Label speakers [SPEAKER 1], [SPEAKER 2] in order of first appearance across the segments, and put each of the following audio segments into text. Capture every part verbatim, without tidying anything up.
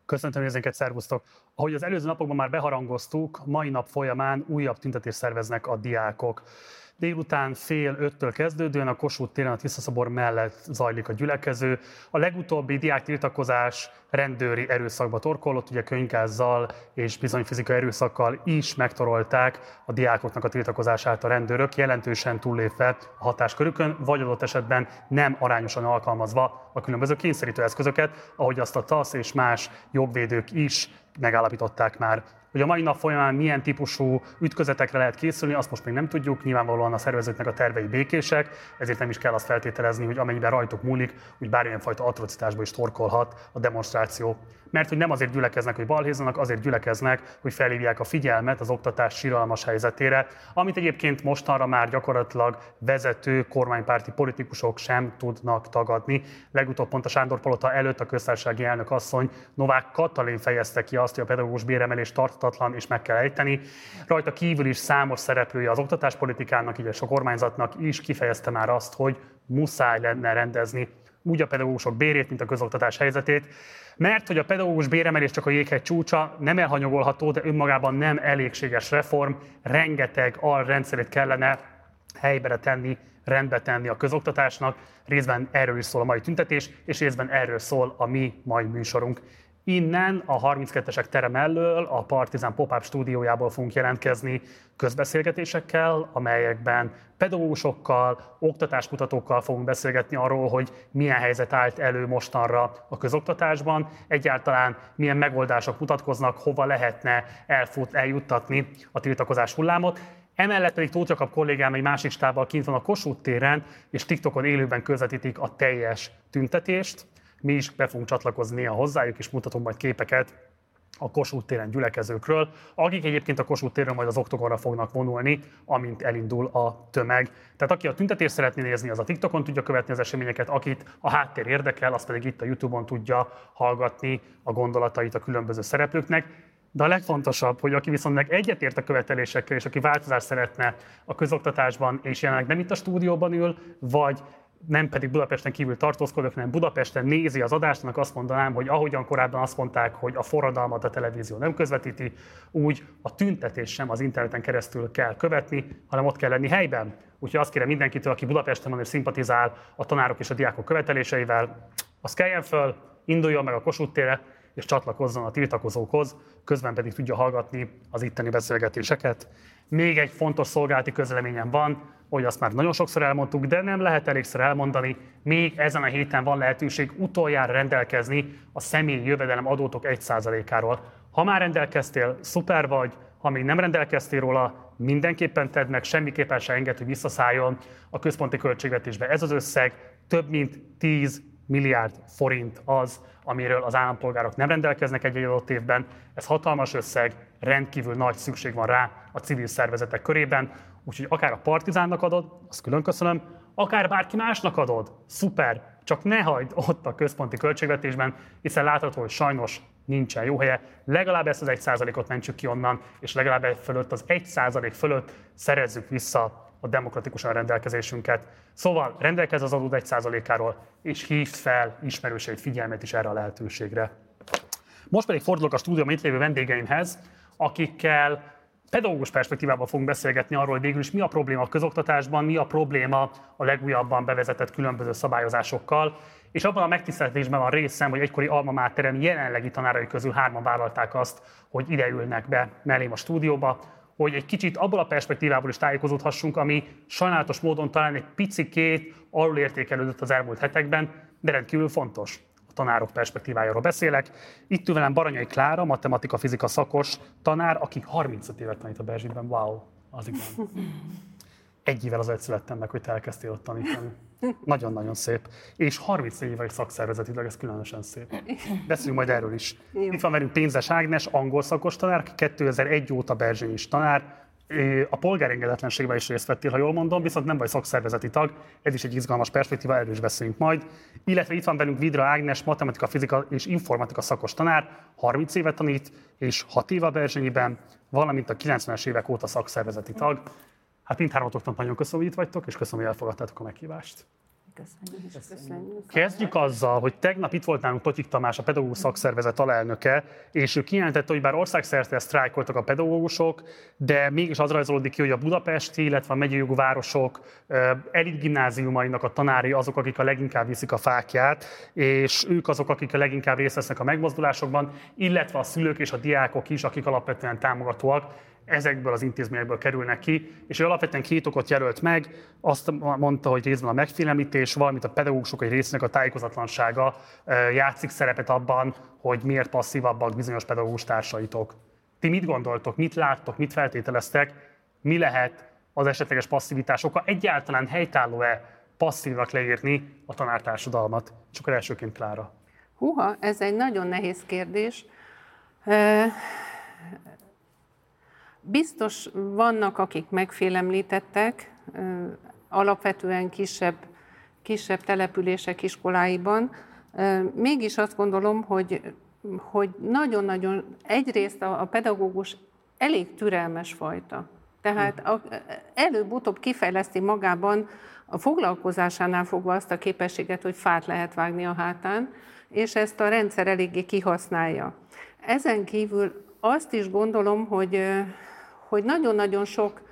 [SPEAKER 1] Köszöntöm nézőinket, szervusztok! Ahogy az előző napokban már beharangoztuk, mai nap folyamán újabb tüntetést szerveznek a diákok. Délután fél öttől kezdődően a Kossuth téren a Tiszaszobor mellett zajlik a gyülekező. A legutóbbi diáktiltakozás rendőri erőszakba torkollott, ugye könyvgázzal és bizony fizikai erőszakkal is megtorolták a diákoknak a tiltakozását a rendőrök, jelentősen túllépve a hatáskörükön, vagy adott esetben nem arányosan alkalmazva a különböző kényszerítő eszközöket, ahogy azt a TASZ és más jogvédők is megállapították már. Hogy a mai nap folyamán milyen típusú ütközetekre lehet készülni, azt most még nem tudjuk, nyilvánvalóan a szervezőknek a tervei békések, ezért nem is kell azt feltételezni, hogy amennyiben rajtuk múlik, úgy bármilyen fajta atrocitásba is torkolhat a demonstráció. Mert hogy nem azért gyülekeznek, hogy balhézzanak, azért gyülekeznek, hogy felhívják a figyelmet az oktatás siralmas helyzetére, amit egyébként mostanra már gyakorlatilag vezető kormánypárti politikusok sem tudnak tagadni. Legutóbb pont a Sándor Palota előtt a köztársasági elnök asszony Novák Katalin fejezte ki azt, hogy a pedagógus béremelés tarthatatlan és meg kell ejteni. Rajta kívül is számos szereplője az oktatáspolitikának, így a kormányzatnak is kifejezte már azt, hogy muszáj lenne rendezni úgy a pedagógusok bérét, mint a közoktatás helyzetét, mert hogy a pedagógus béremelés csak a jéghegy csúcsa, nem elhanyagolható, de önmagában nem elégséges reform, rengeteg alrendszerét kellene helybe tenni, rendbe tenni a közoktatásnak, részben erről is szól a mai tüntetés, és részben erről szól a mi mai műsorunk. Innen a harminckettesek terem elől, a Partizán Pop-up stúdiójából fogunk jelentkezni közbeszélgetésekkel, amelyekben pedagógusokkal, oktatáskutatókkal fogunk beszélgetni arról, hogy milyen helyzet állt elő mostanra a közoktatásban, egyáltalán milyen megoldások mutatkoznak, hova lehetne elfut, eljuttatni a tiltakozás hullámot. Emellett pedig Tóth Jakab kollégám egy másik stábbal kint van a Kossuth téren, és TikTokon élőben közvetítik a teljes tüntetést. Mi is be fogunk csatlakozni néha hozzájuk, és mutatunk majd képeket a Kossuth téren gyülekezőkről, akik egyébként a Kossuth téren majd az oktogonra fognak vonulni, amint elindul a tömeg. Tehát aki a tüntetést szeretné nézni, az a TikTokon tudja követni az eseményeket, akit a háttér érdekel, az pedig itt a YouTube-on tudja hallgatni a gondolatait a különböző szereplőknek. De a legfontosabb, hogy aki viszont meg egyetért a követelésekkel, és aki változást szeretne a közoktatásban, és jelenleg nem itt a stúdióban ül, vagy nem pedig Budapesten kívül tartózkodok, hanem Budapesten nézi az adásnak, azt mondanám, hogy ahogyan korábban azt mondták, hogy a forradalmat a televízió nem közvetíti, úgy a tüntetés sem az interneten keresztül kell követni, hanem ott kell lenni helyben. Úgyhogy azt kérem mindenkitől, aki Budapesten van és szimpatizál a tanárok és a diákok követeléseivel, az keljen föl, induljon meg a Kossuth térre, és csatlakozzon a tiltakozókhoz, közben pedig tudja hallgatni az itteni beszélgetéseket. Még egy fontos szolgálati közleményem van, hogy azt már nagyon sokszor elmondtuk, de nem lehet elégszer elmondani, még ezen a héten van lehetőség utoljára rendelkezni a személyi jövedelem adótok egy százalékáról. Ha már rendelkeztél, szuper vagy, ha még nem rendelkeztél róla, mindenképpen tedd meg, semmiképpen se enged, hogy visszaszálljon a központi költségvetésbe. Ez az összeg több mint tíz milliárd forint az, amiről az állampolgárok nem rendelkeznek egy adott évben. Ez hatalmas összeg, rendkívül nagy szükség van rá a civil szervezetek körében, úgyhogy akár a Partizánnak adod, azt külön köszönöm, akár bárki másnak adod, szuper, csak ne hagyd ott a központi költségvetésben, hiszen látható, hogy sajnos nincsen jó helye. Legalább ezt az egy százalékot mentsük ki onnan, és legalább egy fölött, az egy százalék fölött szerezzük vissza a demokratikusan rendelkezésünket. Szóval rendelkezz az adód egy százalékáról, és hívd fel ismerőseid figyelmet is erre a lehetőségre. Most pedig fordulok a stúdióban itt lévő vendégeimhez, akikkel pedagógus perspektívában fogunk beszélgetni arról, hogy végül is mi a probléma a közoktatásban, mi a probléma a legújabban bevezetett különböző szabályozásokkal, és abban a megtiszteltetésben van részem, hogy egykori alma máterem jelenlegi tanárai közül hárman vállalták azt, hogy ideülnek be mellém a stúdióba, hogy egy kicsit abból a perspektívából is tájékozódhassunk, ami sajnálatos módon talán egy picikét alulértékelődött az elmúlt hetekben, de rendkívül fontos. A tanárok perspektívájáról beszélek. Itt ül velem Baranyai Klára, matematika-fizika szakos tanár, aki harmincöt évet tanít a Berzsitben. Wow, az igen. Egy évvel azelőtt születtem meg, hogy te elkezdtél ott tanítani. Nagyon-nagyon szép. És harmincnégy éve szakszervezetileg, ez különösen szép. Beszéljünk majd erről is. Jó. Itt van velünk Pénzes Ágnes, angol szakos tanár, kétezer-egy óta Berzsenyi is tanár. A polgárengedetlenségben is részt vettél, ha jól mondom, viszont nem vagy szakszervezeti tag, ez is egy izgalmas perspektíva, erről is beszélünk majd. Illetve itt van velünk Vidra Ágnes, matematika, fizika és informatika szakos tanár, harminc évet tanít, és hat éve a Berzsenyiben, valamint a kilencvenes évek óta szakszervezeti tag. Hát mindhármatoknak nagyon köszönöm, hogy itt vagytok, és köszönöm, hogy elfogadtátok a meghívást.
[SPEAKER 2] Köszönjük. Köszönjük.
[SPEAKER 1] Kezdjük azzal, hogy tegnap itt volt nálunk Totyik Tamás, a pedagógus szakszervezet alelnöke, és ő kijelentette, hogy bár országszerte sztrájkoltak a pedagógusok, de mégis az rajzolódik ki, hogy a budapesti, illetve a megyei jogú városok elit gimnáziumainak a tanári azok, akik a leginkább viszik a fáklyát, és ők azok, akik a leginkább részt vesznek a megmozdulásokban, illetve a szülők és a diákok is, akik alapvetően támogatóak, ezekből az intézményekből kerülnek ki, és ő alapvetően két okot jelölt meg, azt mondta, hogy részben a megfélemlítés, valamint a pedagógusok egy részének a tájékozatlansága játszik szerepet abban, hogy miért passzívabbak bizonyos pedagógus társaitok. Ti mit gondoltok, mit láttok, mit feltételeztek, mi lehet az esetleges passzivitás oka, egyáltalán helytálló-e passzívnak leírni a tanártársadalmat? És akkor elsőként Klára.
[SPEAKER 2] Húha, ez egy nagyon nehéz kérdés. Biztos vannak, akik megfélemlítettek, alapvetően kisebb, kisebb települések iskoláiban. Mégis azt gondolom, hogy, hogy nagyon-nagyon egyrészt a, a pedagógus elég türelmes fajta. Tehát a, előbb-utóbb kifejleszti magában a foglalkozásánál fogva azt a képességet, hogy fát lehet vágni a hátán, és ezt a rendszer eléggé kihasználja. Ezen kívül azt is gondolom, hogy hogy nagyon-nagyon sok,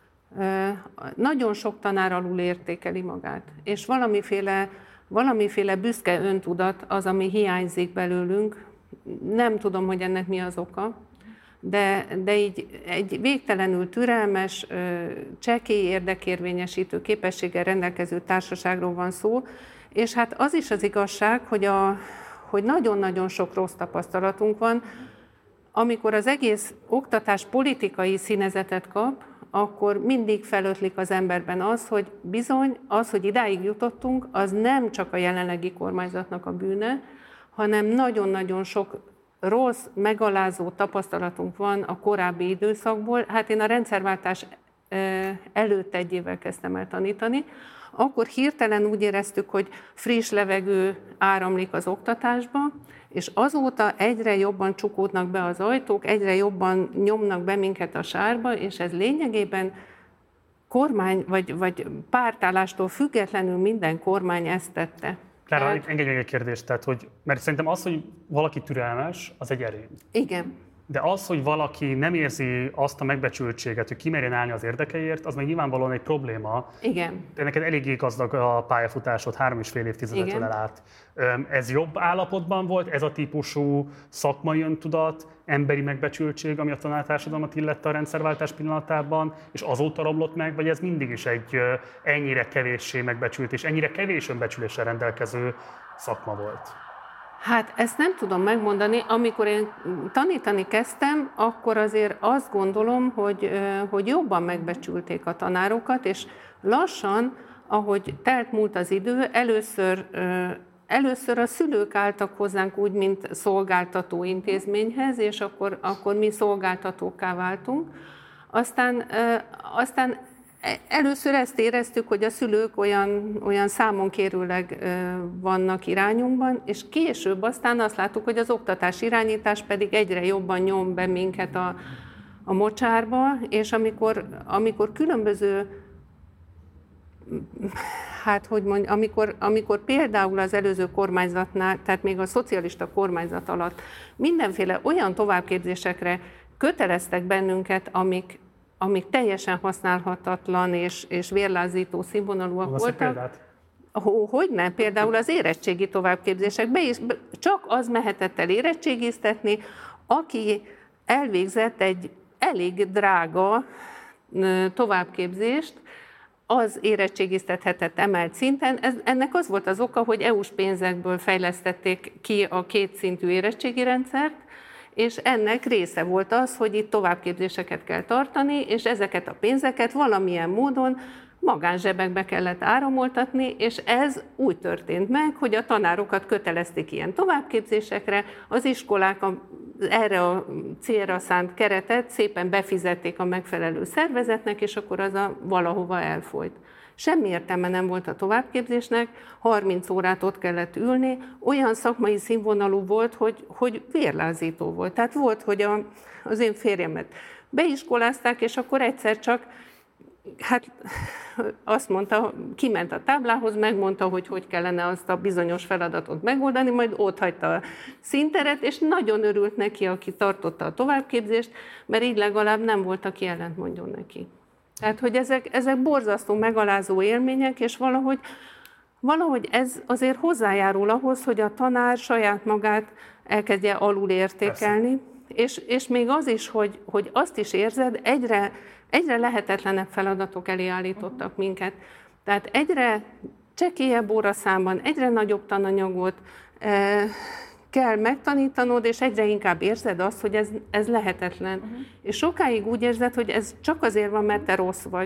[SPEAKER 2] nagyon sok tanár alul értékeli magát, és valamiféle, valamiféle büszke öntudat az, ami hiányzik belőlünk. Nem tudom, hogy ennek mi az oka, de, de így egy végtelenül türelmes, csekély érdekérvényesítő képességgel rendelkező társaságról van szó, és hát az is az igazság, hogy, a, hogy nagyon-nagyon sok rossz tapasztalatunk van. Amikor az egész oktatás politikai színezetet kap, akkor mindig felötlik az emberben az, hogy bizony az, hogy idáig jutottunk, az nem csak a jelenlegi kormányzatnak a bűne, hanem nagyon-nagyon sok rossz, megalázó tapasztalatunk van a korábbi időszakból. Hát én a rendszerváltás előtt egy évvel kezdtem el tanítani, akkor hirtelen úgy éreztük, hogy friss levegő áramlik az oktatásba, és azóta egyre jobban csukódnak be az ajtók, egyre jobban nyomnak be minket a sárba, és ez lényegében kormány vagy, vagy pártállástól függetlenül minden kormány ezt tette.
[SPEAKER 1] Klára, tehát... engedj meg egy kérdést, tehát, hogy, mert szerintem az, hogy valaki türelmes, az egy erény.
[SPEAKER 2] Igen.
[SPEAKER 1] De az, hogy valaki nem érzi azt a megbecsültséget, hogy kimerjen állni az érdekeiért, az meg nyilvánvalóan egy probléma.
[SPEAKER 2] Igen.
[SPEAKER 1] De neked eléggé gazdag a pályafutásod, három és fél évtizedetől elállt. Ez jobb állapotban volt, ez a típusú szakmai öntudat, emberi megbecsültség, ami a tanártársadalmat illette a rendszerváltás pillanatában, és azóta romlott meg, vagy ez mindig is egy ennyire kevéssé megbecsült és ennyire kevés önbecsüléssel rendelkező szakma volt?
[SPEAKER 2] Hát ezt nem tudom megmondani. Amikor én tanítani kezdtem, akkor azért azt gondolom, hogy, hogy jobban megbecsülték a tanárokat, és lassan, ahogy telt múlt az idő, először, először a szülők álltak hozzánk úgy, mint szolgáltató intézményhez, és akkor, akkor mi szolgáltatókká váltunk. Aztán, aztán először ezt éreztük, hogy a szülők olyan, olyan számonkérőleg vannak irányunkban, és később aztán azt láttuk, hogy az oktatás irányítás pedig egyre jobban nyom be minket a, a mocsárba, és amikor, amikor különböző, hát hogy mondjam, amikor, amikor például az előző kormányzatnál, tehát még a szocialista kormányzat alatt mindenféle olyan továbbképzésekre köteleztek bennünket, amik amik teljesen használhatatlan és, és vérlázító színvonalúak
[SPEAKER 1] Van
[SPEAKER 2] voltak. Hogyne? Például az érettségi továbbképzésekbe is csak az mehetett el érettségiztetni, aki elvégzett egy elég drága továbbképzést, az érettségiztethetett emelt szinten. Ez, ennek az volt az oka, hogy é u-s pénzekből fejlesztették ki a kétszintű érettségi rendszert, és ennek része volt az, hogy itt továbbképzéseket kell tartani, és ezeket a pénzeket valamilyen módon magánzsebekbe kellett áramoltatni, és ez úgy történt meg, hogy a tanárokat kötelezték ilyen továbbképzésekre, az iskolák a, erre a célra szánt keretet szépen befizették a megfelelő szervezetnek, és akkor az a valahova elfolyt. Semmi értelme nem volt a továbbképzésnek, harminc órát ott kellett ülni, olyan szakmai színvonalú volt, hogy, hogy vérlázító volt. Tehát volt, hogy a, az én férjemet beiskolázták, és akkor egyszer csak hát azt mondta, kiment a táblához, megmondta, hogy hogy kellene azt a bizonyos feladatot megoldani, majd ott hagyta a színteret, és nagyon örült neki, aki tartotta a továbbképzést, mert így legalább nem volt, aki ellent mondjon neki. Tehát, hogy ezek, ezek borzasztó megalázó élmények, és valahogy, valahogy ez azért hozzájárul ahhoz, hogy a tanár saját magát elkezdje alulértékelni, és, és még az is, hogy, hogy azt is érzed, egyre, egyre lehetetlenebb feladatok elé állítottak minket. Tehát egyre csekélyebb óraszámban, egyre nagyobb tananyagot eh, kell megtanítanod, és egyre inkább érzed azt, hogy ez, ez lehetetlen. Uh-huh. És sokáig úgy érzed, hogy ez csak azért van, mert te rossz vagy.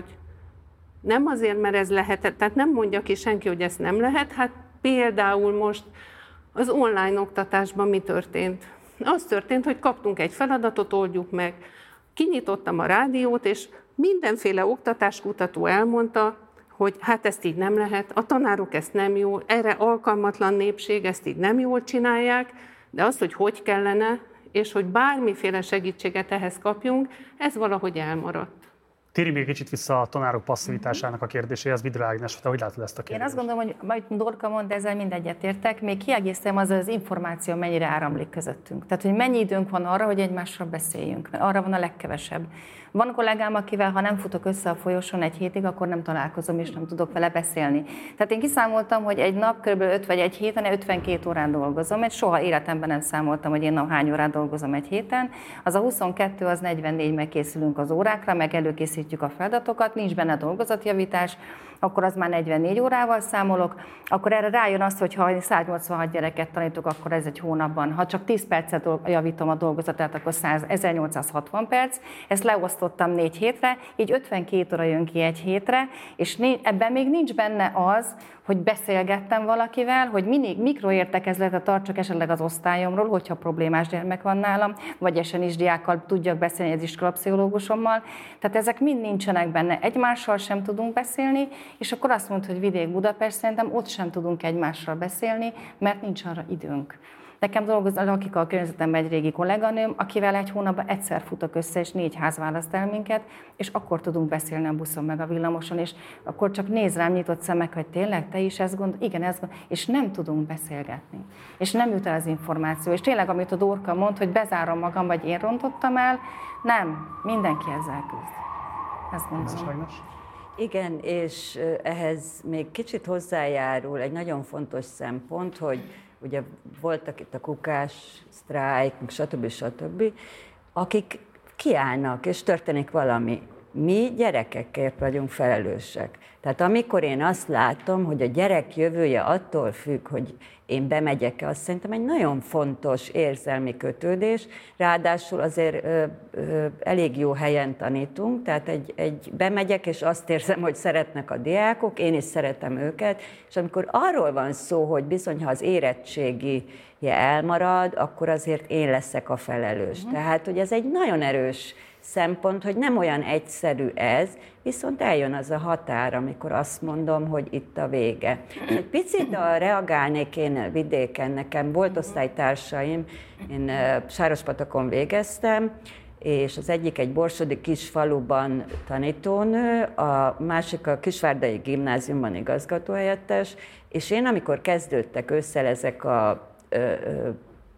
[SPEAKER 2] Nem azért, mert ez lehet, tehát nem mondja ki senki, hogy ezt nem lehet. Hát például most az online oktatásban mi történt? Az történt, hogy kaptunk egy feladatot, oldjuk meg. Kinyitottam a rádiót, és mindenféle oktatáskutató elmondta, hogy hát ezt így nem lehet, a tanárok ezt nem jó, erre alkalmatlan népség, ezt így nem jól csinálják, de az, hogy hogy kellene, és hogy bármiféle segítséget ehhez kapjunk, ez valahogy elmaradt.
[SPEAKER 1] Térjünk még kicsit vissza a tanárok passzivitásának a kérdéséhez. Vidra Ágnes, te hogy látod ezt a kérdést?
[SPEAKER 3] Én azt gondolom, hogy majd Dorka mond, de ezzel mind egyetértek. Még kiegészítem az az információ, mennyire áramlik közöttünk. Tehát, hogy mennyi időnk van arra, hogy egymással beszéljünk. Arra van a legkevesebb. Van kollégám, akivel, ha nem futok össze a folyosón egy hétig, akkor nem találkozom, és nem tudok vele beszélni. Tehát én kiszámoltam, hogy egy nap kb. öt vagy egy héten ötvenkét órán dolgozom, és soha életemben nem számoltam, hogy én hány órán dolgozom egy héten. Az a huszonkettő, az negyvennégy, meg készülünk az órákra, meg előkészítjük a feladatokat, nincs benne dolgozatjavítás, akkor az már negyvennégy órával számolok, akkor erre rájön az, hogy ha száznyolcvanhat gyereket tanítok, akkor ez egy hónapban. Ha csak tíz percet javítom a dolgozatát, akkor ezernyolcszázhatvan perc. Ezt leosztottam négy hétre, így ötvenkét óra jön ki egy hétre, és ebben még nincs benne az, hogy beszélgettem valakivel, hogy mindig mikroértekezletet tartsak esetleg az osztályomról, hogyha problémás gyermek van nálam, vagy esenis diákkal tudjak beszélni az iskolapszichológusommal. Tehát ezek mind nincsenek benne. Egymással sem tudunk beszélni, és akkor azt mondod, hogy Vidék-Budapest, szerintem ott sem tudunk egymással beszélni, mert nincs arra időnk. Nekem dolgozik, lakik a környezetemben egy régi kolléganőm, akivel egy hónapban egyszer futok össze, és négy ház választ el minket, és akkor tudunk beszélni a buszon meg a villamoson, és akkor csak néz rám nyitott szemek, hogy tényleg te is ezt gondolod, igen, ezt gondolod, és nem tudunk beszélgetni. És nem jut el az információ. És tényleg, amit a Dorka mond, hogy bezárom magam, vagy én rontottam el, nem, mindenki ezzel küzd. Ezt gondolom.
[SPEAKER 4] Igen, és ehhez még kicsit hozzájárul egy nagyon fontos szempont, hogy ugye voltak itt a kukás, sztrájk, stb. stb., akik kiállnak, és történik valami. Mi gyerekekért vagyunk felelősek. Tehát amikor én azt látom, hogy a gyerek jövője attól függ, hogy én bemegyek-e, azt szerintem egy nagyon fontos érzelmi kötődés, ráadásul azért ö, ö, elég jó helyen tanítunk, tehát egy, egy bemegyek, és azt érzem, hogy szeretnek a diákok, én is szeretem őket, és amikor arról van szó, hogy bizony, ha az érettségi elmarad, akkor azért én leszek a felelős. Uh-huh. Tehát, hogy ez egy nagyon erős szempont, hogy nem olyan egyszerű ez, viszont eljön az a határ, amikor azt mondom, hogy itt a vége. Egy picit a reagálnék én vidéken, nekem volt osztálytársaim, én Sárospatakon végeztem, és az egyik egy borsodi kisfaluban tanítónő, a másik a Kisvárdai Gimnáziumban igazgatóhelyettes, és én, amikor kezdődtek ősszel ezek a ö, ö,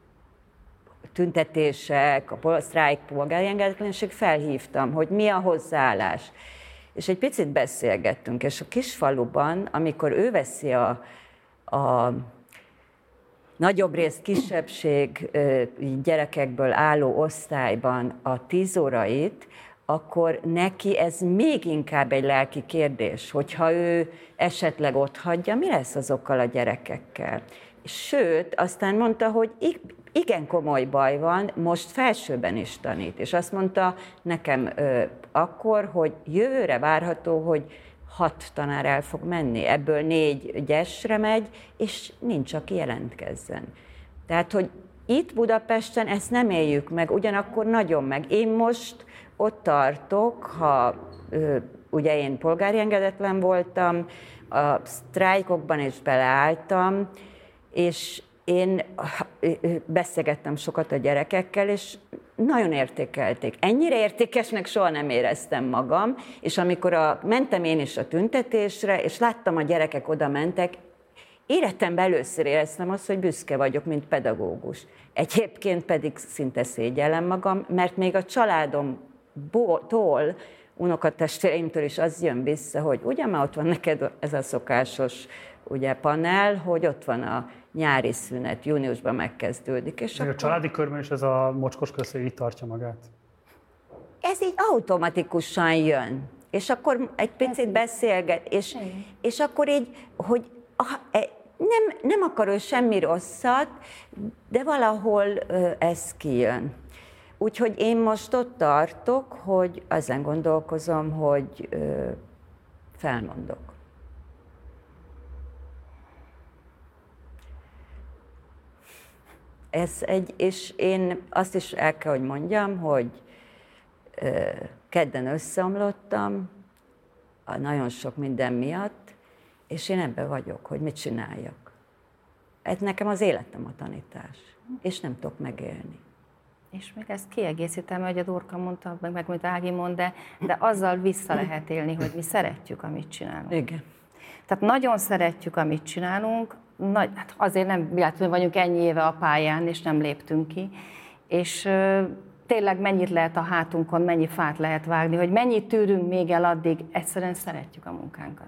[SPEAKER 4] tüntetések, a sztrájk, polgári engedetlenség, felhívtam, hogy mi a hozzáállás. És egy picit beszélgettünk, és a kisfaluban, amikor ő veszi a, a nagyobb részt kisebbség gyerekekből álló osztályban a tíz órait, akkor neki ez még inkább egy lelki kérdés, hogyha ő esetleg otthagyja, mi lesz azokkal a gyerekekkel. Sőt, aztán mondta, hogy igen komoly baj van, most felsőben is tanít. És azt mondta nekem ö, akkor, hogy jövőre várható, hogy hat tanár el fog menni. Ebből négy gyesre megy, és nincs, aki jelentkezzen. Tehát, hogy itt Budapesten ezt nem éljük meg, ugyanakkor nagyon meg. Én most ott tartok, ha ö, ugye én polgári engedetlen voltam, a sztrájkokban is beleálltam, és én beszélgettem sokat a gyerekekkel, és nagyon értékelték. Ennyire értékesnek soha nem éreztem magam, és amikor a, mentem én is a tüntetésre, és láttam, a gyerekek oda mentek, életemben először éreztem azt, hogy büszke vagyok, mint pedagógus. Egyébként pedig szinte szégyellem magam, mert még a családomtól, unokatestvéreimtől is az jön vissza, hogy ugye már ott van neked ez a szokásos ugye, panel, hogy ott van a nyári szünet, júniusban megkezdődik. És
[SPEAKER 1] akkor... A családi körben is ez a mocskos közé így tartja magát?
[SPEAKER 4] Ez így automatikusan jön. És akkor egy picit beszélget, és, és akkor így, hogy nem, nem akar ő semmi rosszat, de valahol ez kijön. Úgyhogy én most ott tartok, hogy ezen gondolkozom, hogy felmondok. Ez egy, és én azt is el kell, hogy mondjam, hogy kedden összeomlottam, a nagyon sok minden miatt, és én ebben vagyok, hogy mit csináljak. Ez nekem az életem a tanítás, és nem tudok megélni.
[SPEAKER 3] És még ezt kiegészítem, hogy a Dorka mondta, meg, meg mint Ági mond, de, de azzal vissza lehet élni, hogy mi szeretjük, amit csinálunk.
[SPEAKER 4] Igen.
[SPEAKER 3] Tehát nagyon szeretjük, amit csinálunk, nagy, hát azért nem véletlenül vagyunk ennyi éve a pályán, és nem léptünk ki, és ö, tényleg mennyit lehet a hátunkon, mennyi fát lehet vágni, hogy mennyit tűrünk még el addig, egyszerűen szeretjük a munkánkat.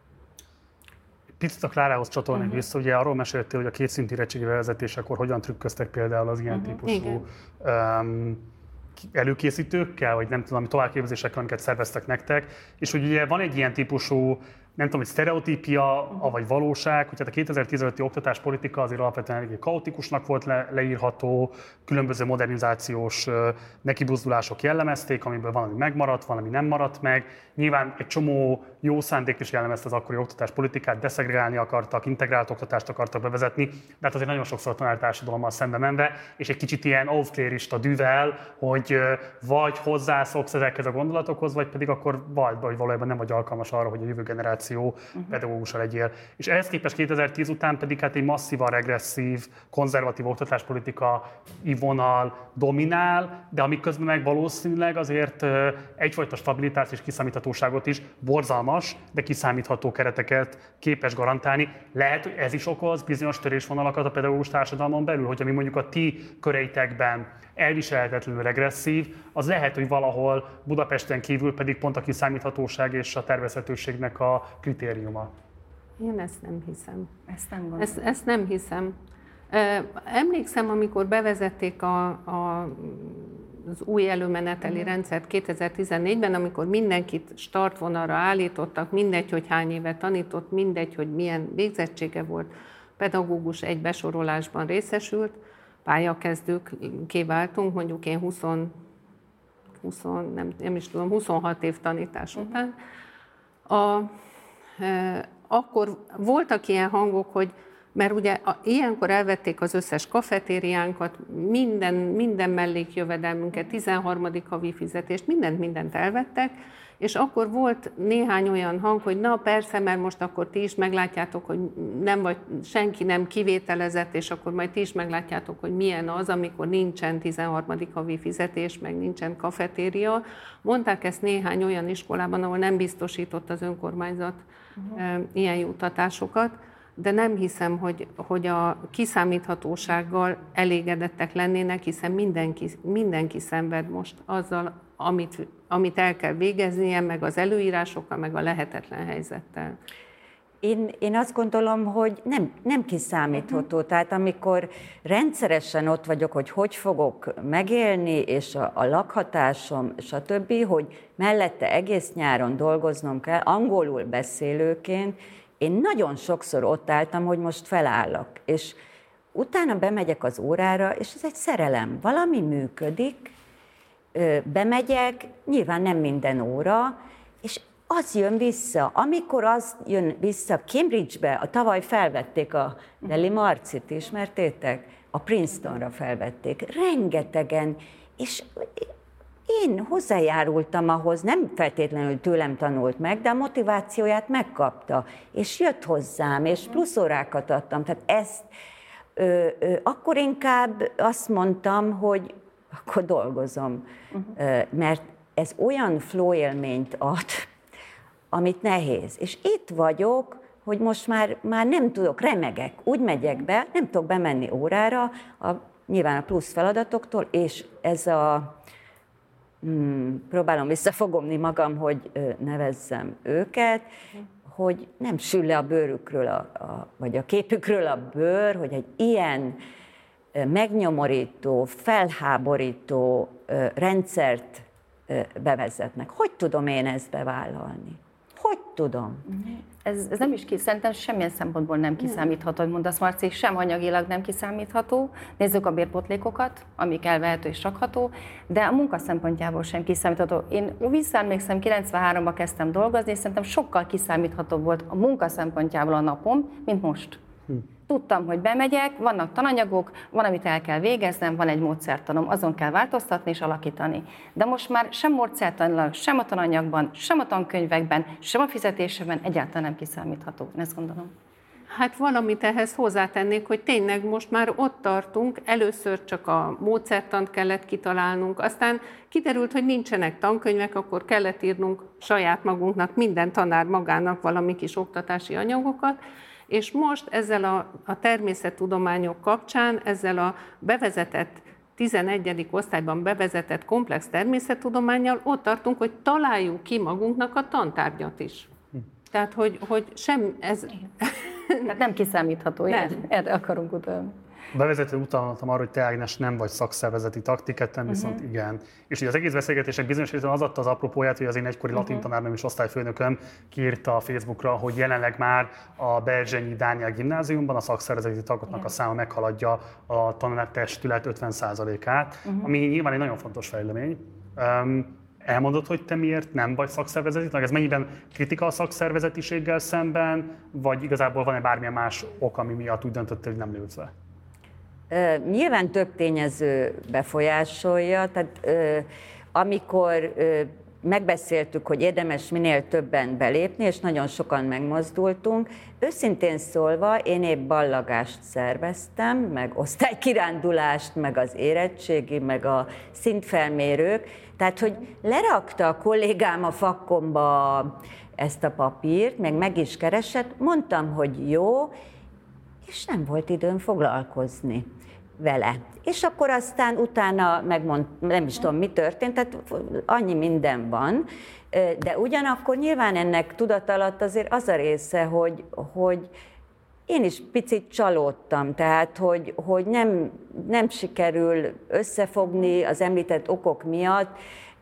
[SPEAKER 1] Picit a Klárához csatolnék uh-huh. vissza, ugye arról meséltél, hogy a kétszintű érettségi bevezetésekor hogyan trükköztek például az ilyen uh-huh. típusú um, előkészítőkkel, vagy nem tudom, továbbképzésekkel, amiket szerveztek nektek, és hogy ugye van egy ilyen típusú, nem tudom, hogy sztereotípia, uh-huh. vagy valóság, hogy hát a kétezer-tizenöti oktatáspolitika azért alapvetően eléggé kaotikusnak volt le, leírható, különböző modernizációs uh, nekibuzdulások jellemezték, amiből valami megmaradt, valami nem maradt meg. Nyilván egy csomó jó szándék is jellemezte az akkori oktatáspolitikát, deszegregálni akartak, integrált oktatást akartak bevezetni, de hát azért nagyon sokszor a tanártársadalommal szembe menve, és egy kicsit ilyen aufklérista dűvel, hogy uh, vagy hozzászoksz ezekhez a gondolatokhoz, vagy pedig akkor vagy, vagy valójában nem vagy alkalmas arra, hogy a jövő generáció Uh-huh. pedagógusa legyél. És ehhez képest kétezer-tíz után pedig hát egy masszívan regresszív, konzervatív oktatáspolitikai vonal dominál, de amik közben meg valószínűleg azért egyfajta stabilitást és kiszámíthatóságot is, borzalmas, de kiszámítható kereteket képes garantálni. Lehet, hogy ez is okoz bizonyos törésvonalakat a pedagógus társadalmon belül, hogy ami mondjuk a ti köreitekben elviselhetetlenül regresszív, az lehet, hogy valahol Budapesten kívül pedig pont a kiszámíthatóság és a tervezhetőségnek a kritériuma.
[SPEAKER 2] Én ezt nem hiszem.
[SPEAKER 3] Ezt nem gondolom.
[SPEAKER 2] Ezt, ezt nem hiszem. Emlékszem, amikor bevezették a, a, az új előmeneteli rendszert kétezer-tizennégyben, amikor mindenkit startvonalra állítottak, mindegy, hogy hány éve tanított, mindegy, hogy milyen végzettsége volt, pedagógus egy besorolásban részesült, pályakezdők kiváltunk, mondjuk én húsz, húsz, nem, nem is tudom, huszonhat év tanítás után. A, e, akkor voltak ilyen hangok, hogy mert ugye a, ilyenkor elvették az összes kafetériánkat, minden, minden mellékjövedelmünket, tizenharmadik havi fizetést, mindent, mindent elvettek, és akkor volt néhány olyan hang, hogy na persze, mert most akkor ti is meglátjátok, hogy nem vagy, senki nem kivételezett, és akkor majd ti is meglátjátok, hogy milyen az, amikor nincsen tizenharmadik havi fizetés, meg nincsen kafetéria. Mondták ezt néhány olyan iskolában, ahol nem biztosított az önkormányzat uh-huh. ilyen juttatásokat, de nem hiszem, hogy, hogy a kiszámíthatósággal elégedettek lennének, hiszen mindenki, mindenki szenved most azzal, amit, amit el kell végeznie, meg az előírásokkal, meg a lehetetlen helyzettel.
[SPEAKER 4] Én, én azt gondolom, hogy nem, nem kiszámítható. Uh-huh. Tehát amikor rendszeresen ott vagyok, hogy hogy fogok megélni, és a, a lakhatásom, stb., hogy mellette egész nyáron dolgoznom kell, angolul beszélőként, én nagyon sokszor ott álltam, hogy most felállok, és utána bemegyek az órára, és ez egy szerelem. Valami működik, bemegyek, nyilván nem minden óra, és az jön vissza. Amikor az jön vissza Cambridge-be, a tavaly felvették a Deli Marcit, ismertétek? A Princetonra felvették. Rengetegen, és én hozzájárultam ahhoz, nem feltétlenül tőlem tanult meg, de a motivációját megkapta, és jött hozzám, és plusz órákat adtam. Tehát ezt ö, ö, akkor inkább azt mondtam, hogy akkor dolgozom. Uh-huh. Mert ez olyan flow élményt ad, amit nehéz. És itt vagyok, hogy most már, már nem tudok, remegek, úgy megyek be, nem tudok bemenni órára, a, nyilván a plusz feladatoktól, és ez a, hmm, próbálom visszafogomni magam, hogy nevezzem őket, hogy nem sül le a bőrükről, a, a, vagy a képükről a bőr, hogy egy ilyen megnyomorító, felháborító rendszert bevezetnek. Hogy tudom én ezt bevállalni? Hogy tudom?
[SPEAKER 3] Ez, ez nem is ki, szerintem semmilyen szempontból nem kiszámítható, hogy mondasz, Marci, sem anyagilag nem kiszámítható. Nézzük a bérpótlékokat, amik elvehető és rakható, de a munka szempontjából sem kiszámítható. Én visszaemlékszem, kilencvenháromban kezdtem dolgozni, és szerintem sokkal kiszámíthatóbb volt a munka szempontjából a napom, mint most. Hm. Tudtam, hogy bemegyek, vannak tananyagok, van, amit el kell végeznem, van egy módszertanom, azon kell változtatni és alakítani. De most már sem módszertanilag, sem a tananyagban, sem a tankönyvekben, sem a fizetésében egyáltalán nem kiszámítható. Én ezt gondolom.
[SPEAKER 2] Hát valamit ehhez hozzátennék, hogy tényleg most már ott tartunk, először csak a módszertant kellett kitalálnunk, aztán kiderült, hogy nincsenek tankönyvek, akkor kellett írnunk saját magunknak, minden tanár magának valami kis oktatási anyagokat, és most ezzel a, a természettudományok kapcsán, ezzel a bevezetett, tizenegyedik osztályban bevezetett komplex természettudománnyal ott tartunk, hogy találjuk ki magunknak a tantárgyat is. Hm. Tehát, hogy, hogy sem ez...
[SPEAKER 3] Tehát nem kiszámítható, nem. Erre akarunk utalni.
[SPEAKER 1] A bevezető utaltam arra, hogy te, Ágnes, nem vagy szakszervezeti taktikettem, viszont uh-huh. igen. És ugye az egész beszélgetések bizonyos részben az adta az apropóját, hogy az én egykori uh-huh. latintanárnőm és osztályfőnököm kiírta a Facebookra, hogy jelenleg már a Berzsenyi Dániel gimnáziumban a szakszervezeti tagoknak igen. a száma meghaladja a tanártestület ötven százalékát, uh-huh. ami nyilván egy nagyon fontos fejlemény. Um, Elmondod, hogy te miért nem vagy szakszervezeti tag? Ez mennyiben kritika a szakszervezetiséggel szemben, vagy igazából van-e bármilyen más ok, ami miatt úgy döntöttél, hogy nem lépsz be?
[SPEAKER 4] Uh, nyilván több tényező befolyásolja, tehát uh, amikor uh, megbeszéltük, hogy érdemes minél többen belépni, és nagyon sokan megmozdultunk, őszintén szólva én épp ballagást szerveztem, meg osztálykirándulást, meg az érettségi, meg a szintfelmérők, tehát hogy lerakta a kollégám a fakkomba ezt a papírt, meg meg is keresett, mondtam, hogy jó, és nem volt időm foglalkozni vele. És akkor aztán utána megmond, nem is tudom, mi történt, tehát annyi minden van, de ugyanakkor nyilván ennek tudat alatt azért az a része, hogy, hogy én is picit csalódtam, tehát hogy, hogy nem, nem sikerül összefogni az említett okok miatt,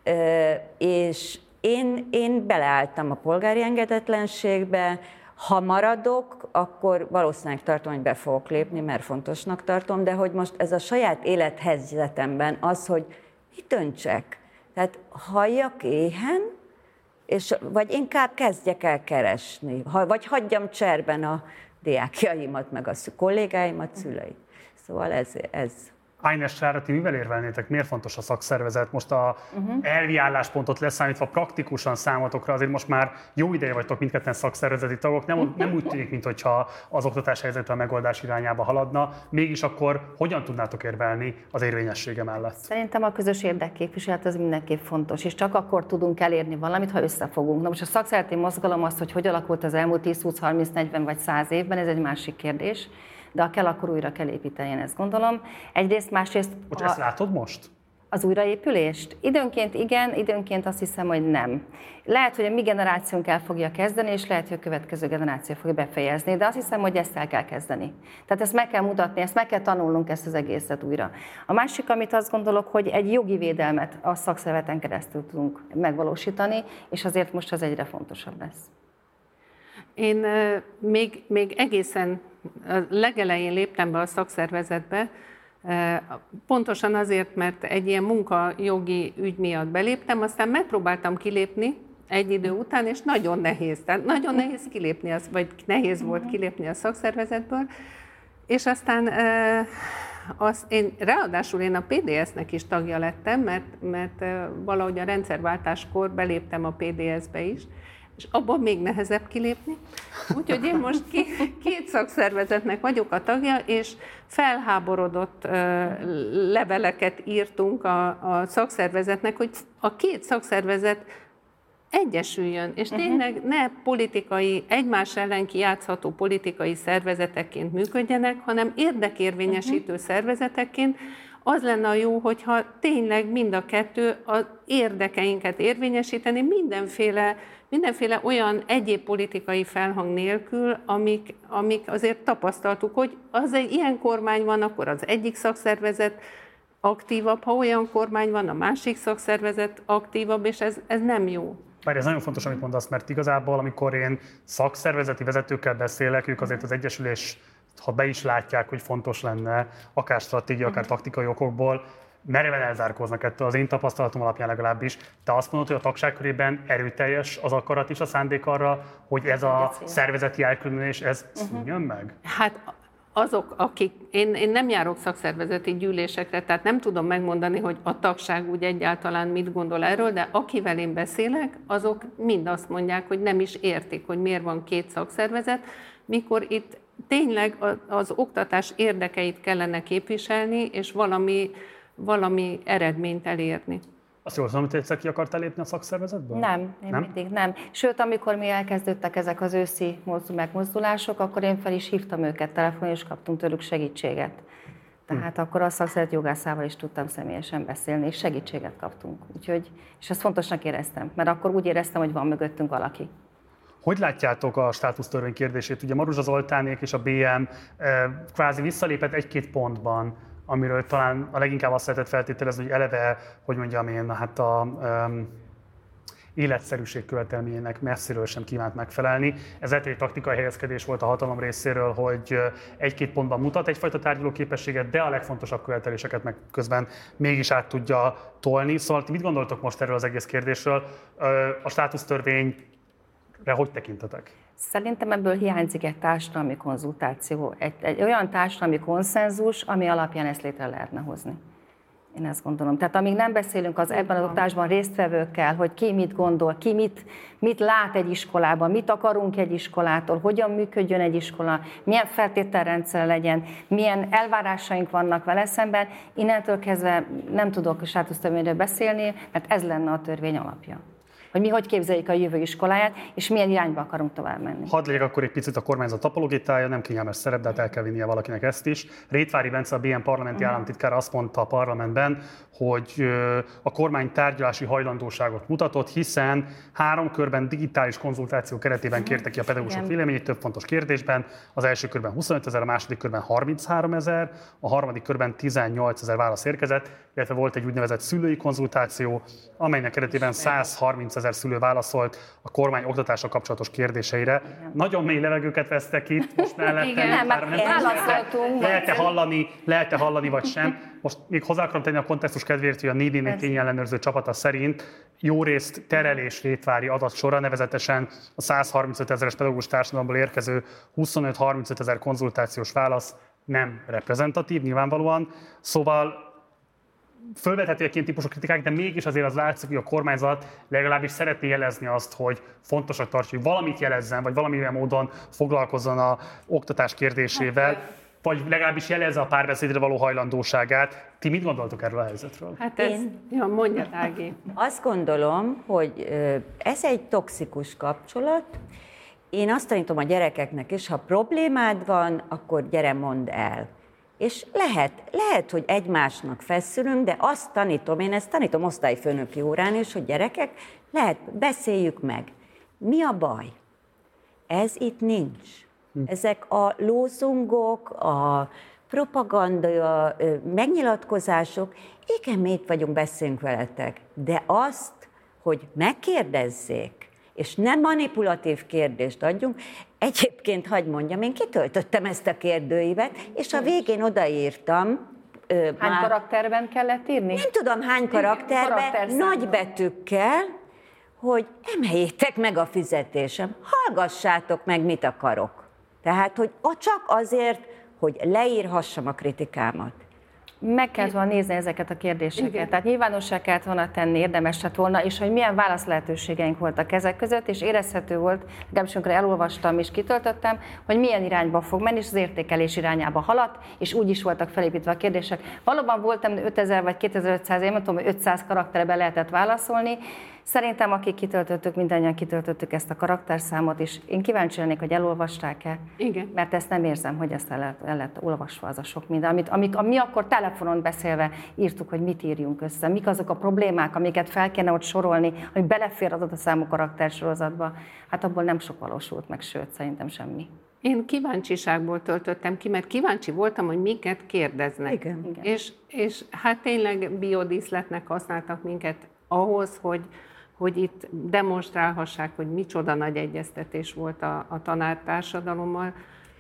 [SPEAKER 4] és én, én beleálltam a polgári engedetlenségbe. Ha maradok, akkor valószínűleg tartom, hogy be fogok lépni, mert fontosnak tartom, de hogy most ez a saját élethelyzetemben az, hogy mit döntsek. Tehát halljak éhen, és, vagy inkább kezdjek el keresni, vagy hagyjam cserben a diákjaimat, meg a kollégáimat, szüleit. Szóval ez... ez.
[SPEAKER 1] Ágnes, Sára, ti mivel érvelnétek? Miért fontos a szakszervezet? Most a uh-huh. elvi álláspontot leszámítva praktikusan számotokra, azért most már jó ideje vagytok mindketten szakszervezeti tagok, nem, nem úgy tűnik, mintha az oktatás helyzete a megoldás irányába haladna, mégis akkor hogyan tudnátok érvelni az érvényessége mellett?
[SPEAKER 3] Szerintem a közös érdekképviselet az mindenképp fontos, és csak akkor tudunk elérni valamit, ha összefogunk. Na most a szakszervezeti mozgalom az, hogy hogy alakult az elmúlt tíz, húsz, harminc, negyven vagy száz évben, ez egy másik kérdés. De ha kell, akkor újra kell építeni, én ezt gondolom. Egyrészt, másrészt...
[SPEAKER 1] Most ezt látod most?
[SPEAKER 3] Az újraépülést? Időnként igen, időnként azt hiszem, hogy nem. Lehet, hogy a mi generációnk el fogja kezdeni, és lehet, hogy a következő generáció fogja befejezni, de azt hiszem, hogy ezt el kell kezdeni. Tehát ezt meg kell mutatni, ezt meg kell tanulnunk, ezt az egészet újra. A másik, amit azt gondolok, hogy egy jogi védelmet a szakszervezeten keresztül tudunk megvalósítani, és azért most az egyre fontosabb lesz.
[SPEAKER 2] Én még, még egészen a legelején léptem be a szakszervezetbe, pontosan azért, mert egy ilyen munkajogi ügy miatt beléptem, aztán megpróbáltam kilépni egy idő után, és nagyon nehéz, tehát nagyon nehéz kilépni, az, vagy nehéz volt kilépni a szakszervezetből, és aztán az, én, ráadásul én a pé dé es-nek is tagja lettem, mert, mert valahogy a rendszerváltáskor beléptem a pé dé es-be is. és abban még nehezebb kilépni. Úgyhogy én most két szakszervezetnek vagyok a tagja, és felháborodott leveleket írtunk a, a szakszervezetnek, hogy a két szakszervezet egyesüljön, és tényleg ne politikai, egymás ellen kijátszható politikai szervezetekként működjenek, hanem érdekérvényesítő szervezetekként. Az lenne a jó, hogyha tényleg mind a kettő az érdekeinket érvényesíteni mindenféle, mindenféle olyan egyéb politikai felhang nélkül, amik, amik azért tapasztaltuk, hogy az egy ilyen kormány van, akkor az egyik szakszervezet aktívabb, ha olyan kormány van, a másik szakszervezet aktívabb, és ez, ez nem jó.
[SPEAKER 1] Bár ez nagyon fontos, amit mondasz, mert igazából, amikor én szakszervezeti vezetőkkel beszélek, ők azért az egyesülés, ha be is látják, hogy fontos lenne, akár stratégia, akár taktikai okokból, mereven elzárkóznak ettől, az én tapasztalatom alapján legalábbis. Te azt mondod, hogy a tagság körében erőteljes az akarat és a szándék arra, hogy ez a szervezeti elkülönülés, ez szűnjön meg?
[SPEAKER 2] Hát azok, akik, én, én nem járok szakszervezeti gyűlésekre, tehát nem tudom megmondani, hogy a tagság úgy egyáltalán mit gondol erről, de akivel én beszélek, azok mind azt mondják, hogy nem is értik, hogy miért van két szakszervezet, mikor itt tényleg az oktatás érdekeit kellene képviselni, és valami, valami eredményt elérni.
[SPEAKER 1] Azt jól tudom, hogy egyszer ki akartál lépni a szakszervezetből?
[SPEAKER 3] Nem, én nem? mindig nem. Sőt, amikor mi elkezdődtek ezek az őszi megmozdulások, akkor én fel is hívtam őket telefonon, és kaptunk tőlük segítséget. Tehát hm. akkor a szakszervezet jogászával is tudtam személyesen beszélni, és segítséget kaptunk. Úgyhogy, és ezt fontosnak éreztem, mert akkor úgy éreztem, hogy van mögöttünk valaki.
[SPEAKER 1] Hogy látjátok a státusztörvény kérdését? Ugye Maruzsa Zoltánék és a bé em eh, kvázi visszalépett egy-két pontban, amiről talán a leginkább azt lehetett feltételezni, hogy eleve, hogy mondjam én, hát a um, életszerűség követelményének messziről sem kívánt megfelelni. Ez egy taktikai helyezkedés volt a hatalom részéről, hogy egy-két pontban mutat egyfajta tárgyalóképességet, de a legfontosabb követeléseket meg közben mégis át tudja tolni. Szóval ti mit gondoltok most erről az egész kérdésről? A státusztörvényre hogy tekintetek?
[SPEAKER 3] Szerintem ebből hiányzik egy társadalmi konzultáció, egy, egy olyan társadalmi konszenzus, ami alapján ezt létre lehetne hozni. Én ezt gondolom. Tehát amíg nem beszélünk az ebben az oktatásban résztvevőkkel, hogy ki mit gondol, ki mit, mit lát egy iskolában, mit akarunk egy iskolától, hogyan működjön egy iskola, milyen feltételrendszer legyen, milyen elvárásaink vannak vele szemben, innentől kezdve nem tudok a státusztörvényről beszélni, mert ez lenne a törvény alapja. Hogy mi hogy képzeljük a jövő iskoláját, és milyen irányba akarunk tovább menni.
[SPEAKER 1] Hadd legyek akkor egy picit a kormányzat apologitája, nem kényelmes szerep, de hát el kell vinnie valakinek ezt is. Rétvári Bence, a bé em parlamenti uh-huh. államtitkára azt mondta a parlamentben, hogy a kormány tárgyalási hajlandóságot mutatott, hiszen három körben digitális konzultáció keretében kérte ki a pedagógusok véleményét több fontos kérdésben. Az első körben huszonöt ezer, a második körben harminchárom ezer, a harmadik körben tizennyolc ezer válasz érkezett, illetve volt egy úgynevezett szülői konzultáció, amelynek keretében százharminc ezer szülő válaszolt a kormány oktatással kapcsolatos kérdéseire. Igen. Nagyon mély levegőket vesztek itt, most mellettem.
[SPEAKER 3] Igen, nem, nem válaszoltunk.
[SPEAKER 1] Lehet-e hallani, lehet-e hallani, vagy sem. Most még hozzá akarom tenni a kontextus kedvéért, hogy a Nédinek tényellenőrző csapata szerint jó részt terelés rétvári adatsora, nevezetesen a százharmincöt ezeres pedagógus társadalomból érkező huszonöt-harmincöt ezer konzultációs válasz nem reprezentatív, nyilvánvalóan. Szóval fölvethetőek ilyen típusú kritikák, de mégis azért az látszik, hogy a kormányzat legalábbis szeretné jelezni azt, hogy fontosak tartja, hogy valamit jelezzen, vagy valamilyen módon foglalkozzon az oktatás kérdésével, vagy legalábbis jelezze a párbeszédre való hajlandóságát. Ti mit gondoltok erről a helyzetről?
[SPEAKER 2] Hát ez, Én... ja, mondja, Ági.
[SPEAKER 4] Azt gondolom, hogy ez egy toxikus kapcsolat. Én azt tanítom a gyerekeknek is, ha problémád van, akkor gyere, mondd el. És lehet, lehet, hogy egymásnak feszülünk, de azt tanítom, én ezt tanítom osztályfőnöki órán is, hogy gyerekek, lehet, beszéljük meg. Mi a baj? Ez itt nincs. Ezek a lózungok, a propaganda, a megnyilatkozások, igen, mi itt vagyunk, beszéljünk veletek. De azt, hogy megkérdezzék, és nem manipulatív kérdést adjunk, egyébként, hadd mondjam, én kitöltöttem ezt a kérdőívet, és a végén odaírtam.
[SPEAKER 3] Hány már, karakterben kellett írni?
[SPEAKER 4] Nem tudom hány karakterben, nagy betűkkel, hogy emeljétek meg a fizetésem, hallgassátok meg, mit akarok. Tehát, hogy csak azért, hogy leírhassam a kritikámat.
[SPEAKER 3] Meg kellett volna nézni ezeket a kérdéseket.
[SPEAKER 2] Igen.
[SPEAKER 3] Tehát nyilvánosság kellett volna tenni, érdemes lett volna, és hogy milyen válasz lehetőségeink voltak ezek között, és érezhető volt, legalábbis amikor elolvastam és kitöltöttem, hogy milyen irányba fog menni, és az értékelés irányába haladt, és úgy is voltak felépítve a kérdések. Valóban voltam ötezer vagy kétezer-ötszáz, én mondtam, hogy ötszáz karakterbe lehetett válaszolni. Szerintem, akik kitöltöttük, mindannyian kitöltöttük ezt a karakterszámot, és én kíváncsi lennék, hogy elolvasták-e.
[SPEAKER 2] Igen.
[SPEAKER 3] Mert ezt nem érzem, hogy ezt el lett, el lett olvasva az a sok minden, amit, amik, mi akkor telefonon beszélve írtuk, hogy mit írjunk össze, mik azok a problémák, amiket fel kéne ott sorolni, hogy belefér adott a számú karaktersorozatba. Hát abból nem sok valósult meg, sőt, szerintem semmi.
[SPEAKER 2] Én kíváncsiságból töltöttem ki, mert kíváncsi voltam, hogy miket kérdeznek.
[SPEAKER 4] Igen.
[SPEAKER 3] Igen.
[SPEAKER 2] És, és hát tényleg biodíszletnek használtak minket ahhoz, hogy, hogy itt demonstrálhassák, hogy micsoda nagy egyeztetés volt a, a tanártársadalommal.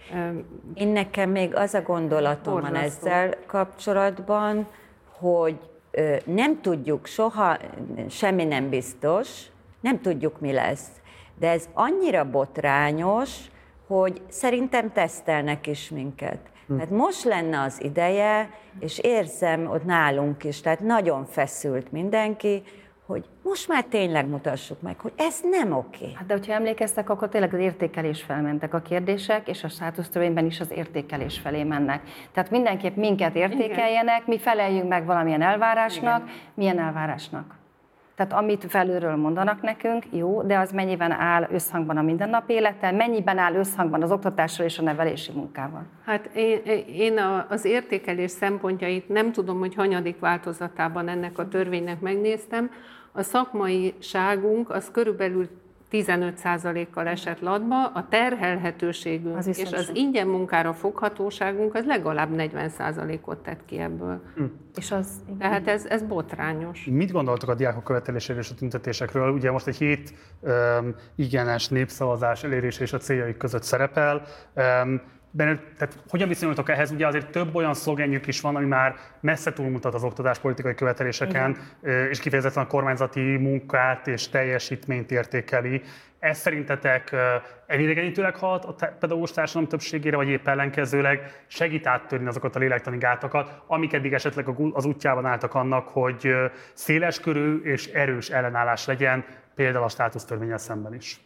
[SPEAKER 4] Én nekem még az a gondolatom van ezzel kapcsolatban, hogy nem tudjuk, soha semmi nem biztos, nem tudjuk, mi lesz. De ez annyira botrányos, hogy szerintem tesztelnek is minket. Hát most lenne az ideje, és érzem ott nálunk is, tehát nagyon feszült mindenki, hogy most már tényleg mutassuk meg, hogy ez nem oké.
[SPEAKER 3] Hát de hogyha emlékeztek, akkor tényleg az értékelés felmentek a kérdések, és a státusztörvényben is az értékelés felé mennek. Tehát mindenképp minket értékeljenek, mi feleljünk meg valamilyen elvárásnak, igen. Milyen elvárásnak. Tehát amit felülről mondanak nekünk, jó, de az mennyiben áll összhangban a mindennapi élettel, mennyiben áll összhangban az oktatással és a nevelési munkával?
[SPEAKER 2] Hát én, én az értékelés szempontjait nem tudom, hogy hanyadik változatában ennek a törvénynek megnéztem. A szakmaiságunk az körülbelül tizenöt százalékkal esett latba, a terhelhetőségünk az és az ingyen munkára foghatóságunk az legalább negyven százalékot tett ki ebből. Hm.
[SPEAKER 3] És az,
[SPEAKER 2] Tehát ez, ez botrányos.
[SPEAKER 1] Mit gondoltok a diákok követeléséről és a tüntetésekről? Ugye most egy hét um, igenes népszavazás elérése és a céljaik között szerepel. Um, Benne, tehát hogyan viszonyultok ehhez? Ugye azért több olyan szlogenjük is van, ami már messze túlmutat az oktatáspolitikai követeléseken, igen. És kifejezetten a kormányzati munkát és teljesítményt értékeli. Ez szerintetek elidegenítőleg hat a pedagógus társadalom többségére, vagy épp ellenkezőleg segít áttörni azokat a lélektani gátakat, amik eddig esetleg az útjában álltak annak, hogy széleskörű és erős ellenállás legyen, például a státusztörvénnyel szemben is?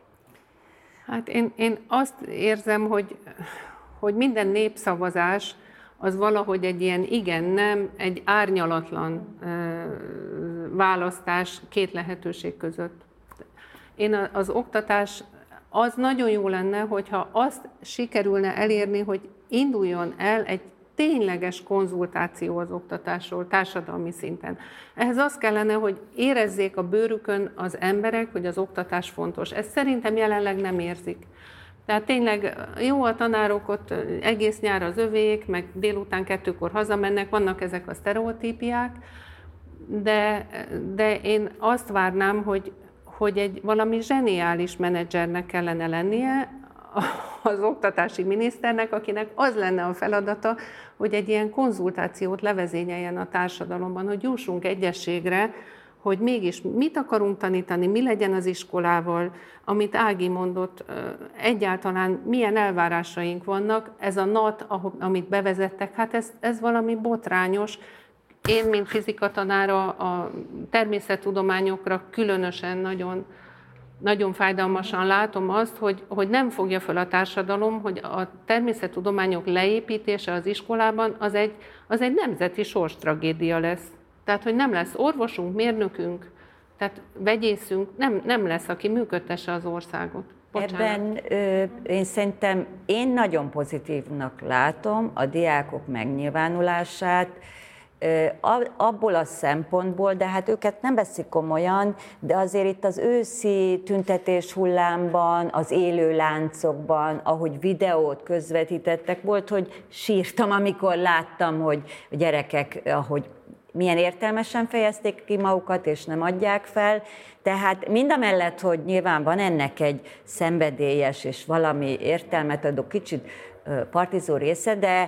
[SPEAKER 2] Hát én, én azt érzem, hogy, hogy minden népszavazás az valahogy egy ilyen igen-nem, egy árnyalatlan ö, választás két lehetőség között. Én az oktatás, az nagyon jó lenne, hogyha azt sikerülne elérni, hogy induljon el egy tényleges konzultáció az oktatásról társadalmi szinten. Ehhez az kellene, hogy érezzék a bőrükön az emberek, hogy az oktatás fontos. Ezt szerintem jelenleg nem érzik. Tehát tényleg jó, a tanárok ott egész nyár az övék, meg délután kettőkor hazamennek, vannak ezek a sztereotípiák, de, de én azt várnám, hogy, hogy egy valami zseniális menedzsernek kellene lennie, az oktatási miniszternek, akinek az lenne a feladata, hogy egy ilyen konzultációt levezényeljen a társadalomban, hogy jussunk egyességre, hogy mégis mit akarunk tanítani, mi legyen az iskolával, amit Ági mondott, egyáltalán milyen elvárásaink vannak, ez a NAT, amit bevezettek, hát ez, ez valami botrányos. Én, mint fizikatanára, a természettudományokra különösen nagyon Nagyon fájdalmasan látom azt, hogy, hogy nem fogja fel a társadalom, hogy a természettudományok leépítése az iskolában az egy, az egy nemzeti sorstragédia lesz. Tehát, hogy nem lesz orvosunk, mérnökünk, tehát vegyészünk, nem, nem lesz, aki működtesse az országot. Bocsánat.
[SPEAKER 4] Ebben ö, én szerintem én nagyon pozitívnak látom a diákok megnyilvánulását, abból a szempontból, de hát őket nem veszik komolyan, de azért itt az őszi tüntetés hullámban, az élő láncokban, ahogy videót közvetítettek, volt, hogy sírtam, amikor láttam, hogy a gyerekek, ahogy milyen értelmesen fejezték ki magukat, és nem adják fel. Tehát mindamellett, hogy nyilván van ennek egy szenvedélyes és valami értelmet adó kicsit partizó része, de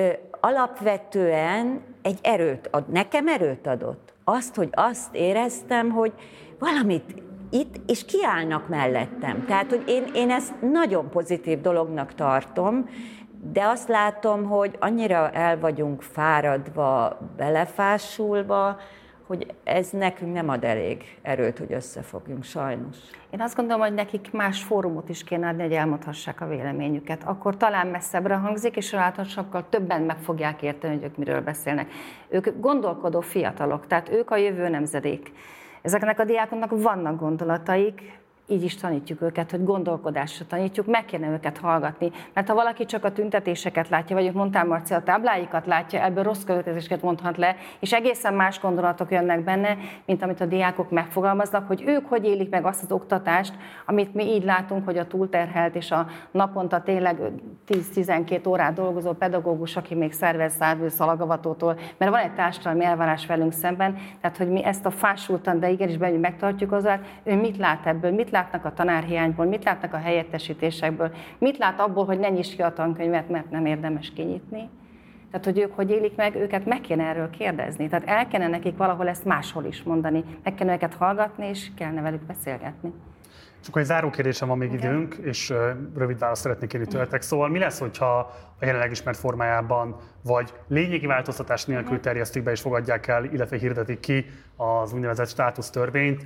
[SPEAKER 4] alapvetően egy erőt ad, nekem erőt adott. Azt, hogy azt éreztem, hogy valamit itt, és kiállnak mellettem. Tehát, hogy én, én ezt nagyon pozitív dolognak tartom, De azt látom, hogy annyira el vagyunk fáradva, belefásulva, hogy ez nekünk nem ad elég erőt, hogy összefogjunk, sajnos.
[SPEAKER 3] Én azt gondolom, hogy nekik más fórumot is kéne adni, hogy elmondhassák a véleményüket. Akkor talán messzebbre hangzik, és ráadásul sokkal többen meg fogják érteni, hogy ők miről beszélnek. Ők gondolkodó fiatalok, tehát ők a jövő nemzedék. Ezeknek a diákoknak vannak gondolataik, így is tanítjuk őket, hogy gondolkodásra tanítjuk, meg kéne őket hallgatni. Mert ha valaki csak a tüntetéseket látja, vagy mondtál, Marci, a tábláikat látja, ebből rossz következéseket mondhat le, és egészen más gondolatok jönnek benne, mint amit a diákok megfogalmaznak, hogy ők hogy élik meg azt az oktatást, amit mi így látunk, hogy a túlterhelt és a naponta tényleg tíz-tizenkét órát dolgozó pedagógus, aki még szervez szárvő szalagavatótól, mert van egy társadalmi elvárás velünk szemben, tehát hogy mi ezt a fásultan, de igenis belül megtartjuk azzal, ő mit lát ebből, mit látnak a tanárhiányból, mit látnak a helyettesítésekből, mit lát abból, hogy ne nyisd ki a tankönyvet, mert nem érdemes kinyitni. Tehát, hogy ők hogy élik meg, őket meg kéne erről kérdezni. Tehát el kellene nekik valahol ezt máshol is mondani. Meg kellene őket hallgatni, és kellene velük beszélgetni.
[SPEAKER 1] Csak egy záró kérdésem van még okay. időnk, és rövid választ szeretnék kérni tőletek. Szóval mi lesz, hogyha a jelenleg ismert formájában, vagy lényegi változtatás nélkül terjesztik be és fogadják el, illetve hirdetik ki az úgynevezett státusztörvényt?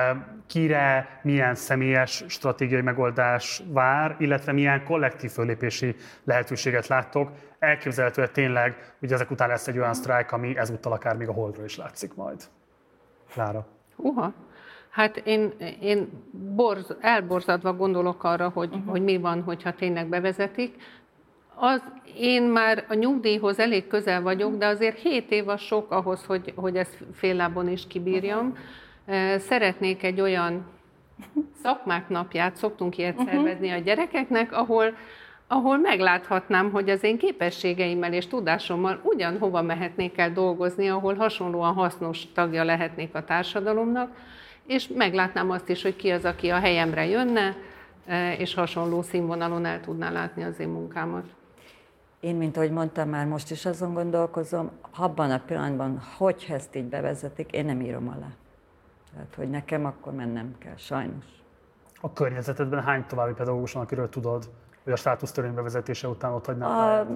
[SPEAKER 1] Kire milyen személyes stratégiai megoldás vár, illetve milyen kollektív fölépési lehetőséget láttok? Elképzelhető, hogy tényleg, hogy ezek után lesz egy olyan sztrájk, ami ezúttal akár még a Holdról is látszik majd. Klára.
[SPEAKER 2] Uha. Hát én, én borz, elborzadva gondolok arra, hogy, uh-huh. hogy mi van, hogyha tényleg bevezetik. Az, én már a nyugdíjhoz elég közel vagyok, de azért hét év az sok ahhoz, hogy, hogy ezt féllábon is kibírjam. Uh-huh. Szeretnék egy olyan szakmák napját, szoktunk ilyet uh-huh. szervezni a gyerekeknek, ahol, ahol megláthatnám, hogy az én képességeimmel és tudásommal ugyanhova mehetnék el dolgozni, ahol hasonlóan hasznos tagja lehetnék a társadalomnak, és meglátnám azt is, hogy ki az, aki a helyemre jönne, és hasonló színvonalon el tudná látni az én munkámat.
[SPEAKER 4] Én, mint ahogy mondtam, már most is azon gondolkozom, abban a pillanatban, hogy ezt így bevezetik, én nem írom alá. Tehát, hogy nekem akkor mennem kell, sajnos.
[SPEAKER 1] A környezetedben hány további pedagógus van, akiről tudod, hogy a státusztörvény bevezetése után ott hagynál? A,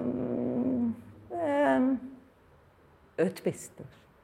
[SPEAKER 4] öt biztos.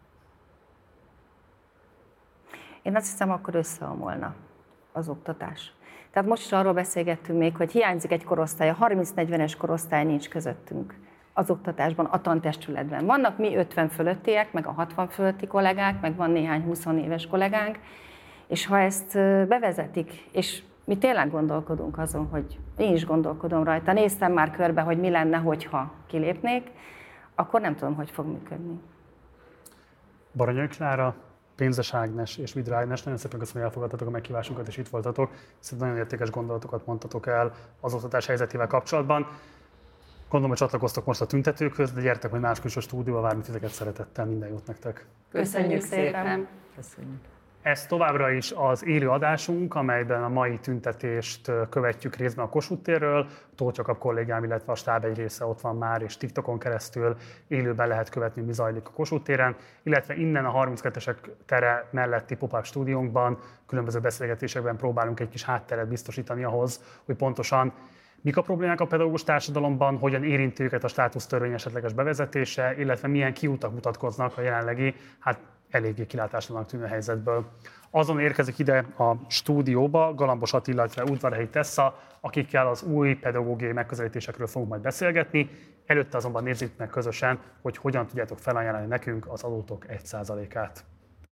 [SPEAKER 3] Én azt hiszem, akkor összeomolna az oktatás. Tehát most is arról beszélgettünk még, hogy hiányzik egy korosztály, a harminc-negyvenes korosztály nincs közöttünk az oktatásban, a tantestületben. Vannak mi ötven fölöttiek, meg a hatvan fölötti kollégák, meg van néhány húsz éves kollégánk, és ha ezt bevezetik, és mi tényleg gondolkodunk azon, hogy én is gondolkodom rajta, néztem már körbe, hogy mi lenne, hogyha kilépnék, akkor nem tudom, hogy fog működni.
[SPEAKER 1] Baranyai Klára, Pénzes Ágnes és Vidra Ágnes, nagyon szépen köszönöm, hogy elfogadtatok a meghívásunkat és itt voltatok, hiszen nagyon értékes gondolatokat mondtatok el az oktatás helyzetével kapcsolatban. Gondolom, hogy csatlakoztok most a tüntetőkhöz, de gyertek, hogy máskor is a stúdióba várni titeket szeretettel, minden jót nektek.
[SPEAKER 2] Köszönjük, Köszönjük szépen!
[SPEAKER 4] Köszönjük.
[SPEAKER 1] Ez továbbra is az élő adásunk, amelyben a mai tüntetést követjük részben a Kossuth térről. Tóth Jakab kollégám, illetve a stáb egy része ott van már, és TikTokon keresztül élőben lehet követni, mi zajlik a Kossuth téren, illetve innen a harminckettesek tere melletti pop-up stúdiónkban különböző beszélgetésekben próbálunk egy kis hátteret biztosítani ahhoz, hogy pontosan mik a problémák a pedagógus társadalomban, hogyan érinti őket a státusztörvény esetleges bevezetése, illetve milyen kiutak mutatkoznak a jelenlegi, hát eléggé kilátástalannak tűnő helyzetből. Azon érkezik ide a stúdióba Galambos Attila, illetve Udvarhelyi Tessa, akikkel az új pedagógiai megközelítésekről fogunk majd beszélgetni. Előtte azonban nézzük meg közösen, hogy hogyan tudjátok felajánlani nekünk az adótok egy százalékát.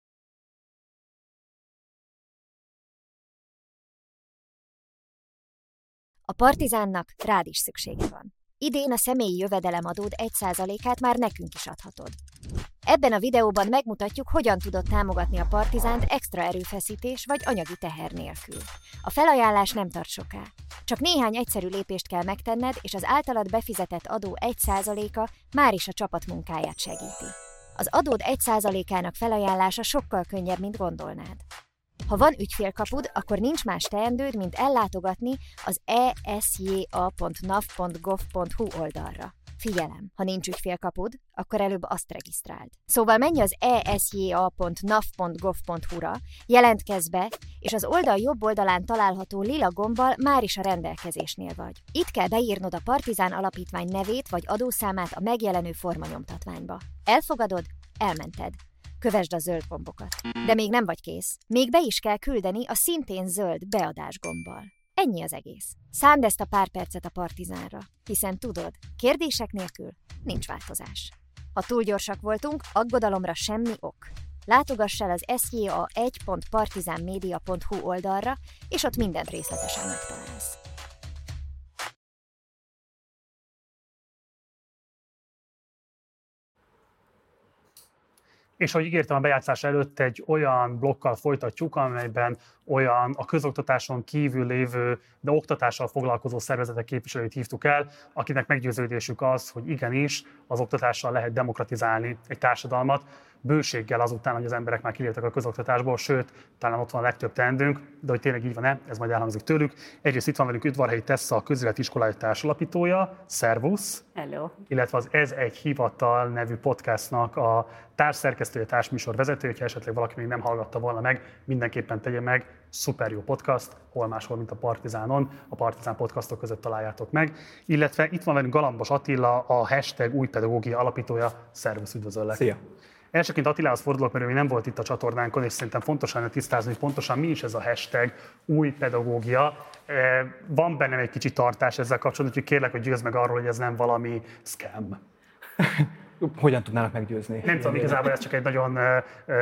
[SPEAKER 5] A Partizánnak rád is szüksége van. Idén a személyi jövedelemadód egy százalékát már nekünk is adhatod. Ebben a videóban megmutatjuk, hogyan tudod támogatni a Partizánt extra erőfeszítés vagy anyagi teher nélkül. A felajánlás nem tart soká. Csak néhány egyszerű lépést kell megtenned, és az általad befizetett adó egy százaléka már is a csapat munkáját segíti. Az adód egy százalékának felajánlása sokkal könnyebb, mint gondolnád. Ha van ügyfélkapud, akkor nincs más teendőd, mint ellátogatni az e s j a pont n a v pont gov pont h u oldalra. Figyelem, ha nincs ügyfélkapud, akkor előbb azt regisztráld. Szóval menj az e s j a pont n a v pont gov pont h u-ra, jelentkezz be, és az oldal jobb oldalán található lila gombbal már is a rendelkezésnél vagy. Itt kell beírnod a Partizán Alapítvány nevét vagy adószámát a megjelenő formanyomtatványba. Elfogadod? Elmented. Kövesd a zöld gombokat. De még nem vagy kész. Még be is kell küldeni a szintén zöld beadás gombbal. Ennyi az egész. Szánd ezt a pár percet a Partizánra, hiszen tudod, kérdések nélkül nincs változás. Ha túl gyorsak voltunk, aggodalomra semmi ok. Látogass el az s j a egy pont partizánmedia pont h u oldalra, és ott mindent részletesen megtalálsz.
[SPEAKER 1] És ahogy ígértem a bejátszás előtt, egy olyan blokkal folytatjuk, amelyben olyan a közoktatáson kívül lévő, de oktatással foglalkozó szervezetek képviselőit hívtuk el, akinek meggyőződésük az, hogy igenis az oktatással lehet demokratizálni egy társadalmat, bőséggel azután, hogy az emberek már kiléptek a közoktatásból, sőt, talán ott van a legtöbb teendőnk, de hogy tényleg így van-e, ez majd elhangzik tőlük. Egyrészt itt van velünk Udvarhelyi Tessa, a Közéleti Iskolája társalapítója, szervusz!
[SPEAKER 6] Hello!
[SPEAKER 1] Illetve az Ez egy hivatal nevű podcastnak a társszerkesztője, társműsor vezetője, ha esetleg valaki még nem hallgatta volna meg, mindenképpen tegye meg, szuper jó podcast, hol máshol, mint a Partizánon, a Partizán podcastok között találjátok meg. Illetve itt van velünk Galambos Attila, a hashtag új pedagógia alapítója, szervusz, üdvözöllek!
[SPEAKER 7] Szia!
[SPEAKER 1] Elsőként Attilához fordulok, mert ő még nem volt itt a csatornánkon, és szerintem fontos lenne tisztázni, hogy pontosan mi is ez a hashtag új pedagógia. Van bennem egy kicsi tartás ezzel kapcsolatban, úgyhogy kérlek, hogy győzd meg arról, hogy ez nem valami scam.
[SPEAKER 7] Hogyan tudnának meggyőzni?
[SPEAKER 1] Nem tudom, igazából ez csak egy nagyon uh,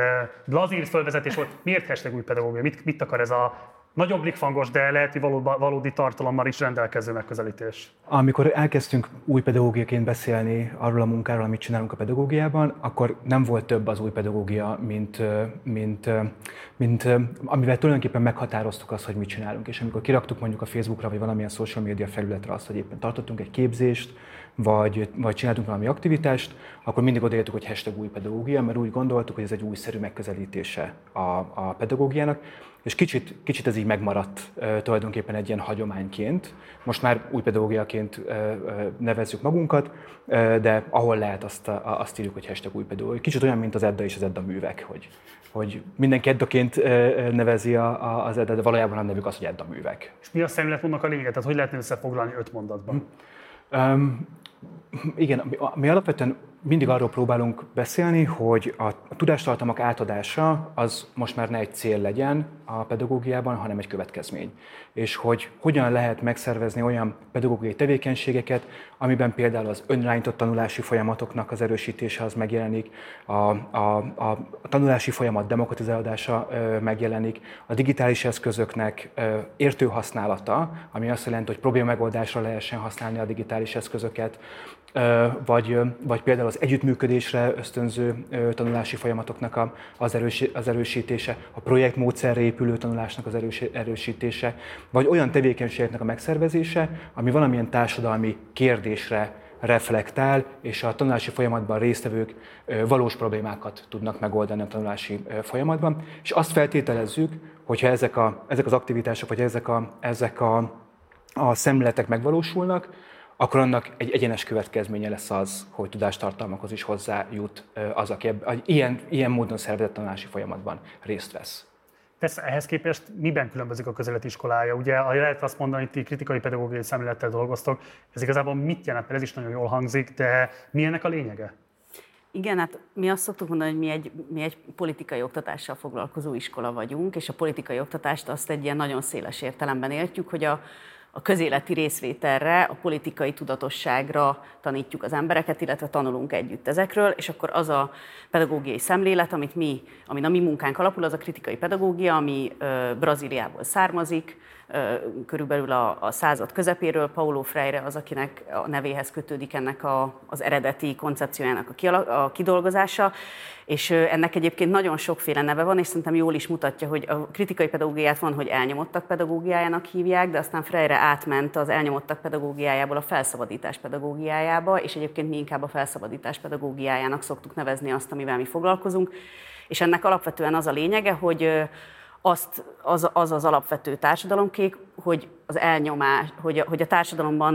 [SPEAKER 1] lazír fölvezetés volt. Miért hashtag új pedagógia? Mit, mit akar ez a nagyon blikfangos, de lehet, hogy valódi, valódi tartalommal is rendelkező megközelítés?
[SPEAKER 7] Amikor elkezdtünk új pedagógiaként beszélni arról a munkáról, amit csinálunk a pedagógiában, akkor nem volt több az új pedagógia, mint, mint, mint amivel tulajdonképpen meghatároztuk azt, hogy mit csinálunk. És amikor kiraktuk mondjuk a Facebookra, vagy valamilyen social media felületre azt, hogy éppen tartottunk egy képzést, vagy, vagy csináltunk valami aktivitást, akkor mindig odaértük, hogy hashtag új pedagógia, mert úgy gondoltuk, hogy ez egy újszerű megközelítése a, a pedagógiának, és kicsit, kicsit ez így megmaradt uh, tulajdonképpen egy ilyen hagyományként. Most már új pedagógiaként uh, uh, nevezzük magunkat, uh, de ahol lehet, azt, uh, azt írjuk, hogy hashtag új pedagógia. Kicsit olyan, mint az Edda és az Edda művek, hogy, hogy mindenki Eddaként uh, nevezi a, a, az Edda, de valójában a nevük az, hogy Edda művek.
[SPEAKER 1] És mi a szemléletmódnak a lényege? Tehát hogy lehetne összefoglalni öt mondatban?
[SPEAKER 7] Hmm. Um, igen, mi alapvetően mindig arról próbálunk beszélni, hogy a tudástartalmak átadása az most már ne egy cél legyen a pedagógiában, hanem egy következmény. És hogy hogyan lehet megszervezni olyan pedagógiai tevékenységeket, amiben például az önirányított tanulási folyamatoknak az erősítése az megjelenik, a, a, a tanulási folyamat demokratizálódása megjelenik, a digitális eszközöknek értő használata, ami azt jelenti, hogy problémamegoldásra lehessen használni a digitális eszközöket, Vagy, vagy például az együttműködésre ösztönző tanulási folyamatoknak az, erős, az erősítése, a projektmódszerre épülő tanulásnak az erős, erősítése, vagy olyan tevékenységeknek a megszervezése, ami valamilyen társadalmi kérdésre reflektál, és a tanulási folyamatban résztvevők valós problémákat tudnak megoldani a tanulási folyamatban. És azt feltételezzük, hogyha ezek, a, ezek az aktivitások, vagy ezek a, ezek a, a szemléletek megvalósulnak, akkor annak egy egyenes következménye lesz az, hogy tudástartalmakhoz is hozzájut az, aki ebben, ilyen, ilyen módon szervezett tanulási folyamatban részt vesz.
[SPEAKER 1] Tesz, ehhez képest miben különbözik a közéleti iskolája? Ugye lehet azt mondani, hogy ti kritikai pedagógiai szemlélettel dolgoztok, ez igazából mit jelent, mert ez is nagyon jól hangzik, de mi ennek a lényege?
[SPEAKER 6] Igen, hát mi azt szoktuk mondani, hogy mi egy, mi egy politikai oktatással foglalkozó iskola vagyunk, és a politikai oktatást azt egy ilyen nagyon széles értelemben értjük, hogy a A közéleti részvételre, a politikai tudatosságra tanítjuk az embereket, illetve tanulunk együtt ezekről, és akkor az a pedagógiai szemlélet, amit mi, amin a mi munkánk alapul, az a kritikai pedagógia, ami ö, Brazíliából származik, ö, körülbelül a, a század közepéről. Paulo Freire az, akinek a nevéhez kötődik ennek a, az eredeti koncepciójának a, kialak, a kidolgozása, és ennek egyébként nagyon sokféle neve van, és szerintem jól is mutatja, hogy a kritikai pedagógiát van, hogy elnyomottak pedagógiájának hívják, de aztán Freire átment az elnyomottak pedagógiájából a felszabadítás pedagógiájába, és egyébként mi inkább a felszabadítás pedagógiájának szoktuk nevezni azt, amivel mi foglalkozunk. És ennek alapvetően az a lényege, hogy azt, az, az az alapvető társadalomkép, hogy az elnyomás, hogy a, hogy a társadalomban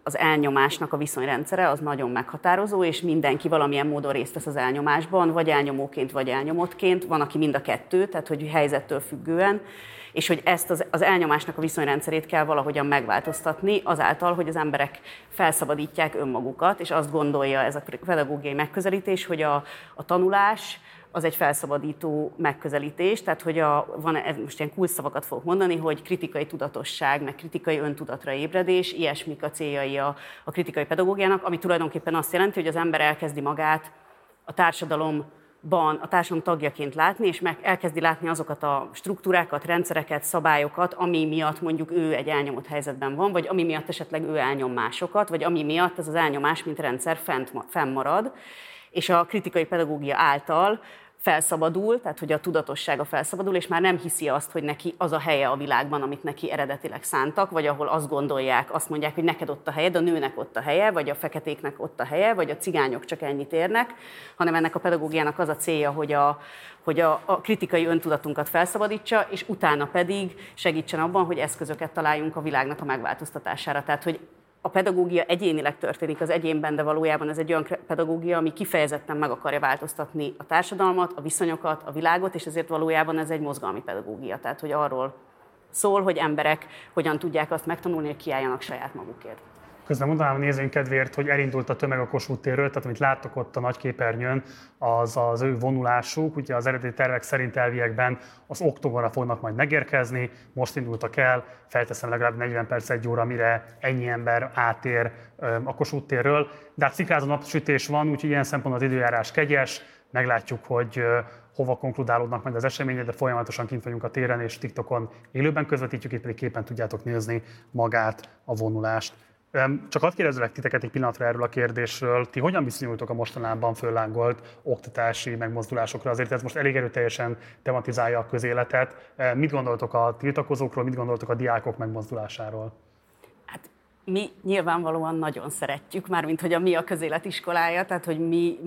[SPEAKER 6] az elnyomásnak a viszonyrendszere az nagyon meghatározó, és mindenki valamilyen módon részt vesz az elnyomásban, vagy elnyomóként, vagy elnyomottként, van, aki mind a kettő, tehát hogy helyzettől függően, és hogy ezt az, az elnyomásnak a viszonyrendszerét kell valahogyan megváltoztatni azáltal, hogy az emberek felszabadítják önmagukat, és azt gondolja ez a pedagógiai megközelítés, hogy a, a tanulás az egy felszabadító megközelítés, tehát hogy a, van, most ilyen kulcsszavakat fogok mondani, hogy kritikai tudatosság, meg kritikai öntudatra ébredés, ilyesmik a céljai a, a kritikai pedagógiának, ami tulajdonképpen azt jelenti, hogy az ember elkezdi magát a társadalomban, a társadalom tagjaként látni, és meg elkezdi látni azokat a struktúrákat, rendszereket, szabályokat, ami miatt mondjuk ő egy elnyomott helyzetben van, vagy ami miatt esetleg ő elnyom másokat, vagy ami miatt ez az elnyomás, mint rendszer fent, fennmarad, és a kritikai pedagógia által felszabadul, tehát hogy a tudatossága felszabadul, és már nem hiszi azt, hogy neki az a helye a világban, amit neki eredetileg szántak, vagy ahol azt gondolják, azt mondják, hogy neked ott a helyed, a nőnek ott a helye, vagy a feketéknek ott a helye, vagy a cigányok csak ennyit érnek, hanem ennek a pedagógiának az a célja, hogy a, hogy a, a kritikai öntudatunkat felszabadítsa, és utána pedig segítsen abban, hogy eszközöket találjunk a világnak a megváltoztatására. Tehát, hogy a pedagógia egyénileg történik az egyénben, de valójában ez egy olyan pedagógia, ami kifejezetten meg akarja változtatni a társadalmat, a viszonyokat, a világot, és ezért valójában ez egy mozgalmi pedagógia. Tehát, hogy arról szól, hogy emberek hogyan tudják azt megtanulni, hogy kiálljanak saját magukért.
[SPEAKER 1] Közben mondanám a nézőink kedvéért, hogy elindult a tömeg a Kossuth térről, tehát amit láttok ott a nagyképernyőn, az az ő vonulásuk. Ugye az eredeti tervek szerint elviekben az októberre fognak majd megérkezni, most indultak el, felteszem legalább negyven perc, egy óra, mire ennyi ember átér a Kossuth térről. De hát szikrázó napsütés van, úgyhogy ilyen szempontból az időjárás kegyes, meglátjuk, hogy hova konkludálódnak majd az események, de folyamatosan kint vagyunk a téren, és TikTokon élőben közvetítjük, itt pedig képen tudjátok nézni magát a vonulást. Csak hadd kérdezzek titeket egy pillanatra erről a kérdésről. Ti hogyan viszonyultok a mostanában föllángolt oktatási megmozdulásokra? Azért ez most elég erőteljesen tematizálja a közéletet. Mit gondoltok a tiltakozókról, mit gondoltok a diákok megmozdulásáról?
[SPEAKER 6] Hát mi nyilvánvalóan nagyon szeretjük, mármint hogy a mi a közélet iskolája, tehát hogy mi,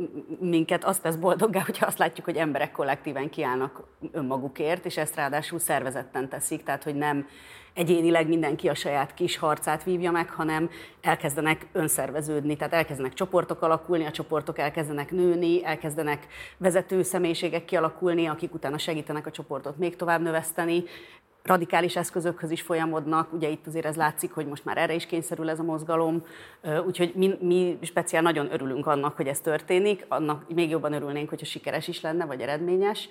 [SPEAKER 6] minket azt tesz boldoggá, hogyha azt látjuk, hogy emberek kollektíven kiállnak önmagukért, és ezt ráadásul szervezetten teszik, tehát hogy nem egyénileg mindenki a saját kis harcát vívja meg, hanem elkezdenek önszerveződni, tehát elkezdenek csoportok alakulni, a csoportok elkezdenek nőni, elkezdenek vezető személyiségek kialakulni, akik utána segítenek a csoportot még tovább növeszteni. Radikális eszközökhöz is folyamodnak, ugye itt azért ez látszik, hogy most már erre is kényszerül ez a mozgalom, úgyhogy mi, mi speciál nagyon örülünk annak, hogy ez történik, annak még jobban örülnénk, hogyha sikeres is lenne, vagy eredményes,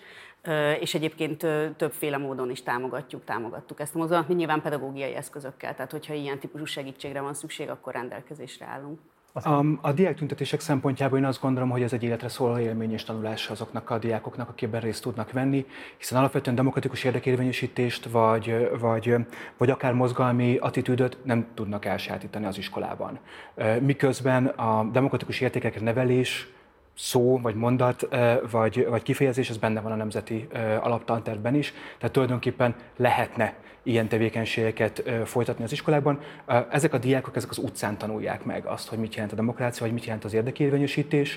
[SPEAKER 6] és egyébként többféle módon is támogatjuk, támogattuk ezt a mozgalmat, mi nyilván pedagógiai eszközökkel, tehát hogyha ilyen típusú segítségre van szükség, akkor rendelkezésre állunk.
[SPEAKER 7] A, a diáktüntetések szempontjából én azt gondolom, hogy ez egy életre szóló élmény és tanulás azoknak a diákoknak, akik ebben részt tudnak venni, hiszen alapvetően demokratikus érdekérvényesítést, vagy, vagy, vagy akár mozgalmi attitűdöt nem tudnak elsajátítani az iskolában. Miközben a demokratikus értékekre nevelés, szó, vagy mondat, vagy, vagy kifejezés, ez benne van a nemzeti alaptantervben is, tehát tulajdonképpen lehetne ilyen tevékenységeket folytatni az iskolákban. Ezek a diákok, ezek az utcán tanulják meg azt, hogy mit jelent a demokrácia, vagy mit jelent az érdekérvényesítés.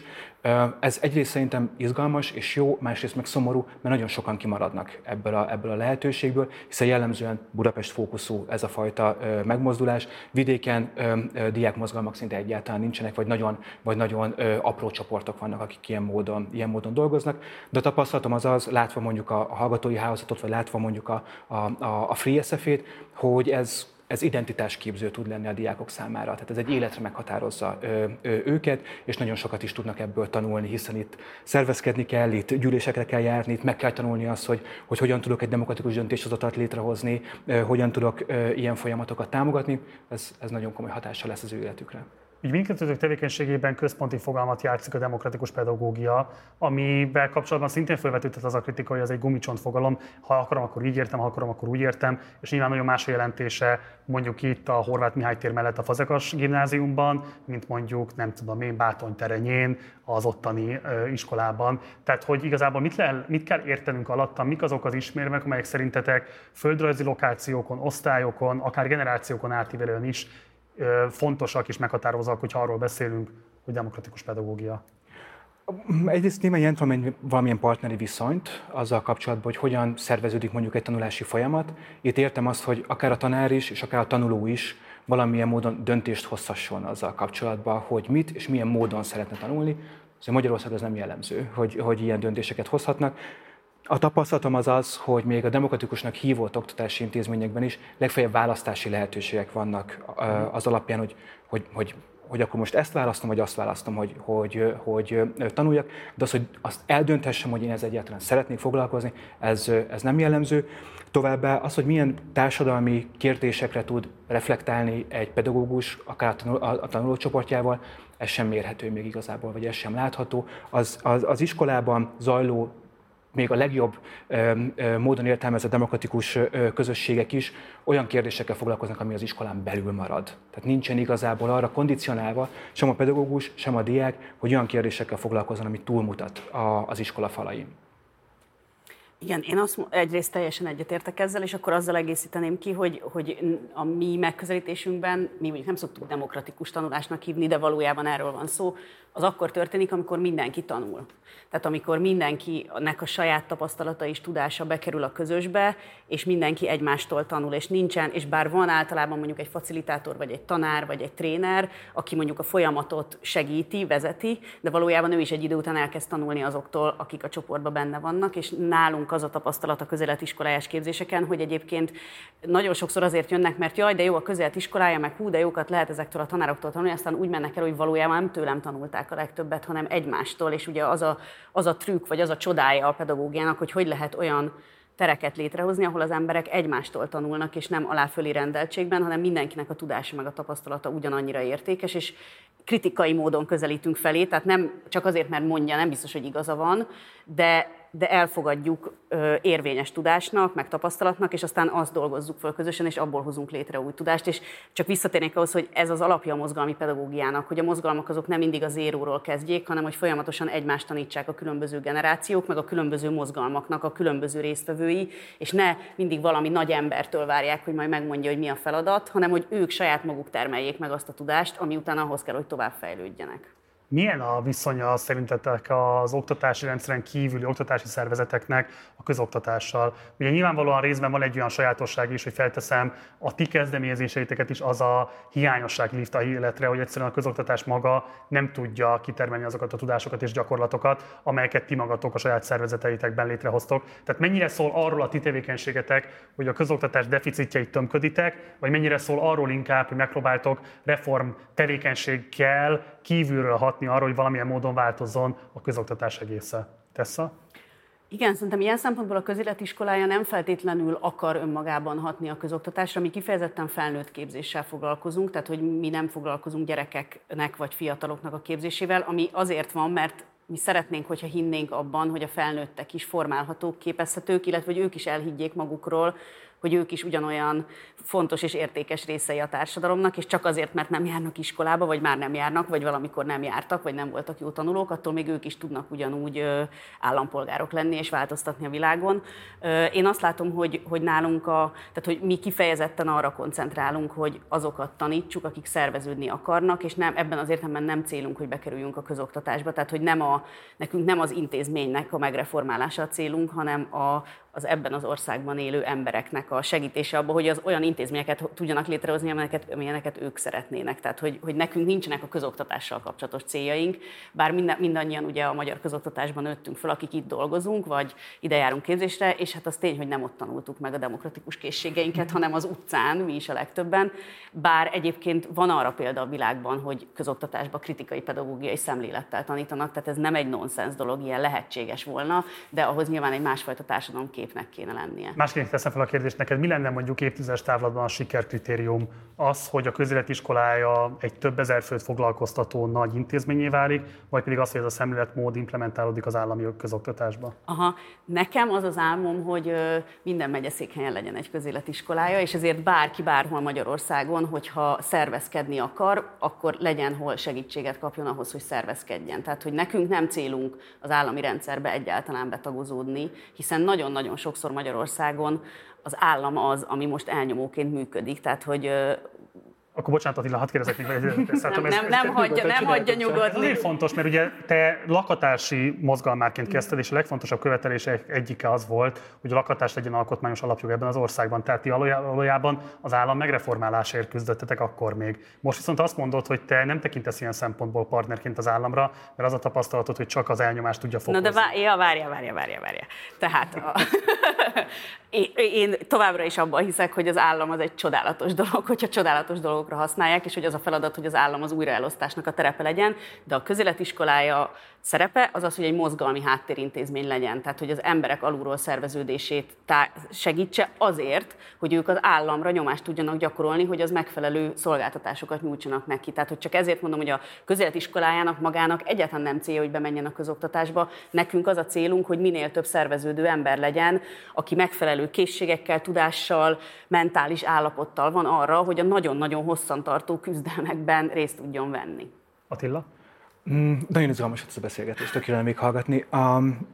[SPEAKER 7] Ez egyrészt szerintem izgalmas és jó, másrészt meg szomorú, mert nagyon sokan kimaradnak ebből a, ebből a lehetőségből, hiszen jellemzően Budapest fókuszú ez a fajta megmozdulás. Vidéken diákmozgalmak szinte egyáltalán nincsenek, vagy nagyon, vagy nagyon apró csoportok vannak, akik ilyen módon, ilyen módon dolgoznak. De a tapasztalatom az az, látva mondjuk a, a hallgatói hálózatot, vagy látva mondjuk a, a, a Free es ef-ét, hogy ez, ez identitásképző tud lenni a diákok számára. Tehát ez egy életre meghatározza ö, ö, őket, és nagyon sokat is tudnak ebből tanulni, hiszen itt szervezkedni kell, itt gyűlésekre kell járni, itt meg kell tanulni azt, hogy, hogy hogyan tudok egy demokratikus döntéshozatalt létrehozni, ö, hogyan tudok ö, ilyen folyamatokat támogatni. Ez, ez nagyon komoly hatással lesz az ő életükre.
[SPEAKER 1] Így mindkettőtök tevékenységében központi fogalmat játszik a demokratikus pedagógia, amivel kapcsolatban szintén felvetődött az a kritika, hogy ez egy gumicsont fogalom, ha akarom, akkor így értem, ha akarom, akkor úgy értem, és nyilván nagyon más a jelentése mondjuk itt a Horváth Mihály tér mellett a Fazekas gimnáziumban, mint mondjuk, nem tudom én, Bátony-Terenyén, az ottani ö, iskolában. Tehát, hogy igazából mit, le, mit kell értenünk alatta, mik azok az ismérvek, amelyek szerintetek földrajzi lokációkon, osztályokon, akár generációkon átívelően is fontosak és meghatározóak, hogyha arról beszélünk, hogy demokratikus pedagógia.
[SPEAKER 7] Egyrészt nyilván jelent valamilyen partneri viszonyt azzal kapcsolatban, hogy hogyan szerveződik mondjuk egy tanulási folyamat. Itt értem azt, hogy akár a tanár is, és akár a tanuló is valamilyen módon döntést hozhasson azzal kapcsolatban, hogy mit és milyen módon szeretne tanulni. Szóval Magyarországon ez nem jellemző, hogy, hogy ilyen döntéseket hozhatnak. A tapasztalatom az az, hogy még a demokratikusnak hívott oktatási intézményekben is legfeljebb választási lehetőségek vannak az alapján, hogy, hogy, hogy, hogy akkor most ezt választom, vagy azt választom, hogy, hogy, hogy tanuljak, de az, hogy azt eldönthessem, hogy én ezzel egyáltalán szeretnék foglalkozni, ez, ez nem jellemző. Továbbá az, hogy milyen társadalmi kérdésekre tud reflektálni egy pedagógus, akár a, tanul, a tanulócsoportjával, ez sem mérhető még igazából, vagy ez sem látható. Az, az, az iskolában zajló, még a legjobb ö, ö, módon értelmezett demokratikus ö, közösségek is olyan kérdésekkel foglalkoznak, ami az iskolán belül marad. Tehát nincsen igazából arra kondicionálva sem a pedagógus, sem a diák, hogy olyan kérdésekkel foglalkozzon, ami túlmutat a, az iskola falain.
[SPEAKER 6] Igen, én azt egyrészt teljesen egyetértek ezzel, és akkor azzal egészíteném ki, hogy, hogy a mi megközelítésünkben, mi mondjuk nem szoktuk demokratikus tanulásnak hívni, de valójában erről van szó, az akkor történik, amikor mindenki tanul. Tehát amikor mindenkinek a saját tapasztalata és tudása bekerül a közösbe, és mindenki egymástól tanul, és nincsen, és bár van általában mondjuk egy facilitátor, vagy egy tanár, vagy egy tréner, aki mondjuk a folyamatot segíti, vezeti, de valójában ő is egy idő után elkezd tanulni azoktól, akik a csoportban benne vannak, és nálunk az a tapasztalat a közéletiskolájás képzéseken, hogy egyébként nagyon sokszor azért jönnek, mert jaj, de jó a közéletiskolája, meg hú, de jókat lehet ezektől a tanároktól tanulni, aztán úgy mennek el, hogy valójában nem tőlem tanulták a legtöbbet, hanem egymástól, és ugye az a, az a trükk, vagy az a csodája a pedagógiának, hogy hogy lehet olyan tereket létrehozni, ahol az emberek egymástól tanulnak, és nem aláfölé rendeltségben, hanem mindenkinek a tudása meg a tapasztalata ugyanannyira értékes, és kritikai módon közelítünk felé, tehát nem csak azért, mert mondja, nem biztos, hogy igaza van, de, de elfogadjuk ö, érvényes tudásnak, meg tapasztalatnak, és aztán azt dolgozzuk föl közösen, és abból hozunk létre új tudást. És csak visszatérnék ahhoz, hogy ez az alapja a mozgalmi pedagógiának, hogy a mozgalmak azok nem mindig a zéróról kezdjék, hanem hogy folyamatosan egymást tanítsák a különböző generációk, meg a különböző mozgalmaknak a különböző résztvevői, és ne mindig valami nagy embertől várják, hogy majd megmondja, hogy mi a feladat, hanem hogy ők saját maguk termeljék meg azt a tudást, ami után ahhoz kell, hogy tovább fejlődjenek.
[SPEAKER 1] Milyen a viszonya szerintetek az oktatási rendszeren kívüli oktatási szervezeteknek a közoktatással? Ugye nyilvánvalóan részben van egy olyan sajátosság is, hogy felteszem, a ti kezdeményezéseiteket is az a hiányosság hívta életre, hogy egyszerűen a közoktatás maga nem tudja kitermelni azokat a tudásokat és gyakorlatokat, amelyeket ti magatok a saját szervezeteitekben létrehoztok. Tehát mennyire szól arról a ti tevékenységetek, hogy a közoktatás deficitjeit tömköditek, vagy mennyire szól arról inkább, hogy megpróbáltok reform tevékenységgel kívülről hatni arról, hogy valamilyen módon változzon a közoktatás egésze. Tessa?
[SPEAKER 6] Igen, szerintem ilyen szempontból a közéletiskolája nem feltétlenül akar önmagában hatni a közoktatásra, mi kifejezetten felnőtt képzéssel foglalkozunk, tehát hogy mi nem foglalkozunk gyerekeknek vagy fiataloknak a képzésével, ami azért van, mert mi szeretnénk, hogyha hinnénk abban, hogy a felnőttek is formálhatók, képezhetők, illetve hogy ők is elhiggyék magukról, hogy ők is ugyanolyan fontos és értékes részei a társadalomnak, és csak azért, mert nem járnak iskolába, vagy már nem járnak, vagy valamikor nem jártak, vagy nem voltak jó tanulók, attól még ők is tudnak ugyanúgy állampolgárok lenni és változtatni a világon. Én azt látom, hogy, hogy nálunk, a, tehát hogy mi kifejezetten arra koncentrálunk, hogy azokat tanítsuk, akik szerveződni akarnak, és nem, ebben az értelemben nem célunk, hogy bekerüljünk a közoktatásba, tehát hogy nem a, nekünk nem az intézménynek a megreformálása a célunk, hanem a, az ebben az országban élő embereknek a segítése abban, hogy az olyan intézményeket tudjanak létrehozni, amelyeket, amilyeneket ők szeretnének. Tehát, hogy, hogy nekünk nincsenek a közoktatással kapcsolatos céljaink, bár minden, mindannyian ugye a magyar közoktatásban nőttünk fel, akik itt dolgozunk, vagy ide járunk képzésre, és hát az tény, hogy nem ott tanultuk meg a demokratikus készségeinket, hanem az utcán, mi is a legtöbben. Bár egyébként van arra példa a világban, hogy közoktatásban kritikai pedagógiai szemlélettel tanítanak, tehát ez nem egy nonsens dolog, ilyen lehetséges volna, de ahhoz nyilván egy másfajta társadalom képnek kéne lennie.
[SPEAKER 1] Másként teszem fel a kérdést neked, mi lenne mondjuk évtizedes távlatban a sikerkritérium? Az, hogy a közéletiskolája egy több ezer főt foglalkoztató nagy intézményé válik, vagy pedig az, hogy ez a szemléletmód implementálódik az állami közoktatásba?
[SPEAKER 6] Aha, nekem az az álmom, hogy minden megyeszékhelyen legyen egy közéletiskolája, és ezért bárki bárhol Magyarországon, hogyha szervezkedni akar, akkor legyen hol segítséget kapjon ahhoz, hogy szervezkedjen. Tehát, hogy nekünk nem célunk az állami rendszerbe egyáltalán betagozódni, hiszen nagyon-nagyon sokszor Magyarországon az állam az, ami most elnyomóként működik. Tehát, hogy
[SPEAKER 1] Akkor bocsánat, Attila, hadd kérdezek még egy
[SPEAKER 6] Nem, nem, nem hagyja, nem hagyja nyugodni.
[SPEAKER 1] Ez azért fontos, mert ugye te lakhatási mozgalmárként kezdted, és a legfontosabb követelések egyike az volt, hogy a lakhatás legyen alkotmányos alapjog ebben az országban. Tehát ti valójában az állam megreformálásáért küzdöttetek akkor még. Most viszont azt mondod, hogy te nem tekintesz ilyen szempontból partnerként az államra, mert az a tapasztalatod, hogy csak az elnyomást tudja fokozni.
[SPEAKER 6] Na de várja, ja, várja, várja, várja, várja. Tehát a... én továbbra is abban hiszek, hogy az állam az egy csodálatos dolog, hogyha csodálatos dolgokra használják, és hogy az a feladat, hogy az állam az újraelosztásnak a terepe legyen, de a közéletiskolája szerepe az az, hogy egy mozgalmi háttérintézmény legyen, tehát hogy az emberek alulról szerveződését segítse azért, hogy ők az államra nyomást tudjanak gyakorolni, hogy az megfelelő szolgáltatásokat nyújtsanak neki. Tehát, hogy csak ezért mondom, hogy a közéletiskolájának magának egyáltalán nem célja, hogy bemenjen a közoktatásba. Nekünk az a célunk, hogy minél több szerveződő ember legyen, aki megfelelő készségekkel, tudással, mentális állapottal van arra, hogy a nagyon-nagyon hosszantartó küzdelmekben részt tudjon venni.
[SPEAKER 1] Attila?
[SPEAKER 7] Mm, nagyon izgalmas ez a beszélgetés, tökéletesen még hallgatni. Um,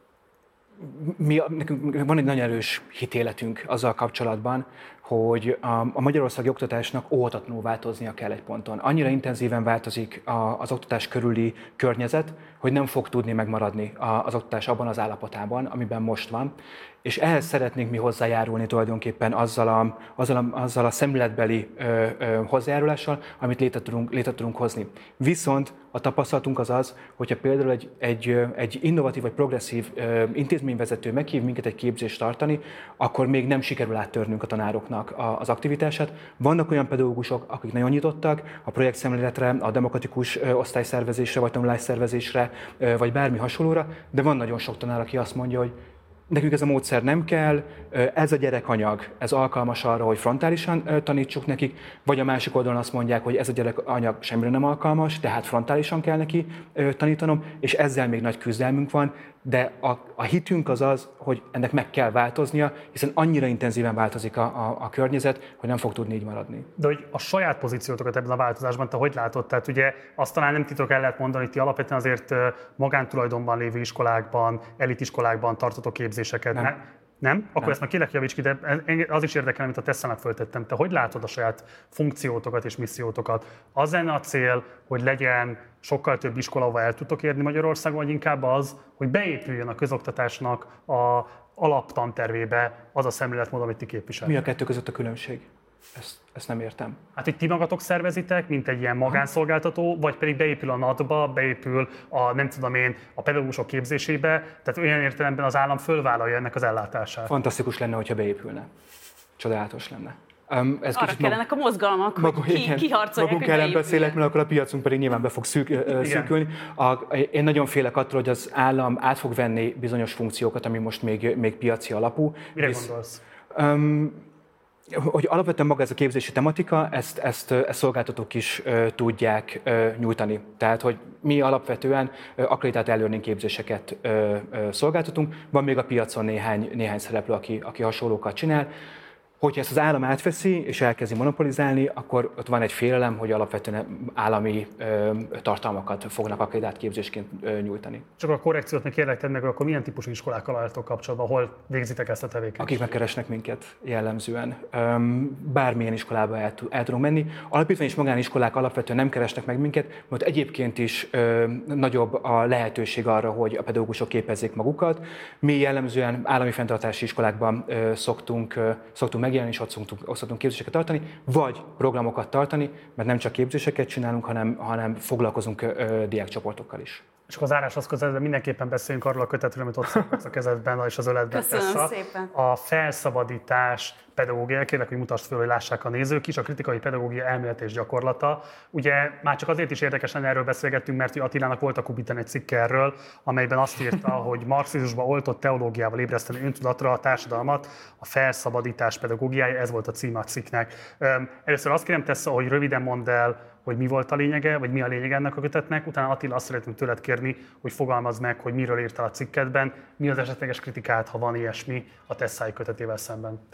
[SPEAKER 7] mi, nekünk van egy nagyon erős hitéletünk azzal kapcsolatban, hogy a, a magyarországi oktatásnak óhatatlanul változnia kell egy ponton. Annyira intenzíven változik a, az oktatás körüli környezet, hogy nem fog tudni megmaradni az oktatás abban az állapotában, amiben most van. És ehhez szeretnénk mi hozzájárulni tulajdonképpen azzal a, azzal a, azzal a szemléletbeli ö, ö, hozzájárulással, amit létre tudunk, létre tudunk hozni. Viszont a tapasztalatunk az az, hogyha például egy, egy, egy innovatív vagy progresszív ö, intézményvezető meghív minket egy képzést tartani, akkor még nem sikerül áttörnünk a tanároknak az aktivitását. Vannak olyan pedagógusok, akik nagyon nyitottak a projektszemléletre, a demokratikus osztályszervezésre, vagy tanulásszervezésre, vagy bármi hasonlóra, de van nagyon sok tanár, aki azt mondja, hogy nekünk ez a módszer nem kell, ez a gyerekanyag, ez alkalmas arra, hogy frontálisan tanítsuk nekik, vagy a másik oldalon azt mondják, hogy ez a gyerekanyag semmire nem alkalmas, tehát frontálisan kell neki tanítanom, és ezzel még nagy küzdelmünk van, de a, a hitünk az az, hogy ennek meg kell változnia, hiszen annyira intenzíven változik a, a, a környezet, hogy nem fog tudni így maradni.
[SPEAKER 1] De hogy a saját pozíciótokat ebben a változásban te hogy látod? Tehát ugye azt talán nem titok el lehet mondani, hogy ti alapvetően azért magántulajdonban lévő iskolákban, elitiskolákban tartotok képzéseket.
[SPEAKER 7] Nem.
[SPEAKER 1] Nem? Nem? Akkor
[SPEAKER 7] Nem.
[SPEAKER 1] ezt már kérlek javíts ki, de az is érdekel, amit a teszemet föltettem. Te hogy látod a saját funkciótokat és missziótokat? Az lenne a cél, hogy legyen sokkal több iskola, ahol el tudtok érni Magyarországon, vagy inkább az, hogy beépüljön a közoktatásnak a alaptantervébe az a szemléletmód, amit ti képviseltek?
[SPEAKER 7] Mi a kettő között a különbség? Ezt, ezt nem értem.
[SPEAKER 1] Hát, hogy ti magatok szervezitek, mint egy ilyen magánszolgáltató, vagy pedig beépül a en á dé-ba, beépül a, nem tudom én, a pedagógusok képzésébe, tehát olyan értelemben az állam fölvállalja ennek az ellátását.
[SPEAKER 7] Fantasztikus lenne, hogyha beépülne. Csodálatos lenne. Um, ez
[SPEAKER 6] Arra kellenek mag... a mozgalmak, hogy maga, ki, kiharcolják,
[SPEAKER 7] magunk ellen beszélek, mert akkor a piacunk pedig nyilván be fog szűk, uh, szűkülni. A, én nagyon félek attól, hogy az állam át fog venni bizonyos funkciókat, ami most még, még piaci alapú.
[SPEAKER 1] Mire Visz, gondolsz?
[SPEAKER 7] Um, hogy alapvetően maga ez a képzési tematika, ezt, ezt, ezt szolgáltatók is uh, tudják uh, nyújtani. Tehát, hogy mi alapvetően uh, akkreditált e-learning képzéseket uh, uh, szolgáltatunk. Van még a piacon néhány, néhány szereplő, aki, aki hasonlókat csinál. Hogyha ezt az állam átveszi és elkezdi monopolizálni, akkor ott van egy félelem, hogy alapvetően állami ö, tartalmakat fognak akkreditált képzésként ö, nyújtani.
[SPEAKER 1] Csak a korrekciót még kérlek tedd meg, hogy akkor milyen típusú iskolákkal álltok kapcsolatban, hol végzitek ezt a tevékenységet?
[SPEAKER 7] Akik megkeresnek minket jellemzően. Öm, bármilyen iskolába el, el tudunk menni. Alapítvány és magániskolák alapvetően nem keresnek meg minket, mert egyébként is ö, nagyobb a lehetőség arra, hogy a pedagógusok képezzék magukat. Mi jellemzően állami fenntartási iskolákban ö, szoktunk, ö, szoktunk megjelenni, és ott szoktunk, ott szoktunk képzéseket tartani, vagy programokat tartani, mert nem csak képzéseket csinálunk, hanem, hanem foglalkozunk ö, diákcsoportokkal is.
[SPEAKER 1] És akkor az záráshoz közel, de mindenképpen beszéljünk arról a kötetről, amit ott szokott a kezedben és az öletben.
[SPEAKER 6] Köszönöm szépen.
[SPEAKER 1] A felszabadítás pedagógia, kérlek, hogy mutasd föl, hogy lássák a nézők is, a kritikai pedagógia elmélete és gyakorlata. Ugye már csak azért is érdekes lenne, erről beszélgettünk, mert Attilának volt a Kubiten egy cikke erről, amelyben azt írta, hogy marxizmusba oltott teológiával ébreszteni öntudatra a társadalmat, a felszabadítás pedagógiája, ez volt a címe a cikknek. Először azt kérem, Tessa, hogy röviden mondd el, hogy mi volt a lényege, vagy mi a lényege ennek a kötetnek. Utána Attila, azt szeretném tőled kérni, hogy fogalmazd meg, hogy miről írtál a cikkedben, mi az esetleges kritikát, ha van ilyesmi a Tessai kötetével szemben. Tessék.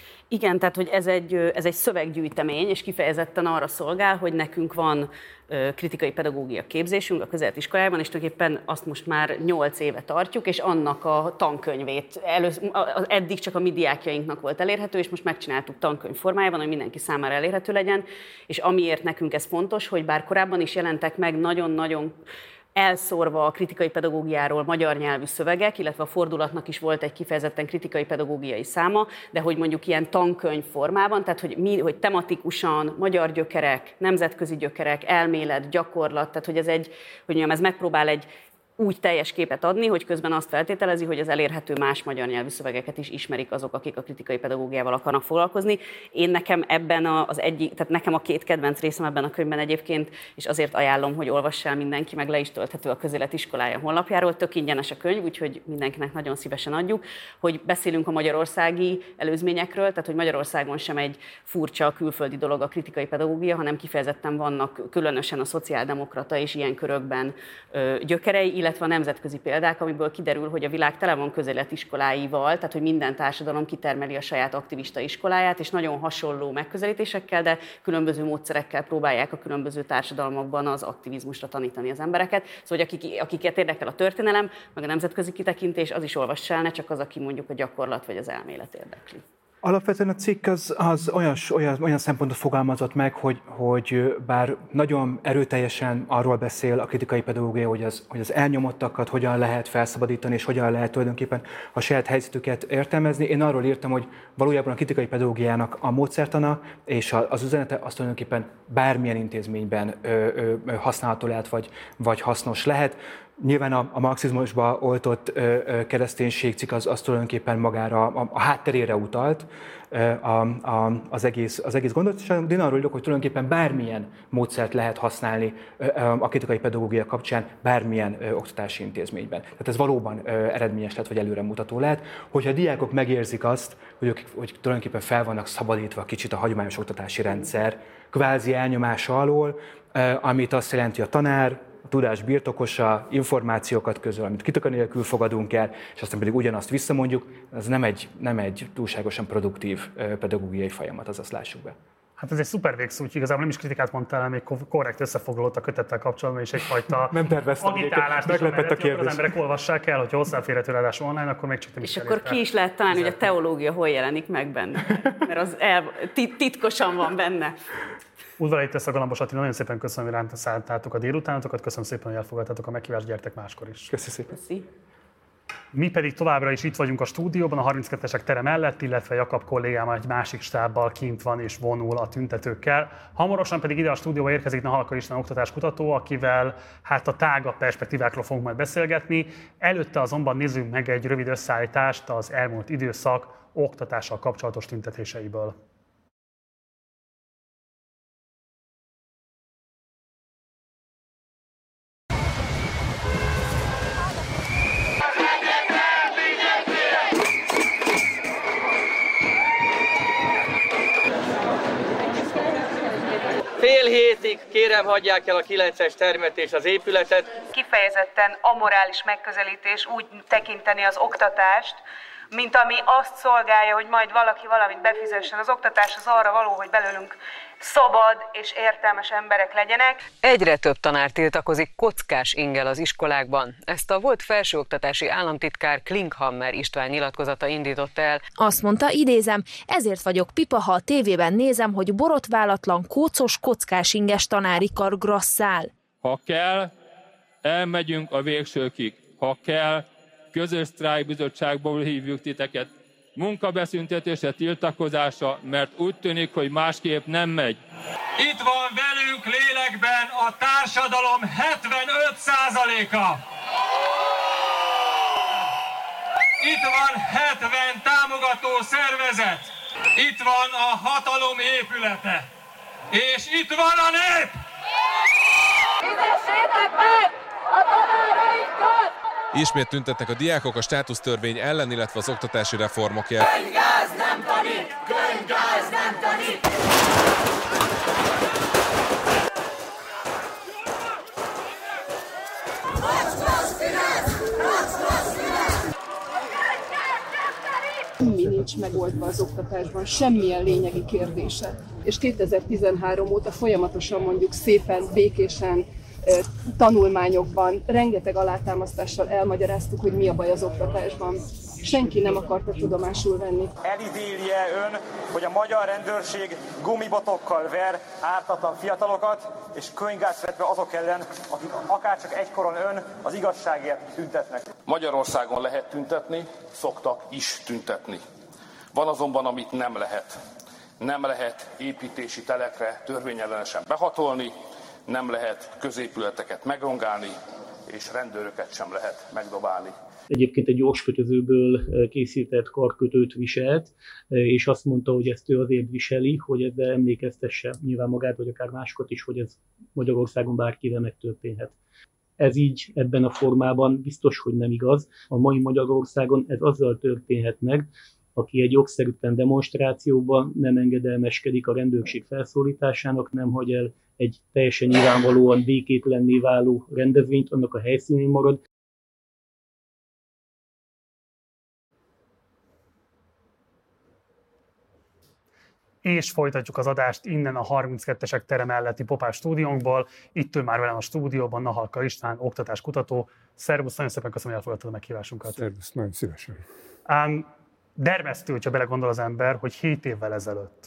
[SPEAKER 6] Igen, tehát hogy ez egy, ez egy szöveggyűjtemény, és kifejezetten arra szolgál, hogy nekünk van kritikai pedagógia képzésünk a középiskolában, és tulajdonképpen azt most már nyolc éve tartjuk, és annak a tankönyvét elősz, eddig csak a mi diákjainknak volt elérhető, és most megcsináltuk tankönyv formájában, hogy mindenki számára elérhető legyen, és amiért nekünk ez fontos, hogy bár korábban is jelentek meg nagyon-nagyon elszórva a kritikai pedagógiáról magyar nyelvű szövegek, illetve a fordulatnak is volt egy kifejezetten kritikai pedagógiai száma, de hogy mondjuk ilyen tankönyv formában, tehát hogy, mi, hogy tematikusan magyar gyökerek, nemzetközi gyökerek, elmélet, gyakorlat, tehát hogy ez egy, hogy mondjam, ez megpróbál egy úgy teljes képet adni, hogy közben azt feltételezi, hogy az elérhető más magyar nyelvű szövegeket is ismerik azok, akik a kritikai pedagógiával akarnak foglalkozni. Én nekem ebben az egyik, tehát nekem a két kedvenc részem ebben a könyvben egyébként, és azért ajánlom, hogy olvass el mindenki, meg le is tölthető a Közélet iskolája honlapjáról, tök ingyenes a könyv, úgyhogy mindenkinek nagyon szívesen adjuk, hogy beszélünk a magyarországi előzményekről, tehát hogy Magyarországon sem egy furcsa külföldi dolog a kritikai pedagógia, hanem kifejezetten vannak különösen a szociáldemokrata és ilyen körökben gyökerei, illetve a nemzetközi példák, amiből kiderül, hogy a világ tele van közéletiskoláival, tehát hogy minden társadalom kitermeli a saját aktivista iskoláját, és nagyon hasonló megközelítésekkel, de különböző módszerekkel próbálják a különböző társadalmakban az aktivizmusra tanítani az embereket. Szóval, hogy akik, akiket érdekel a történelem, meg a nemzetközi kitekintés, az is olvassa el, ne csak az, aki mondjuk a gyakorlat vagy az elmélet érdekli.
[SPEAKER 7] Alapvetően a cikk az, az olyan, olyan, olyan szempontot fogalmazott meg, hogy, hogy bár nagyon erőteljesen arról beszél a kritikai pedagógia, hogy az, hogy az elnyomottakat hogyan lehet felszabadítani, és hogyan lehet tulajdonképpen a saját helyzetüket értelmezni. Én arról írtam, hogy valójában a kritikai pedagógiának a módszertana és az üzenete az tulajdonképpen bármilyen intézményben ö, ö, használható lehet, vagy, vagy hasznos lehet. Nyilván a, a marxizmusba oltott ö, ö, kereszténységcikk az, az tulajdonképpen magára, a, a hátterére utalt ö, a, a, az, egész, az egész gondot, és én arról írok, hogy tulajdonképpen bármilyen módszert lehet használni ö, ö, a kritikai pedagógia kapcsán bármilyen ö, oktatási intézményben. Tehát ez valóban ö, eredményes lehet, vagy előremutató lehet. Hogyha a diákok megérzik azt, hogy, ők, hogy tulajdonképpen fel vannak szabadítva kicsit a hagyományos oktatási rendszer kvázi elnyomása alól, ö, amit azt jelenti, a tanár, a tudás birtokosa, információkat közöl, amit kritika nélkül fogadunk el, és aztán pedig ugyanazt visszamondjuk, ez nem egy, nem egy túlságosan produktív pedagógiai folyamat, az azt lássuk be.
[SPEAKER 1] Hát ez egy szuper végszó, úgyhogy igazából nem is kritikát mondtál, hanem még korrekt összefoglalót a kötettel kapcsolatban, és egyfajta agitálást is, amelyet az emberek olvassák el, hogyha hozzáférhető ráadásul online, akkor még csak nem
[SPEAKER 6] És akkor ki is lehet találni, hogy a teológia hol jelenik meg benne, mert az el, titkosan van benne.
[SPEAKER 1] Udvarhelyi Tisza, Galambos Attila, nagyon szépen köszönöm, hogy ránk szálltátok a délutánotokat, köszönöm szépen, hogy elfogadtátok a meghívást, gyertek máskor is.
[SPEAKER 7] Köszönöm szépen.
[SPEAKER 6] Köszi.
[SPEAKER 1] Mi pedig továbbra is itt vagyunk a stúdióban, a harminckettesek tere mellett, illetve Jakab kollégám egy másik stábbal kint van és vonul a tüntetőkkel. Hamarosan pedig ide a stúdióba érkezik Nahalka István oktatáskutató, akivel hát a tágabb perspektívákról fogunk majd beszélgetni. Előtte azonban nézzünk meg egy rövid összeállítást az elmúlt időszak oktatással kapcsolatos tüntetéseiből.
[SPEAKER 8] Fél hétig kérem, hagyják el a kilences termet és az épületet.
[SPEAKER 9] Kifejezetten amorális megközelítés úgy tekinteni az oktatást, mint ami azt szolgálja, hogy majd valaki valamit befizessen. Az oktatás az arra való, hogy belőlünk szabad és értelmes emberek legyenek.
[SPEAKER 10] Egyre több tanár tiltakozik kockás inggel az iskolákban. Ezt a volt felsőoktatási államtitkár Klinkhammer István nyilatkozata indította el.
[SPEAKER 11] Azt mondta, idézem, ezért vagyok pipa, ha a tévében nézem, hogy borotválatlan, kócos, kockás inges tanári kar grasszál.
[SPEAKER 12] Ha kell, elmegyünk a végsőkig. Ha kell, közös sztrájkbizottságból hívjuk titeket. Munkabeszüntetése, tiltakozása, mert úgy tűnik, hogy másképp nem megy.
[SPEAKER 13] Itt van velünk lélekben a társadalom hetvenöt százaléka. Itt van hetven támogató szervezet. Itt van a hatalom épülete. És itt van a nép!
[SPEAKER 14] Fizessétek meg a tanárainkat!
[SPEAKER 15] Ismét tüntettek a diákok a státusztörvény ellen, illetve az oktatási reformokért.
[SPEAKER 14] Könyvgáz nem tanít! Könyvgáz nem tanít!
[SPEAKER 16] nincs megoldva az oktatásban, semmilyen lényegi kérdése. És kétezer-tizenhárom óta folyamatosan mondjuk szépen, békésen, tanulmányokban, rengeteg alátámasztással elmagyaráztuk, hogy mi a baj az oktatásban. Senki nem akarta tudomásul venni.
[SPEAKER 17] Elítélje ön, hogy a magyar rendőrség gumibotokkal ver ártatlan fiatalokat, és könygázt vetve azok ellen, akik akárcsak egykoron ön az igazságért tüntetnek.
[SPEAKER 18] Magyarországon lehet tüntetni, szoktak is tüntetni. Van azonban, amit nem lehet. Nem lehet építési telekre törvényellenesen behatolni, nem lehet középületeket megrongálni, és rendőröket sem lehet megdobálni.
[SPEAKER 19] Egyébként egy gyorskötözőből készített karkötőt viselt, és azt mondta, hogy ezt ő azért viseli, hogy ezzel emlékeztesse nyilván magát, vagy akár másokat is, hogy ez Magyarországon bárkivel megtörténhet. Ez így ebben a formában biztos, hogy nem igaz. A mai Magyarországon ez azzal történhet meg, aki egy jogszerűtlen demonstrációban nem engedelmeskedik a rendőrség felszólításának, nem hagy el egy teljesen nyilvánvalóan békétlenné váló rendezvényt, annak a helyszínén marad.
[SPEAKER 1] És folytatjuk az adást innen a harminckettesek tere melletti Popás stúdiónkból. Itt ül már velem a stúdióban Nahalka István, oktatáskutató. Szervusz, nagyon szépen köszönöm, hogy elfogadtad a meghívásunkat.
[SPEAKER 20] Szervusz, nagyon szívesen.
[SPEAKER 1] Um, dermesztő, hogyha belegondol az ember, hogy hét évvel ezelőtt,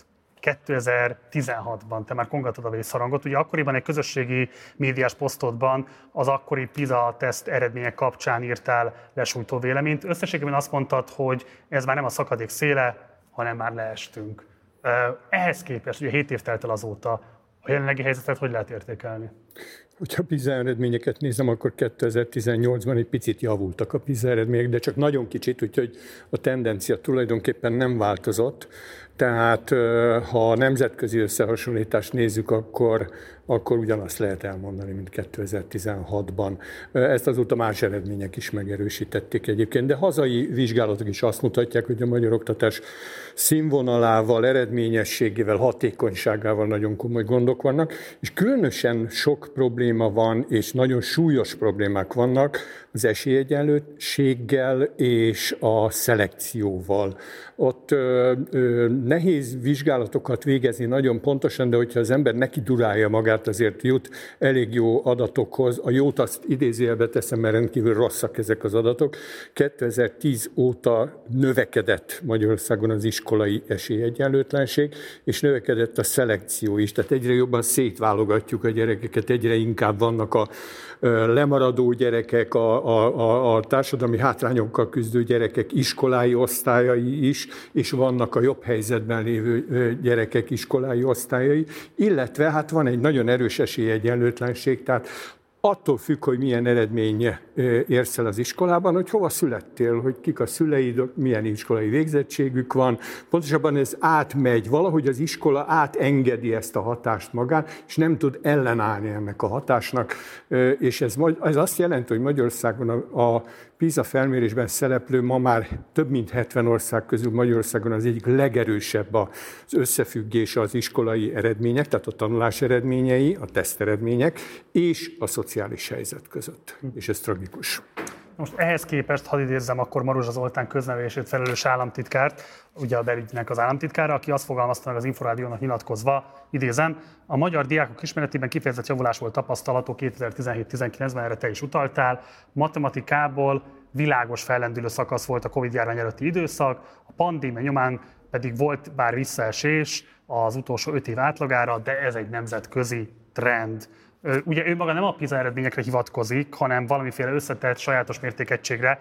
[SPEAKER 1] kétezer-tizenhatban te már kongattad a vészharangot. Ugye akkoriban egy közösségi médiás posztodban az akkori PISA teszt eredmények kapcsán írtál lesújtó véleményt. Összességében azt mondtad, hogy ez már nem a szakadék széle, hanem már leestünk. Ehhez képest, ugye hét év telt el azóta, a jelenlegi helyzetet hogy lehet értékelni?
[SPEAKER 20] Hogyha PISA eredményeket nézem, akkor kétezer-tizennyolcban egy picit javultak a PISA eredmények, de csak nagyon kicsit, úgyhogy a tendencia tulajdonképpen nem változott. Tehát ha a nemzetközi összehasonlítást nézzük, akkor, akkor ugyanazt lehet elmondani, mint kétezer-tizenhatban. Ezt azóta más eredmények is megerősítették egyébként, de hazai vizsgálatok is azt mutatják, hogy a magyar oktatás színvonalával, eredményességével, hatékonyságával nagyon komoly gondok vannak, és különösen sok probléma van, és nagyon súlyos problémák vannak az esélyegyenlőséggel és a szelekcióval. Ott ö, ö, nehéz vizsgálatokat végezni nagyon pontosan, de hogyha az ember neki durálja magát, azért jut elég jó adatokhoz. A jót azt idézőjelbe teszem, mert rendkívül rosszak ezek az adatok. kétezer-tíz óta növekedett Magyarországon az iskolai esélyegyenlőtlenség, és növekedett a szelekció is. Tehát egyre jobban szétválogatjuk a gyerekeket, egyre inkább vannak a lemaradó gyerekek, a, a, a társadalmi hátrányokkal küzdő gyerekek iskolái osztályai is, és vannak a jobb helyzetben lévő gyerekek iskolái osztályai, illetve hát van egy nagyon erős esélyegyenlőtlenség, tehát attól függ, hogy milyen eredmény érsz el az iskolában, hogy hova születtél, hogy kik a szüleid, milyen iskolai végzettségük van. Pontosabban ez átmegy, valahogy az iskola átengedi ezt a hatást magán, és nem tud ellenállni ennek a hatásnak. És ez, ez azt jelenti, hogy Magyarországon a, a PISA felmérésben szereplő ma már több mint hetven ország közül Magyarországon az egyik legerősebb az összefüggése az iskolai eredmények, tehát a tanulás eredményei, a teszt eredmények és a szociális helyzet között. És ez tragikus.
[SPEAKER 1] Most ehhez képest, hadd idézzem akkor Maruzsa Zoltán köznevelését felelős államtitkárt, ugye a belügynek az államtitkára, aki azt fogalmazta meg az Inforádiónak nyilatkozva, idézem, a magyar diákok ismeretében kifejezett javulás volt tapasztalható kétezer-tizenhét-tizenkilencben, erre te is utaltál, matematikából világos fellendülő szakasz volt a Covid-járvány előtti időszak, a pandémia nyomán pedig volt bár visszaesés az utolsó öt év átlagára, de ez egy nemzetközi trend. Ugye ő maga nem a PISA eredményekre hivatkozik, hanem valamiféle összetett sajátos mértékegységre.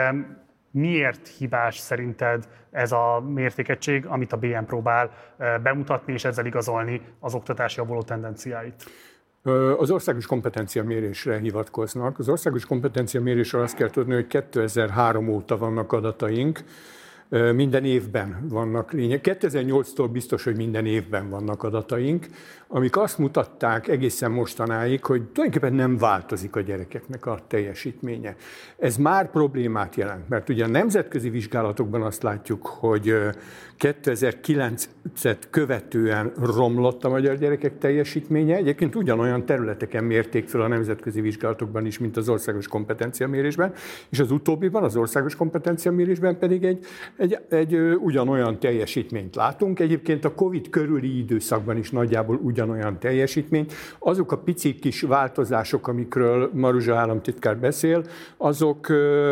[SPEAKER 1] Miért hibás szerinted ez a mértékegység, amit a bé em próbál bemutatni és ezzel igazolni az oktatás javuló tendenciáit?
[SPEAKER 20] Az országos kompetenciamérésre hivatkoznak. Az országos kompetenciamérésről azt kell tudni, hogy kétezer-három óta vannak adataink, minden évben vannak lényeg. kétezer-nyolctól biztos, hogy minden évben vannak adataink, amik azt mutatták egészen mostanáig, hogy tulajdonképpen nem változik a gyerekeknek a teljesítménye. Ez már problémát jelent, mert ugye a nemzetközi vizsgálatokban azt látjuk, hogy kétezer-kilencet követően romlott a magyar gyerekek teljesítménye. Egyébként ugyanolyan területeken mérték fel a nemzetközi vizsgálatokban is, mint az országos kompetenciamérésben, és az utóbbiban, az országos kompetenciamérésben pedig egy egy, egy ugyanolyan teljesítményt látunk. Egyébként a Covid körüli időszakban is nagyjából ugyanolyan teljesítményt. Azok a pici kis változások, amikről Maruzsa államtitkár beszél, azok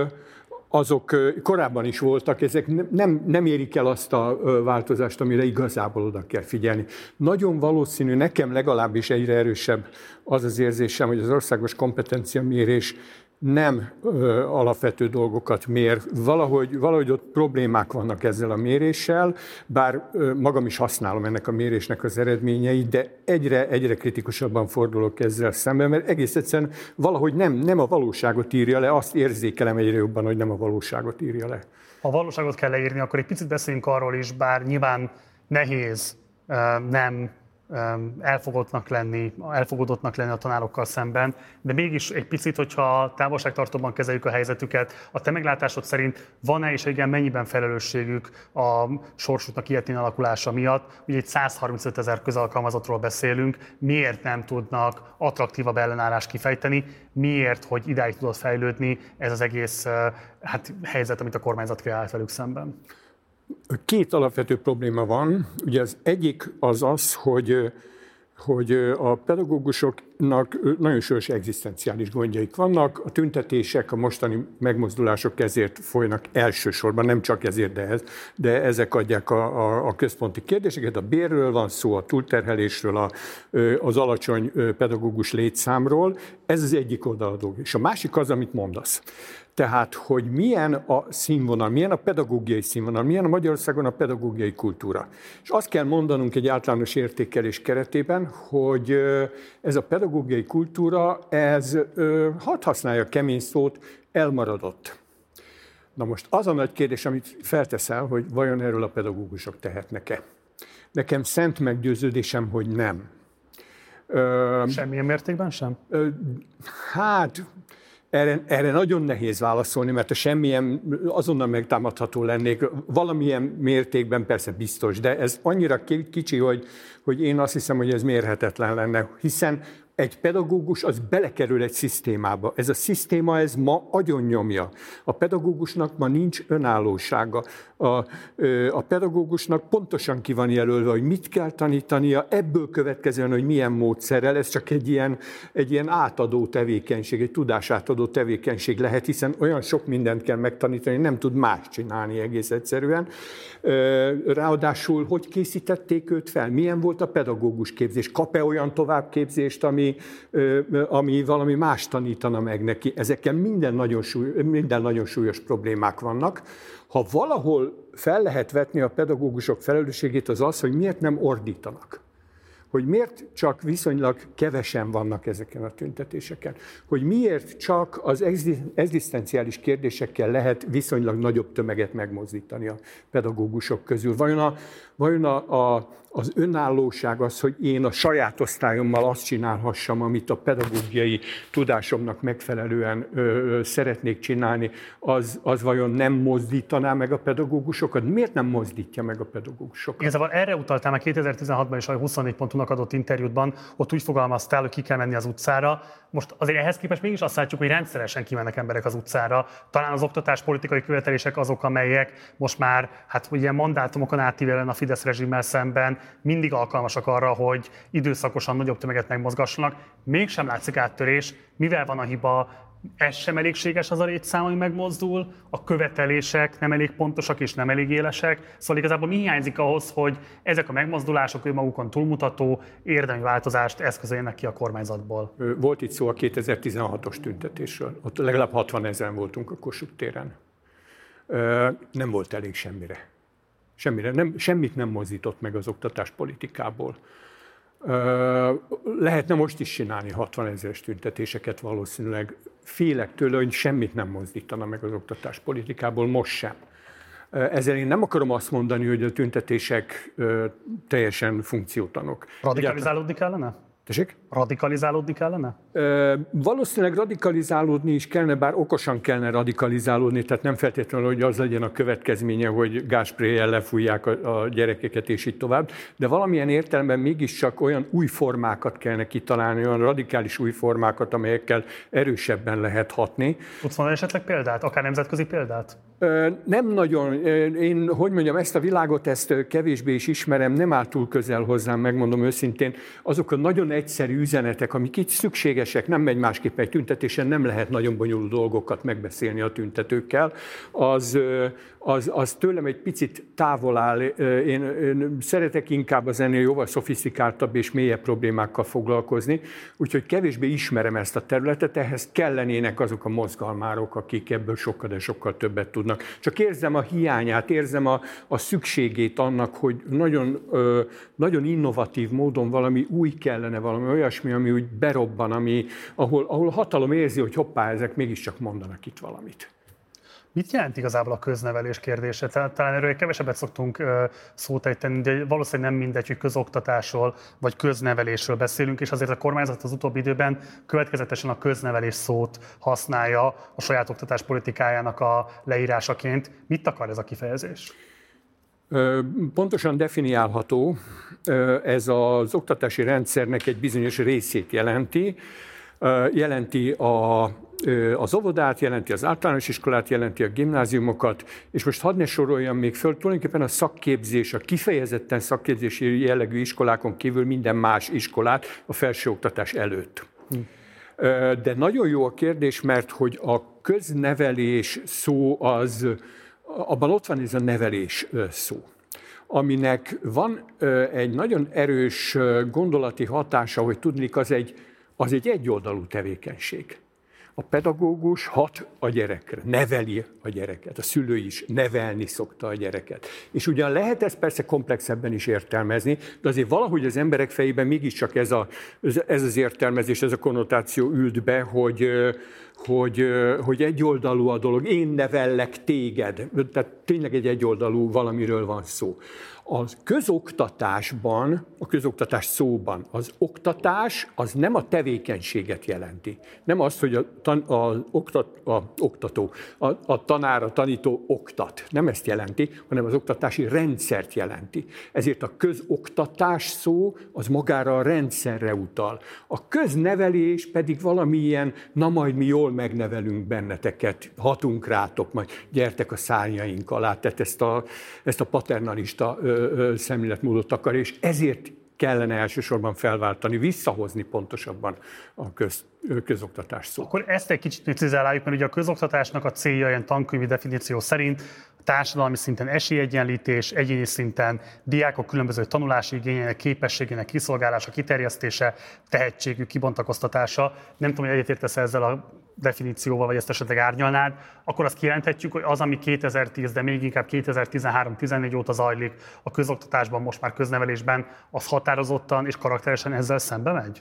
[SPEAKER 20] azok korábban is voltak, ezek nem, nem érik el azt a változást, amire igazából oda kell figyelni. Nagyon valószínű, nekem legalábbis egyre erősebb az az érzésem, hogy az országos kompetenciamérés nem ö, alapvető dolgokat mér. Valahogy, valahogy ott problémák vannak ezzel a méréssel, bár ö, magam is használom ennek a mérésnek az eredményeit, de egyre, egyre kritikusabban fordulok ezzel szemben, mert egész egyszerűen valahogy nem, nem a valóságot írja le, azt érzékelem egyre jobban, hogy nem a valóságot írja le.
[SPEAKER 1] Ha a valóságot kell leírni, akkor egy picit beszéljünk arról is, bár nyilván nehéz nem elfogottnak lenni, elfogadottnak lenni a tanárokkal szemben, de mégis egy picit, hogyha távolságtartóban kezeljük a helyzetüket, a te meglátásod szerint van-e és igen mennyiben felelősségük a sorsuknak ilyetén alakulása miatt? Ugye egy száz harmincöt ezer közalkalmazottról beszélünk, miért nem tudnak attraktívabb ellenállást kifejteni, miért, hogy idáig tudott fejlődni ez az egész hát, helyzet, amit a kormányzat kreált velük szemben?
[SPEAKER 20] Két alapvető probléma van. Ugye az egyik az az, hogy, hogy a pedagógusoknak nagyon súlyos egzisztenciális gondjaik vannak. A tüntetések, a mostani megmozdulások ezért folynak elsősorban, nem csak ezért, de, ez, de ezek adják a, a, a központi kérdéseket. A bérről van szó, a túlterhelésről, a, az alacsony pedagógus létszámról. Ez az egyik oldal a dolog. És a másik az, amit mondasz. Tehát, hogy milyen a színvonal, milyen a pedagógiai színvonal, milyen a Magyarországon a pedagógiai kultúra. És azt kell mondanunk egy általános értékelés keretében, hogy ez a pedagógiai kultúra, ez, hadd használja kemény szót, elmaradott. Na most az a nagy kérdés, amit felteszel, hogy vajon erről a pedagógusok tehetnek-e? Nekem szent meggyőződésem, hogy nem.
[SPEAKER 1] Semmilyen mértékben sem?
[SPEAKER 20] Hát... Erre, erre nagyon nehéz válaszolni, mert a semmilyen azonnal megtámadható lennék, valamilyen mértékben persze biztos, de ez annyira kicsi, hogy, hogy én azt hiszem, hogy ez mérhetetlen lenne, hiszen egy pedagógus az belekerül egy szisztémába. Ez a szisztéma, ez ma agyonnyomja. A pedagógusnak ma nincs önállósága. A, a pedagógusnak pontosan ki van jelölve, hogy mit kell tanítania, ebből következően, hogy milyen módszerrel. Ez csak egy ilyen, egy ilyen átadó tevékenység, egy tudásátadó tevékenység lehet, hiszen olyan sok mindent kell megtanítani, hogy nem tud más csinálni egész egyszerűen. Ráadásul, hogy készítették őt fel? Milyen volt a pedagógus képzés? Kap-e olyan továbbképzést, ami, ami valami más tanítana meg neki? Ezeken minden nagyon, súly, minden nagyon súlyos problémák vannak. Ha valahol fel lehet vetni a pedagógusok felelősségét, az az, hogy miért nem ordítanak. Hogy miért csak viszonylag kevesen vannak ezeken a tüntetéseken. Hogy miért csak az egzisztenciális kérdésekkel lehet viszonylag nagyobb tömeget megmozdítani a pedagógusok közül. Vajon, a, vajon a, a, az önállóság az, hogy én a saját osztályommal azt csinálhassam, amit a pedagógiai tudásomnak megfelelően ö, ö, szeretnék csinálni, az, az vajon nem mozdítaná meg a pedagógusokat? Miért nem mozdítja meg a pedagógusokat?
[SPEAKER 1] Igazából erre utaltál már kétezer-tizenhatban is a huszonnégy pont hu-nak adott interjútban, ott úgy fogalmaztál, hogy ki kell menni az utcára. Most azért ehhez képest mégis azt látjuk, hogy rendszeresen kimennek emberek az utcára. Talán az oktatáspolitikai követelések azok, amelyek most már hát ugye mandátumokon átívelően a Fidesz rezsimmel szemben mindig alkalmasak arra, hogy időszakosan nagyobb tömeget megmozgassanak. Mégsem látszik áttörés. Mivel van a hiba? Ez sem elégséges az a létszám, ami megmozdul, a követelések nem elég pontosak és nem elég élesek. Szóval igazából mi hiányzik ahhoz, hogy ezek a megmozdulások önmagukon túlmutató érdemi változást eszközöljenek ki a kormányzatból?
[SPEAKER 20] Volt itt szó a kétezer-tizenhatos tüntetésről. Ott legalább hatvan ezeren voltunk a Kossuth téren. Nem volt elég semmire. Semmire. Nem, semmit nem mozdított meg az oktatáspolitikából. Lehetne most is csinálni hatvan ezeres tüntetéseket valószínűleg. Félek tőle, hogy semmit nem mozdítana meg az oktatáspolitikából, most sem. Ezzel én nem akarom azt mondani, hogy a tüntetések teljesen funkciótlanok.
[SPEAKER 1] Radikalizálódni kellene?
[SPEAKER 20] Tessék?
[SPEAKER 1] Radikalizálódni kellene?
[SPEAKER 20] Ö, valószínűleg radikalizálódni is kellene, bár okosan kellene radikalizálódni, tehát nem feltétlenül, hogy az legyen a következménye, hogy gázspréjjel lefújják a, a gyerekeket és így tovább, de valamilyen értelemben mégiscsak olyan új formákat kellene kitalálni, olyan radikális új formákat, amelyekkel erősebben lehet hatni.
[SPEAKER 1] Tudsz mondani esetleg példát, akár nemzetközi példát?
[SPEAKER 20] Nem nagyon, én, hogy mondjam, ezt a világot, ezt kevésbé is ismerem, nem áll túl közel hozzám, megmondom őszintén. Azok a nagyon egyszerű üzenetek, amik itt szükségesek, nem megy másképp egy tüntetésen, nem lehet nagyon bonyolult dolgokat megbeszélni a tüntetőkkel, az, az, az tőlem egy picit távol áll. Én, én szeretek inkább az ennél jóval szofisztikáltabb és mélyebb problémákkal foglalkozni, úgyhogy kevésbé ismerem ezt a területet, ehhez kellenének azok a mozgalmárok, akik ebből sokkal, de sokkal többet tudnak. Csak érzem a hiányát, érzem a, a szükségét annak, hogy nagyon, ö, nagyon innovatív módon valami új kellene, valami olyasmi, ami úgy berobban, ami, ahol, ahol a hatalom érzi, hogy hoppá, ezek mégiscsak mondanak itt valamit.
[SPEAKER 1] Mit jelent igazából a köznevelés kérdése? Talán erről kevesebbet szoktunk szót ejteni, de valószínűleg nem mindegy, hogy közoktatásról vagy köznevelésről beszélünk, és azért a kormányzat az utóbbi időben következetesen a köznevelés szót használja a saját oktatáspolitikájának a leírásaként. Mit akar ez a kifejezés?
[SPEAKER 20] Pontosan definiálható, ez az oktatási rendszernek egy bizonyos részét jelenti. Jelenti a az óvodát, jelenti az általános iskolát, jelenti a gimnáziumokat, és most hadd ne soroljam még föl, tulajdonképpen a szakképzés, a kifejezetten szakképzési jellegű iskolákon kívül minden más iskolát a felsőoktatás előtt. Hm. De nagyon jó a kérdés, mert hogy a köznevelés szó az, abban ott van ez a nevelés szó, aminek van egy nagyon erős gondolati hatása, hogy tudnék, az egy, az egy egyoldalú tevékenység. A pedagógus hat a gyerekre, neveli a gyereket, a szülő is nevelni szokta a gyereket. És ugyan lehet ezt persze komplexebben is értelmezni, de azért valahogy az emberek fejében mégiscsak ez, a, ez az értelmezés, ez a konnotáció ült be, hogy, hogy, hogy egyoldalú a dolog, én nevellek téged, tehát tényleg egy egyoldalú valamiről van szó. A közoktatásban, a közoktatás szóban az oktatás az nem a tevékenységet jelenti. Nem az, hogy a, tan, a, oktat, a oktató, a, a tanár, a tanító oktat. Nem ezt jelenti, hanem az oktatási rendszert jelenti. Ezért a közoktatás szó az magára a rendszerre utal. A köznevelés pedig valamilyen, na majd mi jól megnevelünk benneteket, hatunk rátok, majd gyertek a szárnyaink alá. Tehát ezt a, ezt a paternalista szemléletmódot akar, és ezért kellene elsősorban felváltani, visszahozni pontosabban a köz, közoktatás szót.
[SPEAKER 1] Akkor ezt egy kicsit precizáljuk, mert ugye a közoktatásnak a célja ilyen tankönyvi definíció szerint társadalmi szinten esélyegyenlítés, egyéni szinten diákok különböző tanulási igényének, képességének kiszolgálása, kiterjesztése, tehetségük kibontakoztatása. Nem tudom, hogy egyetértesz ezzel a definícióval, vagy ezt esetleg árnyalnád, akkor azt kijelenthetjük, hogy az, ami kétezer-tíz, de még inkább kétezer-tizenhárom-tizennégy óta zajlik a közoktatásban, most már köznevelésben, az határozottan és karakteresen ezzel szembe megy?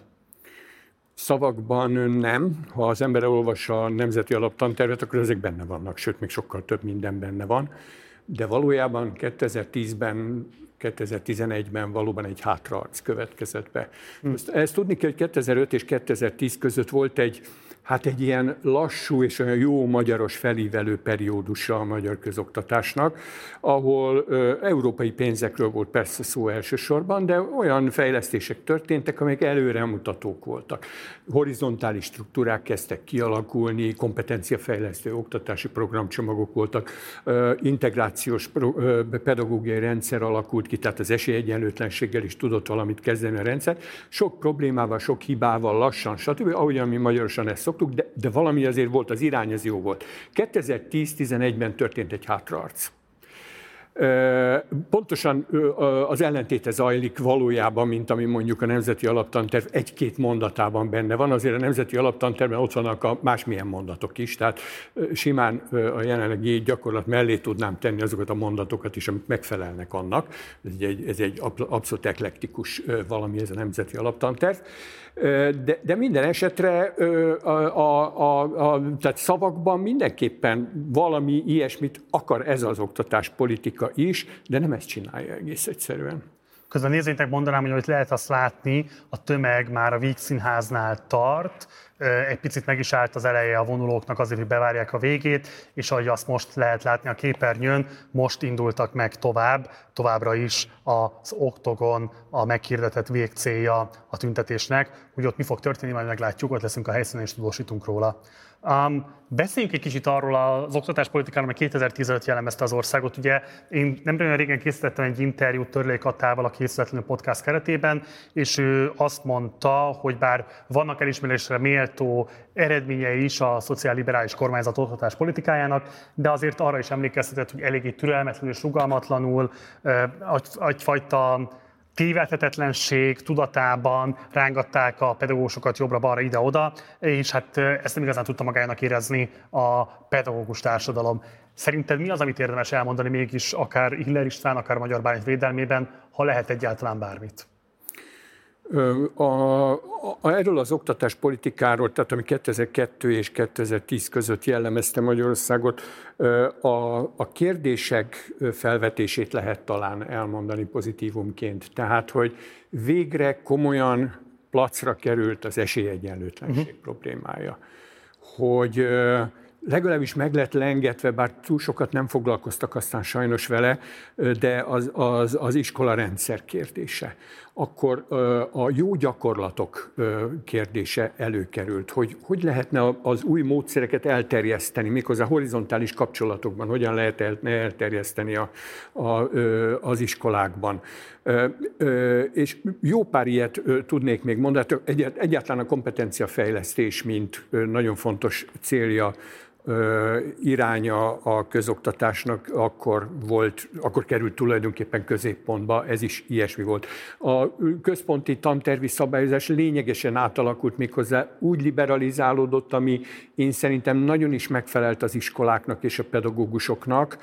[SPEAKER 20] Szavakban nem. Ha az ember elolvassa a Nemzeti Alaptantervet, akkor ezek benne vannak, sőt, még sokkal több minden benne van. De valójában kétezer-tízben, kétezer-tizenegyben valóban egy hátraarc következett be. Hm. Ezt tudni kell, hogy kétezer-öt és kétezer-tíz között volt egy, hát egy ilyen lassú és olyan jó magyaros felívelő periódusa a magyar közoktatásnak, ahol ö, európai pénzekről volt persze szó elsősorban, de olyan fejlesztések történtek, amelyek előremutatók voltak. Horizontális struktúrák kezdtek kialakulni, kompetenciafejlesztő oktatási programcsomagok voltak, ö, integrációs pro, ö, pedagógiai rendszer alakult ki, tehát az esélyegyenlőtlenséggel is tudott valamit kezdeni a rendszer. Sok problémával, sok hibával, lassan, stb., ahogyan mi magyarosan ezt szoktuk, de, de valami azért volt, az irány az jó volt. kétezer-tíz-tizenegyben történt egy hátraarc. Pontosan az ellentéte zajlik valójában, mint ami mondjuk a Nemzeti Alaptanterv egy-két mondatában benne van. Azért a Nemzeti Alaptantervben ott vannak a másmilyen mondatok is, tehát simán a jelenlegi gyakorlat mellé tudnám tenni azokat a mondatokat is, amik megfelelnek annak. Ez egy, ez egy abszolút eklektikus valami, ez a Nemzeti Alaptanterv. De, de minden esetre a, a, a, a, tehát szavakban mindenképpen valami ilyesmit akar ez az oktatáspolitika is, de nem ezt csinálja egész egyszerűen.
[SPEAKER 1] Közben nézzétek, mondanám, hogy lehet azt látni, a tömeg már a Vígszínháznál tart, egy picit meg is állt az eleje a vonulóknak azért, hogy bevárják a végét, és ahogy azt most lehet látni a képernyőn, most indultak meg tovább, továbbra is az oktogon a meghirdetett végcélja a tüntetésnek. Úgy ott mi fog történni, majd meglátjuk, ott leszünk a helyszínen és tudósítunk róla. Um, beszéljünk egy kicsit arról az oktatáspolitikáról, mert kétezer-tíz előtt jellemezte az országot. Ugye én nem nagyon régen készítettem egy interjút Törlék Attával a Készületlenül podcast keretében, és ő azt mondta, hogy bár vannak elismerésre méltó eredményei is a szociálliberális kormányzat oktatás politikájának, de azért arra is emlékeztetett, hogy eléggé türelmetlenül és rugalmatlanul egyfajta tévedhetetlenség tudatában rángatták a pedagógusokat jobbra-balra ide-oda, és hát ezt nem igazán tudta magának érezni a pedagógus társadalom. Szerinted mi az, amit érdemes elmondani mégis akár Hiller István, akár Magyar Bálint védelmében, ha lehet egyáltalán bármit?
[SPEAKER 20] A, a, erről az oktatáspolitikáról, tehát ami kétezer-kettő és kétezer-tíz között jellemezte Magyarországot, a, a kérdések felvetését lehet talán elmondani pozitívumként. Tehát, hogy végre komolyan placra került az esélyegyenlőtlenség uh-huh. problémája. Hogy legalábbis meg lett lengetve, bár túl sokat nem foglalkoztak aztán sajnos vele, de az, az, az iskolarendszer kérdése. Akkor a jó gyakorlatok kérdése előkerült, hogy hogy lehetne az új módszereket elterjeszteni, méghozzá horizontális kapcsolatokban, hogyan lehet elterjeszteni a, a, az iskolákban. És jó pár ilyet tudnék még mondani, egyáltalán a kompetenciafejlesztés, mint nagyon fontos célja, iránya a közoktatásnak akkor volt, akkor került tulajdonképpen középpontba, ez is ilyesmi volt. A központi tantervi szabályozás lényegesen átalakult, méghozzá úgy liberalizálódott, ami én szerintem nagyon is megfelelt az iskoláknak és a pedagógusoknak.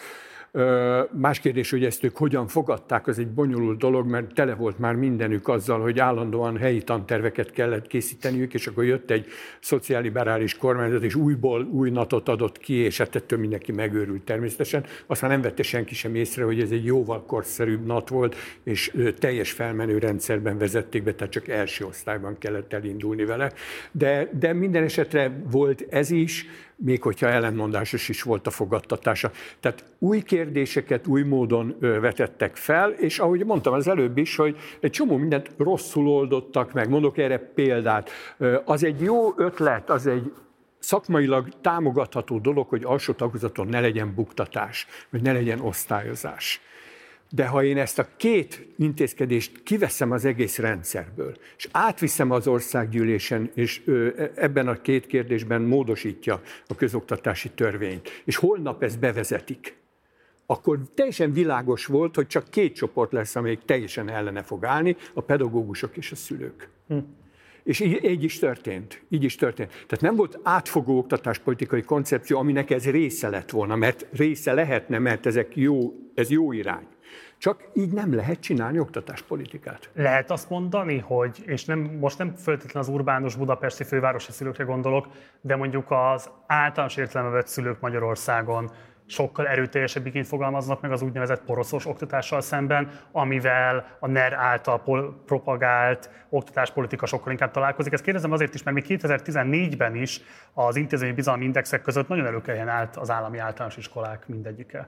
[SPEAKER 20] Más kérdés, hogy ezt ők hogyan fogadták, az egy bonyolult dolog, mert tele volt már mindenük azzal, hogy állandóan helyi tanterveket kellett készíteniük, és akkor jött egy szociálliberális kormányzat, és újból új natot adott ki, és hát ettől mindenki megőrült természetesen. Aztán nem vette senki sem észre, hogy ez egy jóval korszerűbb nat volt, és teljes felmenő rendszerben vezették be, tehát csak első osztályban kellett elindulni vele. De, de minden esetre volt ez is, még hogyha ellentmondásos is volt a fogadtatása. Tehát új kérdéseket új módon vetettek fel, és ahogy mondtam az előbb is, hogy egy csomó mindent rosszul oldottak meg. Mondok erre példát. Az egy jó ötlet, az egy szakmailag támogatható dolog, hogy alsó tagozaton ne legyen buktatás, vagy ne legyen osztályozás. De ha én ezt a két intézkedést kiveszem az egész rendszerből, és átviszem az országgyűlésen, és ebben a két kérdésben módosítja a közoktatási törvényt, és holnap ezt bevezetik, akkor teljesen világos volt, hogy csak két csoport lesz, amelyik teljesen ellene fog állni, a pedagógusok és a szülők. Hm. És így, így is történt. Így is történt. Tehát nem volt átfogó oktatáspolitikai koncepció, aminek ez része lett volna, mert része lehetne, mert ezek jó, ez jó irány. Csak így nem lehet csinálni oktatáspolitikát.
[SPEAKER 1] Lehet azt mondani, hogy, és nem, most nem feltétlenül az urbánus budapesti fővárosi szülőkre gondolok, de mondjuk az általános értelemben vett szülők Magyarországon sokkal erőteljesebb igényt fogalmaznak meg az úgynevezett poroszos oktatással szemben, amivel a NER által propagált oktatáspolitika sokkal inkább találkozik. Ezt kérdezem azért is, mert még kétezer-tizennégyben is az intézményi bizalmi indexek között nagyon előkeljen állt az állami általános iskolák mindegyike.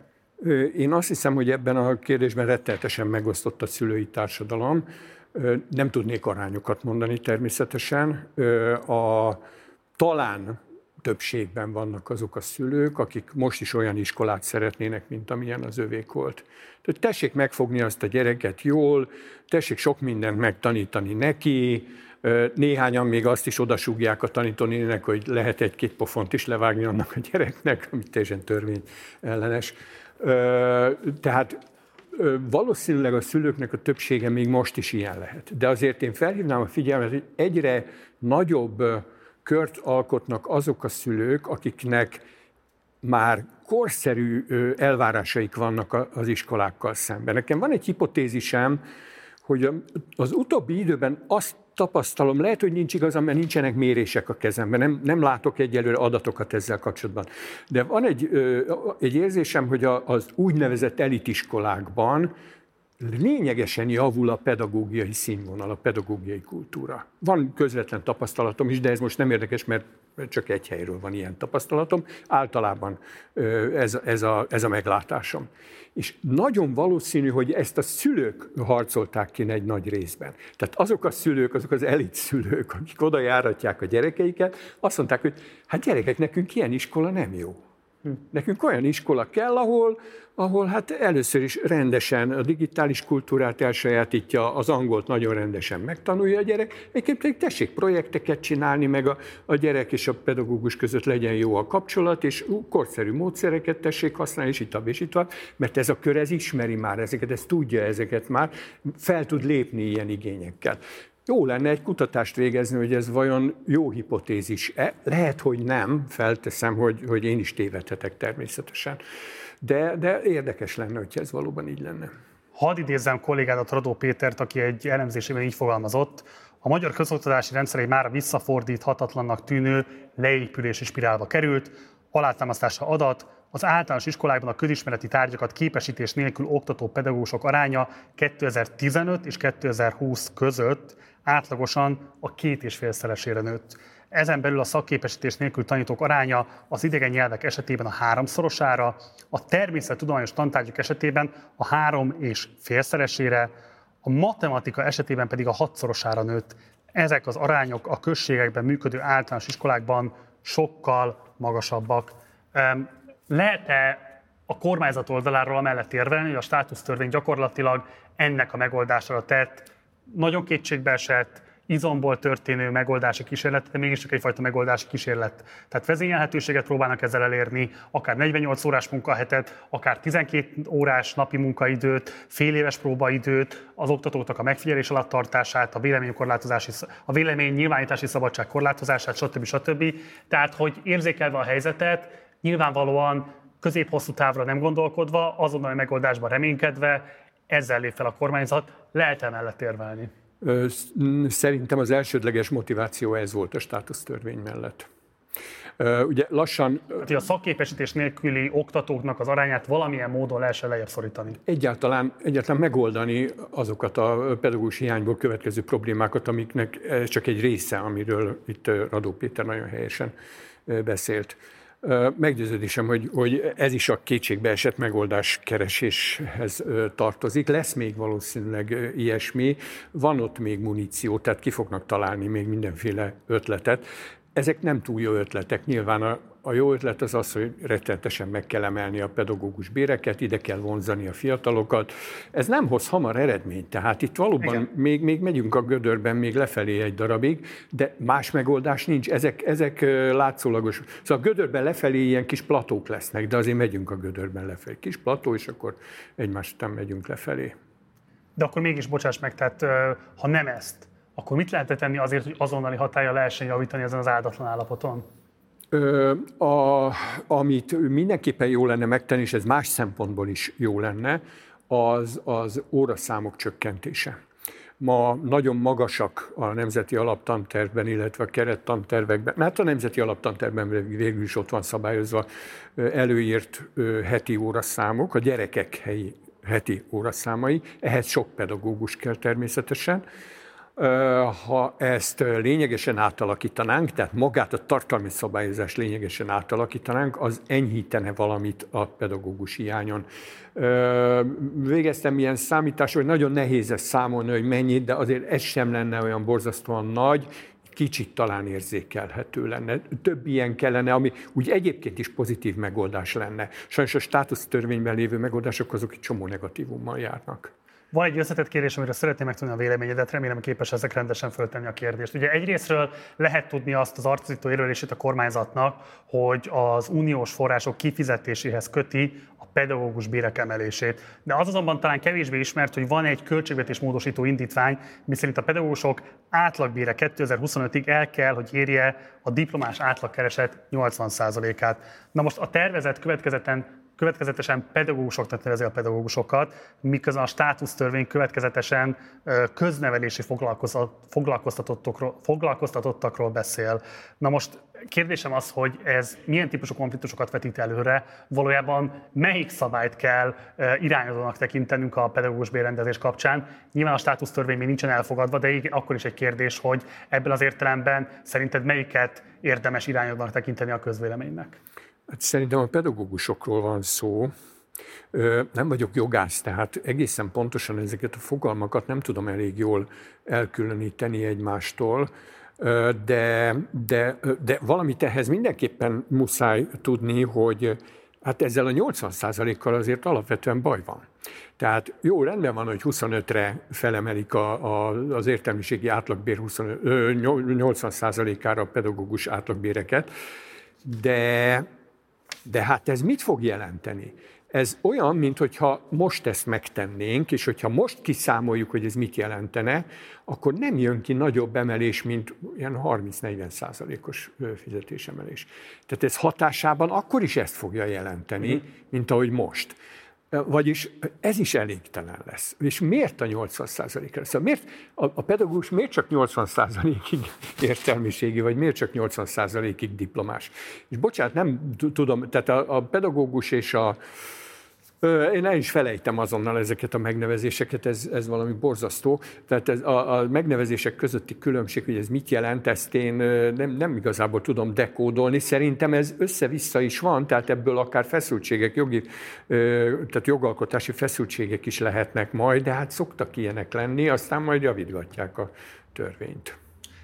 [SPEAKER 20] Én azt hiszem, hogy ebben a kérdésben rettenetesen megosztott a szülői társadalom. Nem tudnék arányokat mondani természetesen. A, talán többségben vannak azok a szülők, akik most is olyan iskolát szeretnének, mint amilyen az övék volt. Tehát tessék megfogni azt a gyereket jól, tessék sok mindent megtanítani neki, néhányan még azt is odasúgják a tanítónének, hogy lehet egy-két pofont is levágni annak a gyereknek, ami teljesen törvényellenes. Tehát valószínűleg a szülőknek a többsége még most is ilyen lehet. De azért én felhívnám a figyelmet, hogy egyre nagyobb kört alkotnak azok a szülők, akiknek már korszerű elvárásaik vannak az iskolákkal szemben. Nekem van egy hipotézisem, hogy az utóbbi időben azt tapasztalom, lehet, hogy nincs igazam, mert nincsenek mérések a kezemben, nem, nem látok egyelőre adatokat ezzel kapcsolatban. De van egy, egy érzésem, hogy az úgynevezett elitiskolákban lényegesen javul a pedagógiai színvonal, a pedagógiai kultúra. Van közvetlen tapasztalatom is, de ez most nem érdekes, mert csak egy helyről van ilyen tapasztalatom. Általában ez, ez, a, ez a meglátásom. És nagyon valószínű, hogy ezt a szülők harcolták ki egy nagy részben. Tehát azok a szülők, azok az elit szülők, akik oda járatják a gyerekeiket, azt mondták, hogy hát gyerekek, nekünk ilyen iskola nem jó. Nekünk olyan iskola kell, ahol, ahol hát először is rendesen a digitális kultúrát elsajátítja, az angolt nagyon rendesen megtanulja a gyerek, egyébként pedig tessék projekteket csinálni, meg a, a gyerek és a pedagógus között legyen jó a kapcsolat, és korszerű módszereket tessék használni, és itt és itt van, mert ez a kör, ez ismeri már ezeket, ez tudja ezeket már, fel tud lépni ilyen igényekkel. Jó lenne egy kutatást végezni, hogy ez vajon jó hipotézis-e. Lehet, hogy nem, felteszem, hogy, hogy én is tévedhetek természetesen. De, de érdekes lenne, hogyha ez valóban így lenne.
[SPEAKER 1] Hadd idézzem kollégádat, Radó Pétert, aki egy elemzésében így fogalmazott: a magyar közoktatási rendszer egy már visszafordíthatatlannak tűnő leépülési spirálba került, alátámasztása adat, az általános iskolákban a közismereti tárgyakat képesítés nélkül oktató pedagógusok aránya kétezer-tizenöt és kétezer-húsz között átlagosan a két és félszeresére nőtt. Ezen belül a szakképesítés nélkül tanítók aránya az idegen nyelvek esetében a háromszorosára, a természettudományos tantárgyak esetében a három és félszeresére, a matematika esetében pedig a hatszorosára nőtt. Ezek az arányok a községekben működő általános iskolákban sokkal magasabbak. Lehet-e a kormányzat oldaláról amellett érvelni, hogy a státusztörvény gyakorlatilag ennek a megoldására tett, nagyon kétségbeesett, izomból történő megoldási kísérlet, de mégiscsak egyfajta megoldási kísérlet. Tehát vezényelhetőséget próbálnak ezzel elérni, akár negyvennyolc órás munkahetet, akár tizenkét órás napi munkaidőt, fél éves próbaidőt, az oktatóknak a megfigyelés alatt tartását, a véleménykorlátozási, a vélemény nyilvánítási szabadság korlátozását, stb. stb. Tehát, hogy érzékelve a helyzetet, nyilvánvalóan közép-hosszú távra nem gondolkodva, azonnali megoldásban reménykedve, ezzel lép fel a kormányzat. Lehet emellett érvelni?
[SPEAKER 20] Szerintem az elsődleges motiváció ez volt a státusztörvény mellett. Ugye lassan...
[SPEAKER 1] Hát, hogy a szakképesítés nélküli oktatóknak az arányát valamilyen módon lehessen lejjebb szorítani.
[SPEAKER 20] Egyáltalán, egyáltalán megoldani azokat a pedagógus hiányból következő problémákat, amiknek csak egy része, amiről itt Radó Péter nagyon helyesen beszélt. Meggyőződésem, hogy, hogy ez is a kétségbeesett megoldás kereséshez tartozik. Lesz még valószínűleg ilyesmi, van ott még muníció, tehát ki fognak találni még mindenféle ötletet. Ezek nem túl jó ötletek. Nyilván a, a jó ötlet az az, hogy rettenetesen meg kell emelni a pedagógus béreket, ide kell vonzani a fiatalokat. Ez nem hoz hamar eredményt, tehát itt valóban még, még megyünk a gödörben, még lefelé egy darabig, de más megoldás nincs. Ezek, ezek látszólagos. Szóval a gödörben lefelé ilyen kis platók lesznek, de azért megyünk a gödörben lefelé. Kis plató, és akkor egymás után megyünk lefelé.
[SPEAKER 1] De akkor mégis bocsáss meg, tehát ha nem ezt, akkor mit lehet tenni azért, hogy azonnali hatállyal lehessen javítani ezen az áldatlan állapoton?
[SPEAKER 20] Ö, a, amit mindenképpen jó lenne megtenni, és ez más szempontból is jó lenne, az, az óraszámok csökkentése. Ma nagyon magasak a nemzeti alaptantervben, illetve a kerettantervekben, mert a nemzeti alaptantervben végül is ott van szabályozva előírt heti óraszámok, a gyerekek helyi, heti óraszámai, ehhez sok pedagógus kell természetesen. Ha ezt lényegesen átalakítanánk, tehát magát a tartalmi szabályozást lényegesen átalakítanánk, az enyhítene valamit a pedagógus hiányon. Végeztem ilyen számítás, hogy nagyon nehéz ezt számolni, hogy mennyit, de azért ez sem lenne olyan borzasztóan nagy, kicsit talán érzékelhető lenne. Több ilyen kellene, ami úgy egyébként is pozitív megoldás lenne. Sajnos a státusztörvényben lévő megoldások azok egy csomó negatívummal járnak.
[SPEAKER 1] Van egy összetett kérdés, amiről szeretném megtudni a véleményedet, remélem képes ezek rendesen föltenni a kérdést. Ugye egyrésztről lehet tudni azt az arcító érvelését a kormányzatnak, hogy az uniós források kifizetéséhez köti a pedagógus bérek emelését. De az azonban talán kevésbé ismert, hogy van egy költségvetés módosító indítvány, miszerint a pedagógusok átlagbére kétezer-huszonötig el kell, hogy érje a diplomás átlagkereset nyolcvan százalékát. Na most a tervezet következetlen következetesen pedagógusoknak nevezi a pedagógusokat, miközben a státusztörvény következetesen köznevelési foglalkoztatottakról, foglalkoztatottakról beszél. Na most kérdésem az, hogy ez milyen típusú konfliktusokat vetít előre, valójában melyik szabályt kell irányadónak tekintenünk a pedagógus bérrendezés kapcsán. Nyilván a státusztörvény még nincsen elfogadva, de akkor is egy kérdés, hogy ebből az értelemben szerinted melyiket érdemes irányadónak tekinteni a közvéleménynek?
[SPEAKER 20] Hát szerintem a pedagógusokról van szó. Nem vagyok jogász, tehát egészen pontosan ezeket a fogalmakat nem tudom elég jól elkülöníteni egymástól, de, de, de valamit ehhez mindenképpen muszáj tudni, hogy hát ezzel a nyolcvan százalékkal azért alapvetően baj van. Tehát jó, rendben van, hogy huszonötre felemelik a, a, az értelmiségi átlagbér huszonöt, nyolcvan százalékára a pedagógus átlagbéreket, de, de hát ez mit fog jelenteni? Ez olyan, mintha most ezt megtennénk, és hogyha most kiszámoljuk, hogy ez mit jelentene, akkor nem jön ki nagyobb emelés, mint ilyen harminc-negyven százalékos fizetésemelés. Tehát ez hatásában akkor is ezt fogja jelenteni, mint ahogy most. Vagyis ez is elégtelen lesz. És miért a nyolcvan százalékra? Szóval miért, a, a pedagógus miért csak nyolcvan százalékig értelmiségi, vagy miért csak nyolcvan százalékig diplomás? És bocsánat, nem tudom, tehát a, a pedagógus és a... Én el is felejtem azonnal ezeket a megnevezéseket, ez, ez valami borzasztó. Tehát ez a, a megnevezések közötti különbség, hogy ez mit jelent, ezt én nem, nem igazából tudom dekódolni. Szerintem ez össze-vissza is van, tehát ebből akár feszültségek, jogi, tehát jogalkotási feszültségek is lehetnek majd, de hát szoktak ilyenek lenni, aztán majd javítgatják a törvényt.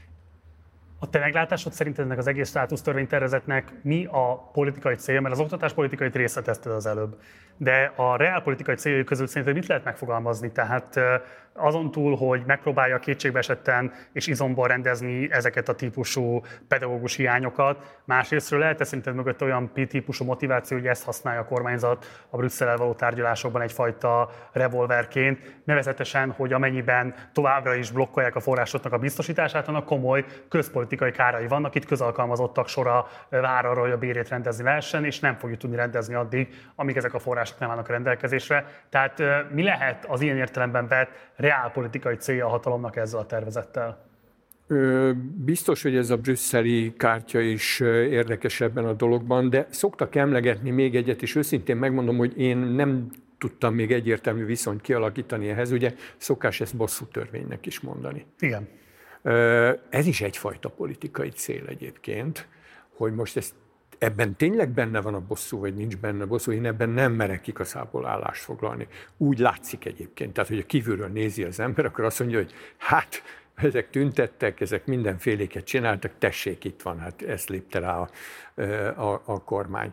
[SPEAKER 1] A te meglátásod szerint ennek az egész státusztörvénytervezetnek mi a politikai célja? Mert az oktatáspolitikait részletezted az előbb. De a reálpolitikai céljai közül szerinted mit lehet megfogalmazni? Tehát azon túl, hogy megpróbálja kétségbe esetten és izomból rendezni ezeket a típusú pedagógus hiányokat, másrésztről lehet-e szerinted mögött olyan típusú motiváció, hogy ezt használja a kormányzat a Brüsszellel való tárgyalásokban egyfajta revolverként, nevezetesen, hogy amennyiben továbbra is blokkolják a forrásoknak a biztosítását, annak komoly közpolitikai kárai vannak, itt közalkalmazottak sora vár arra, hogy a bérét rendezni lehessen, és nem fogjuk tudni rendezni addig, amíg ezek a források nem állnak a rendelkezésre. Tehát mi lehet az ilyen értelemben vett reálpolitikai célja a hatalomnak ezzel a tervezettel?
[SPEAKER 20] Biztos, hogy ez a brüsszeli kártya is érdekes ebben a dologban, de szoktak emlegetni még egyet, és őszintén megmondom, hogy én nem tudtam még egyértelmű viszonyt kialakítani ehhez, ugye szokás ezt bosszútörvénynek is mondani.
[SPEAKER 1] Igen.
[SPEAKER 20] Ez is egyfajta politikai cél egyébként, hogy most ezt ebben tényleg benne van a bosszú, vagy nincs benne a bosszú, én ebben nem merek igazából állást foglalni. Úgy látszik egyébként, tehát hogy a kívülről nézi az ember, akkor azt mondja, hogy hát ezek tüntettek, ezek mindenféléket csináltak, tessék, itt van, hát ezt lépte rá a, a, a kormány.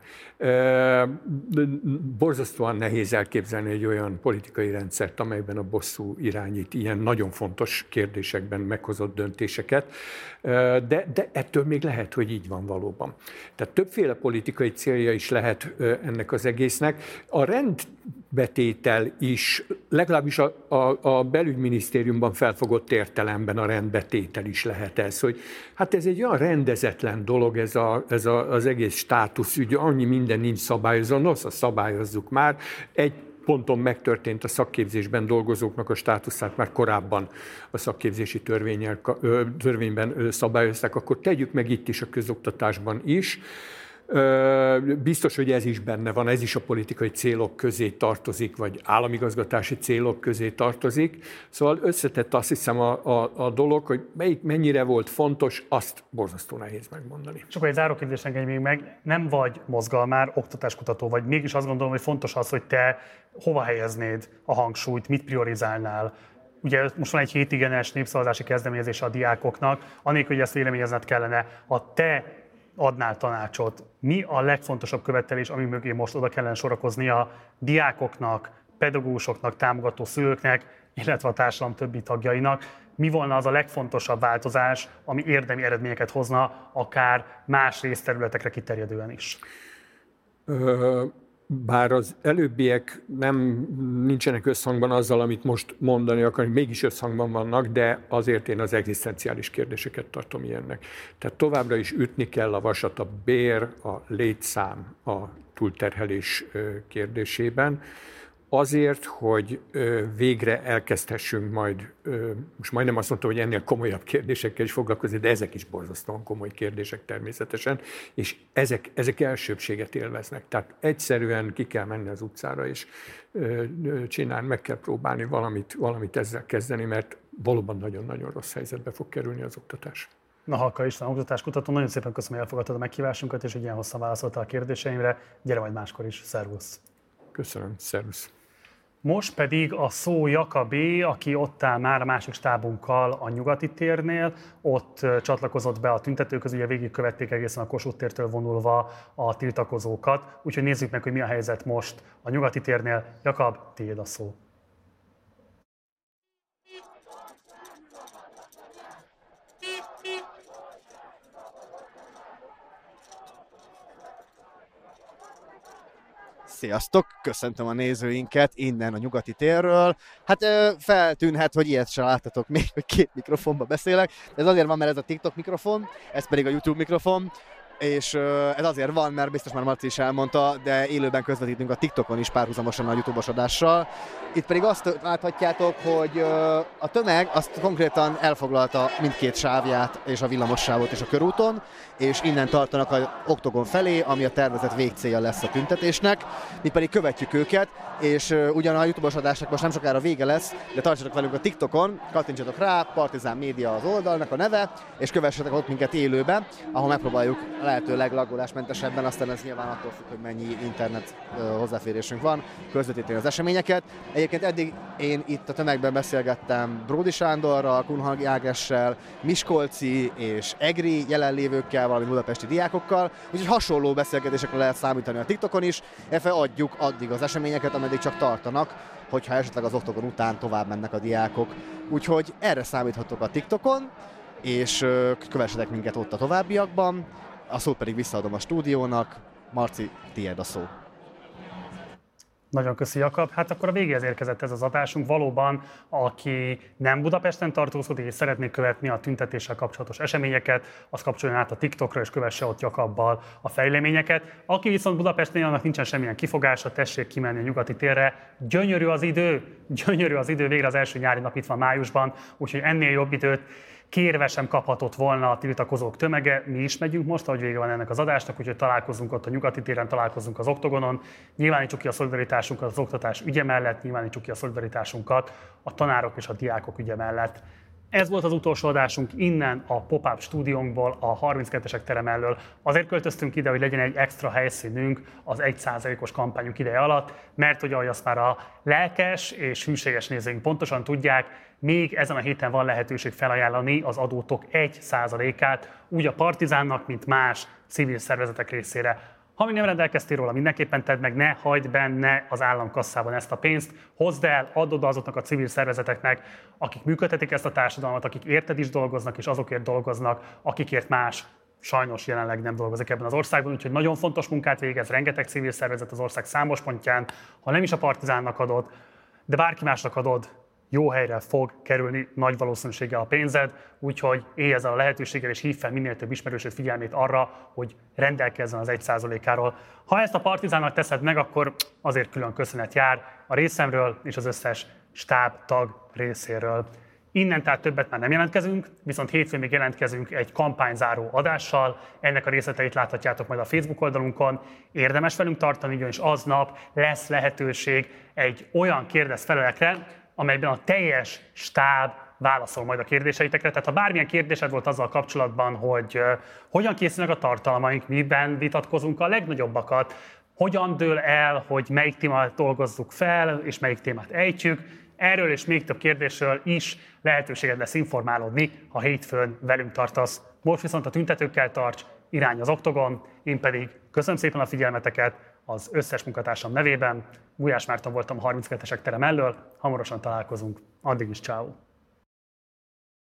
[SPEAKER 20] Borzasztóan nehéz elképzelni egy olyan politikai rendszert, amelyben a bosszú irányít ilyen nagyon fontos kérdésekben meghozott döntéseket, de, de ettől még lehet, hogy így van valóban. Tehát többféle politikai célja is lehet ennek az egésznek. A rendbetétel is, legalábbis a, a, a belügyminisztériumban felfogott értelemben a rendbetétel is lehet ez, hogy hát ez egy olyan rendezetlen dolog, ez, a, ez a, az egész státuszügy, annyi minden nincs szabályozva, nosz, szabályozzuk már. Egy ponton megtörtént a szakképzésben dolgozóknak a státuszát, már korábban a szakképzési törvényben szabályozták, akkor tegyük meg itt is a közoktatásban is. Biztos, hogy ez is benne van, ez is a politikai célok közé tartozik, vagy államigazgatási célok közé tartozik. Szóval összetett azt hiszem a, a, a dolog, hogy melyik mennyire volt fontos, azt borzasztó nehéz megmondani.
[SPEAKER 1] És akkor egy záró kérdés engedj még meg, nem vagy mozgalmár, oktatáskutató vagy, mégis azt gondolom, hogy fontos az, hogy te hova helyeznéd a hangsúlyt, mit priorizálnál. Ugye most van egy hétigenes népszavazási kezdeményezése a diákoknak, anélkül, hogy ezt véleményezned kellene, a te adnál tanácsot, mi a legfontosabb követelés, ami mögé most oda kellene sorakozni a diákoknak, pedagógusoknak, támogató szülőknek, illetve a társadalom többi tagjainak? Mi volna az a legfontosabb változás, ami érdemi eredményeket hozna, akár más részterületekre kiterjedően is?
[SPEAKER 20] Ö- Bár az előbbiek nem nincsenek összhangban azzal, amit most mondani akarok, mégis összhangban vannak, de azért én az egzisztenciális kérdéseket tartom ilyennek. Tehát továbbra is ütni kell a vasat, a bér, a létszám, a túlterhelés kérdésében. Azért, hogy végre elkezdhessünk majd, most majdnem azt mondtam, hogy ennél komolyabb kérdésekkel is foglalkozni, de ezek is borzasztóan komoly kérdések természetesen, és ezek, ezek elsőbséget élveznek. Tehát egyszerűen ki kell menni az utcára, és csinálni, meg kell próbálni valamit, valamit ezzel kezdeni, mert valóban nagyon-nagyon rossz helyzetbe fog kerülni az oktatás.
[SPEAKER 1] Nahalka István, oktatáskutató, nagyon szépen köszönöm, hogy elfogadtad a meghívásunkat, és hogy ilyen hosszan válaszoltál a kérdéseimre. Gyere majd máskor is. Szervusz!
[SPEAKER 20] Köszönöm, szervusz!
[SPEAKER 1] Most pedig a szó Jakabé, aki ott áll már a másik stábunkkal a Nyugati térnél, ott csatlakozott be a tüntetőkhöz, ugye végigkövették egészen a Kossuth tértől vonulva a tiltakozókat, úgyhogy nézzük meg, hogy mi a helyzet most a Nyugati térnél. Jakab, tiéd a szó.
[SPEAKER 21] Sziasztok! Köszöntöm a nézőinket innen a Nyugati térről. Hát feltűnhet, hogy ilyet sem láttatok még, hogy két mikrofonba beszélek. Ez azért van, mert ez a TikTok mikrofon, ez pedig a YouTube mikrofon. És ez azért van, mert biztos már Marci is elmondta, de élőben közvetítünk a TikTokon is párhuzamosan a YouTube-os adással. Itt pedig azt láthatjátok, hogy a tömeg azt konkrétan elfoglalta mindkét sávját, és a villamos sávot és a körúton, és innen tartanak az oktogon felé, ami a tervezett végcélja lesz a tüntetésnek. Mi pedig követjük őket, és ugyan a YouTube-os adásnak most nem sokára vége lesz, de tartsatok velünk a TikTokon, kattintsatok rá, Partizán Média az oldalnak a neve, és kövessetek ott minket élőben, ahol megpróbáljuk lehető leglagolásmentesebben, aztán ez nyilván attól függ, hogy mennyi internet hozzáférésünk van, közvetíteni az eseményeket. Egyébként eddig én itt a tömegben beszélgettem Bródi Sándorral, Kunhalmi Ágnessel, Miskolci és Egri jelenlévőkkel, valamint budapesti diákokkal, úgyhogy hasonló beszélgetésekre lehet számítani a TikTokon is, illetve adjuk addig az eseményeket, ameddig csak tartanak, hogyha esetleg az oktogon után tovább mennek a diákok. Úgyhogy erre számíthatok a TikTokon, és kövessetek minket ott a továbbiakban. A szót pedig visszaadom a stúdiónak. Marci, tiéd a szó.
[SPEAKER 1] Nagyon köszi, Jakab. Hát akkor a végéhez érkezett ez az adásunk. Valóban, aki nem Budapesten tartózkodik és szeretné követni a tüntetéssel kapcsolatos eseményeket, az kapcsoljon át a TikTokra és kövesse ott Jakabbal a fejleményeket. Aki viszont Budapesten, annak nincsen semmilyen kifogása, tessék kimenni a Nyugati térre. Gyönyörű az idő, gyönyörű az idő, végre az első nyári nap itt van májusban, úgyhogy ennél jobb időt kérve sem kaphatott volna a tiltakozók tömege. Mi is megyünk most, ahogy vége van ennek az adásnak, úgyhogy találkozunk ott a Nyugati téren, találkozunk az oktogonon. Nyilvánítsuk ki a szolidaritásunkat az oktatás ügye mellett, nyilvánítsuk ki a szolidaritásunkat a tanárok és a diákok ügye mellett. Ez volt az utolsó adásunk innen a Pop-Up stúdiónkból, a harminckettesek terem elől. Azért költöztünk ide, hogy legyen egy extra helyszínünk az egy százalékos kampányunk ideje alatt, mert hogy ahogy azt már a lelkes és hűséges nézőink pontosan tudják, még ezen a héten van lehetőség felajánlani az adótok egy százalékát, úgy a Partizánnak, mint más civil szervezetek részére. Ha még nem rendelkeztél róla, mindenképpen tedd meg, ne hagyd benne az államkasszában ezt a pénzt, hozd el, add oda azoknak a civil szervezeteknek, akik működtetik ezt a társadalmat, akik érted is dolgoznak, és azokért dolgoznak, akikért más sajnos jelenleg nem dolgozik ebben az országban, úgyhogy nagyon fontos munkát végez, rengeteg civil szervezet az ország számos pontján, ha nem is a Partizánnak adod, de bárki másnak adod, jó helyre fog kerülni nagy valószínűséggel a pénzed, úgyhogy élj ezzel a lehetőséggel, és hívd fel minél több ismerősöd figyelmét arra, hogy rendelkezzen az egy százalékáról. Ha ezt a Partizánnak teszed meg, akkor azért külön köszönet jár a részemről és az összes stábtag részéről. Innen tehát többet már nem jelentkezünk, viszont hétfőn még jelentkezünk egy kampányzáró adással. Ennek a részleteit láthatjátok majd a Facebook oldalunkon. Érdemes velünk tartani, ugyanis aznap lesz lehetőség egy olyan kérdez-felelekre, amelyben a teljes stáb válaszol majd a kérdéseitekre. Tehát ha bármilyen kérdésed volt azzal kapcsolatban, hogy uh, hogyan készülnek a tartalmaink, miben vitatkozunk a legnagyobbakat, hogyan dől el, hogy melyik témát dolgozzuk fel, és melyik témát ejtjük, erről és még több kérdésről is lehetőséged lesz informálódni, ha hétfőn velünk tartasz. Most viszont a tüntetőkkel tarts, irány az oktogon, én pedig köszönöm szépen a figyelmeteket az összes munkatársam nevében. Gulyás Márton voltam a harminckettesek terem elől, hamarosan találkozunk. Addig is ciao.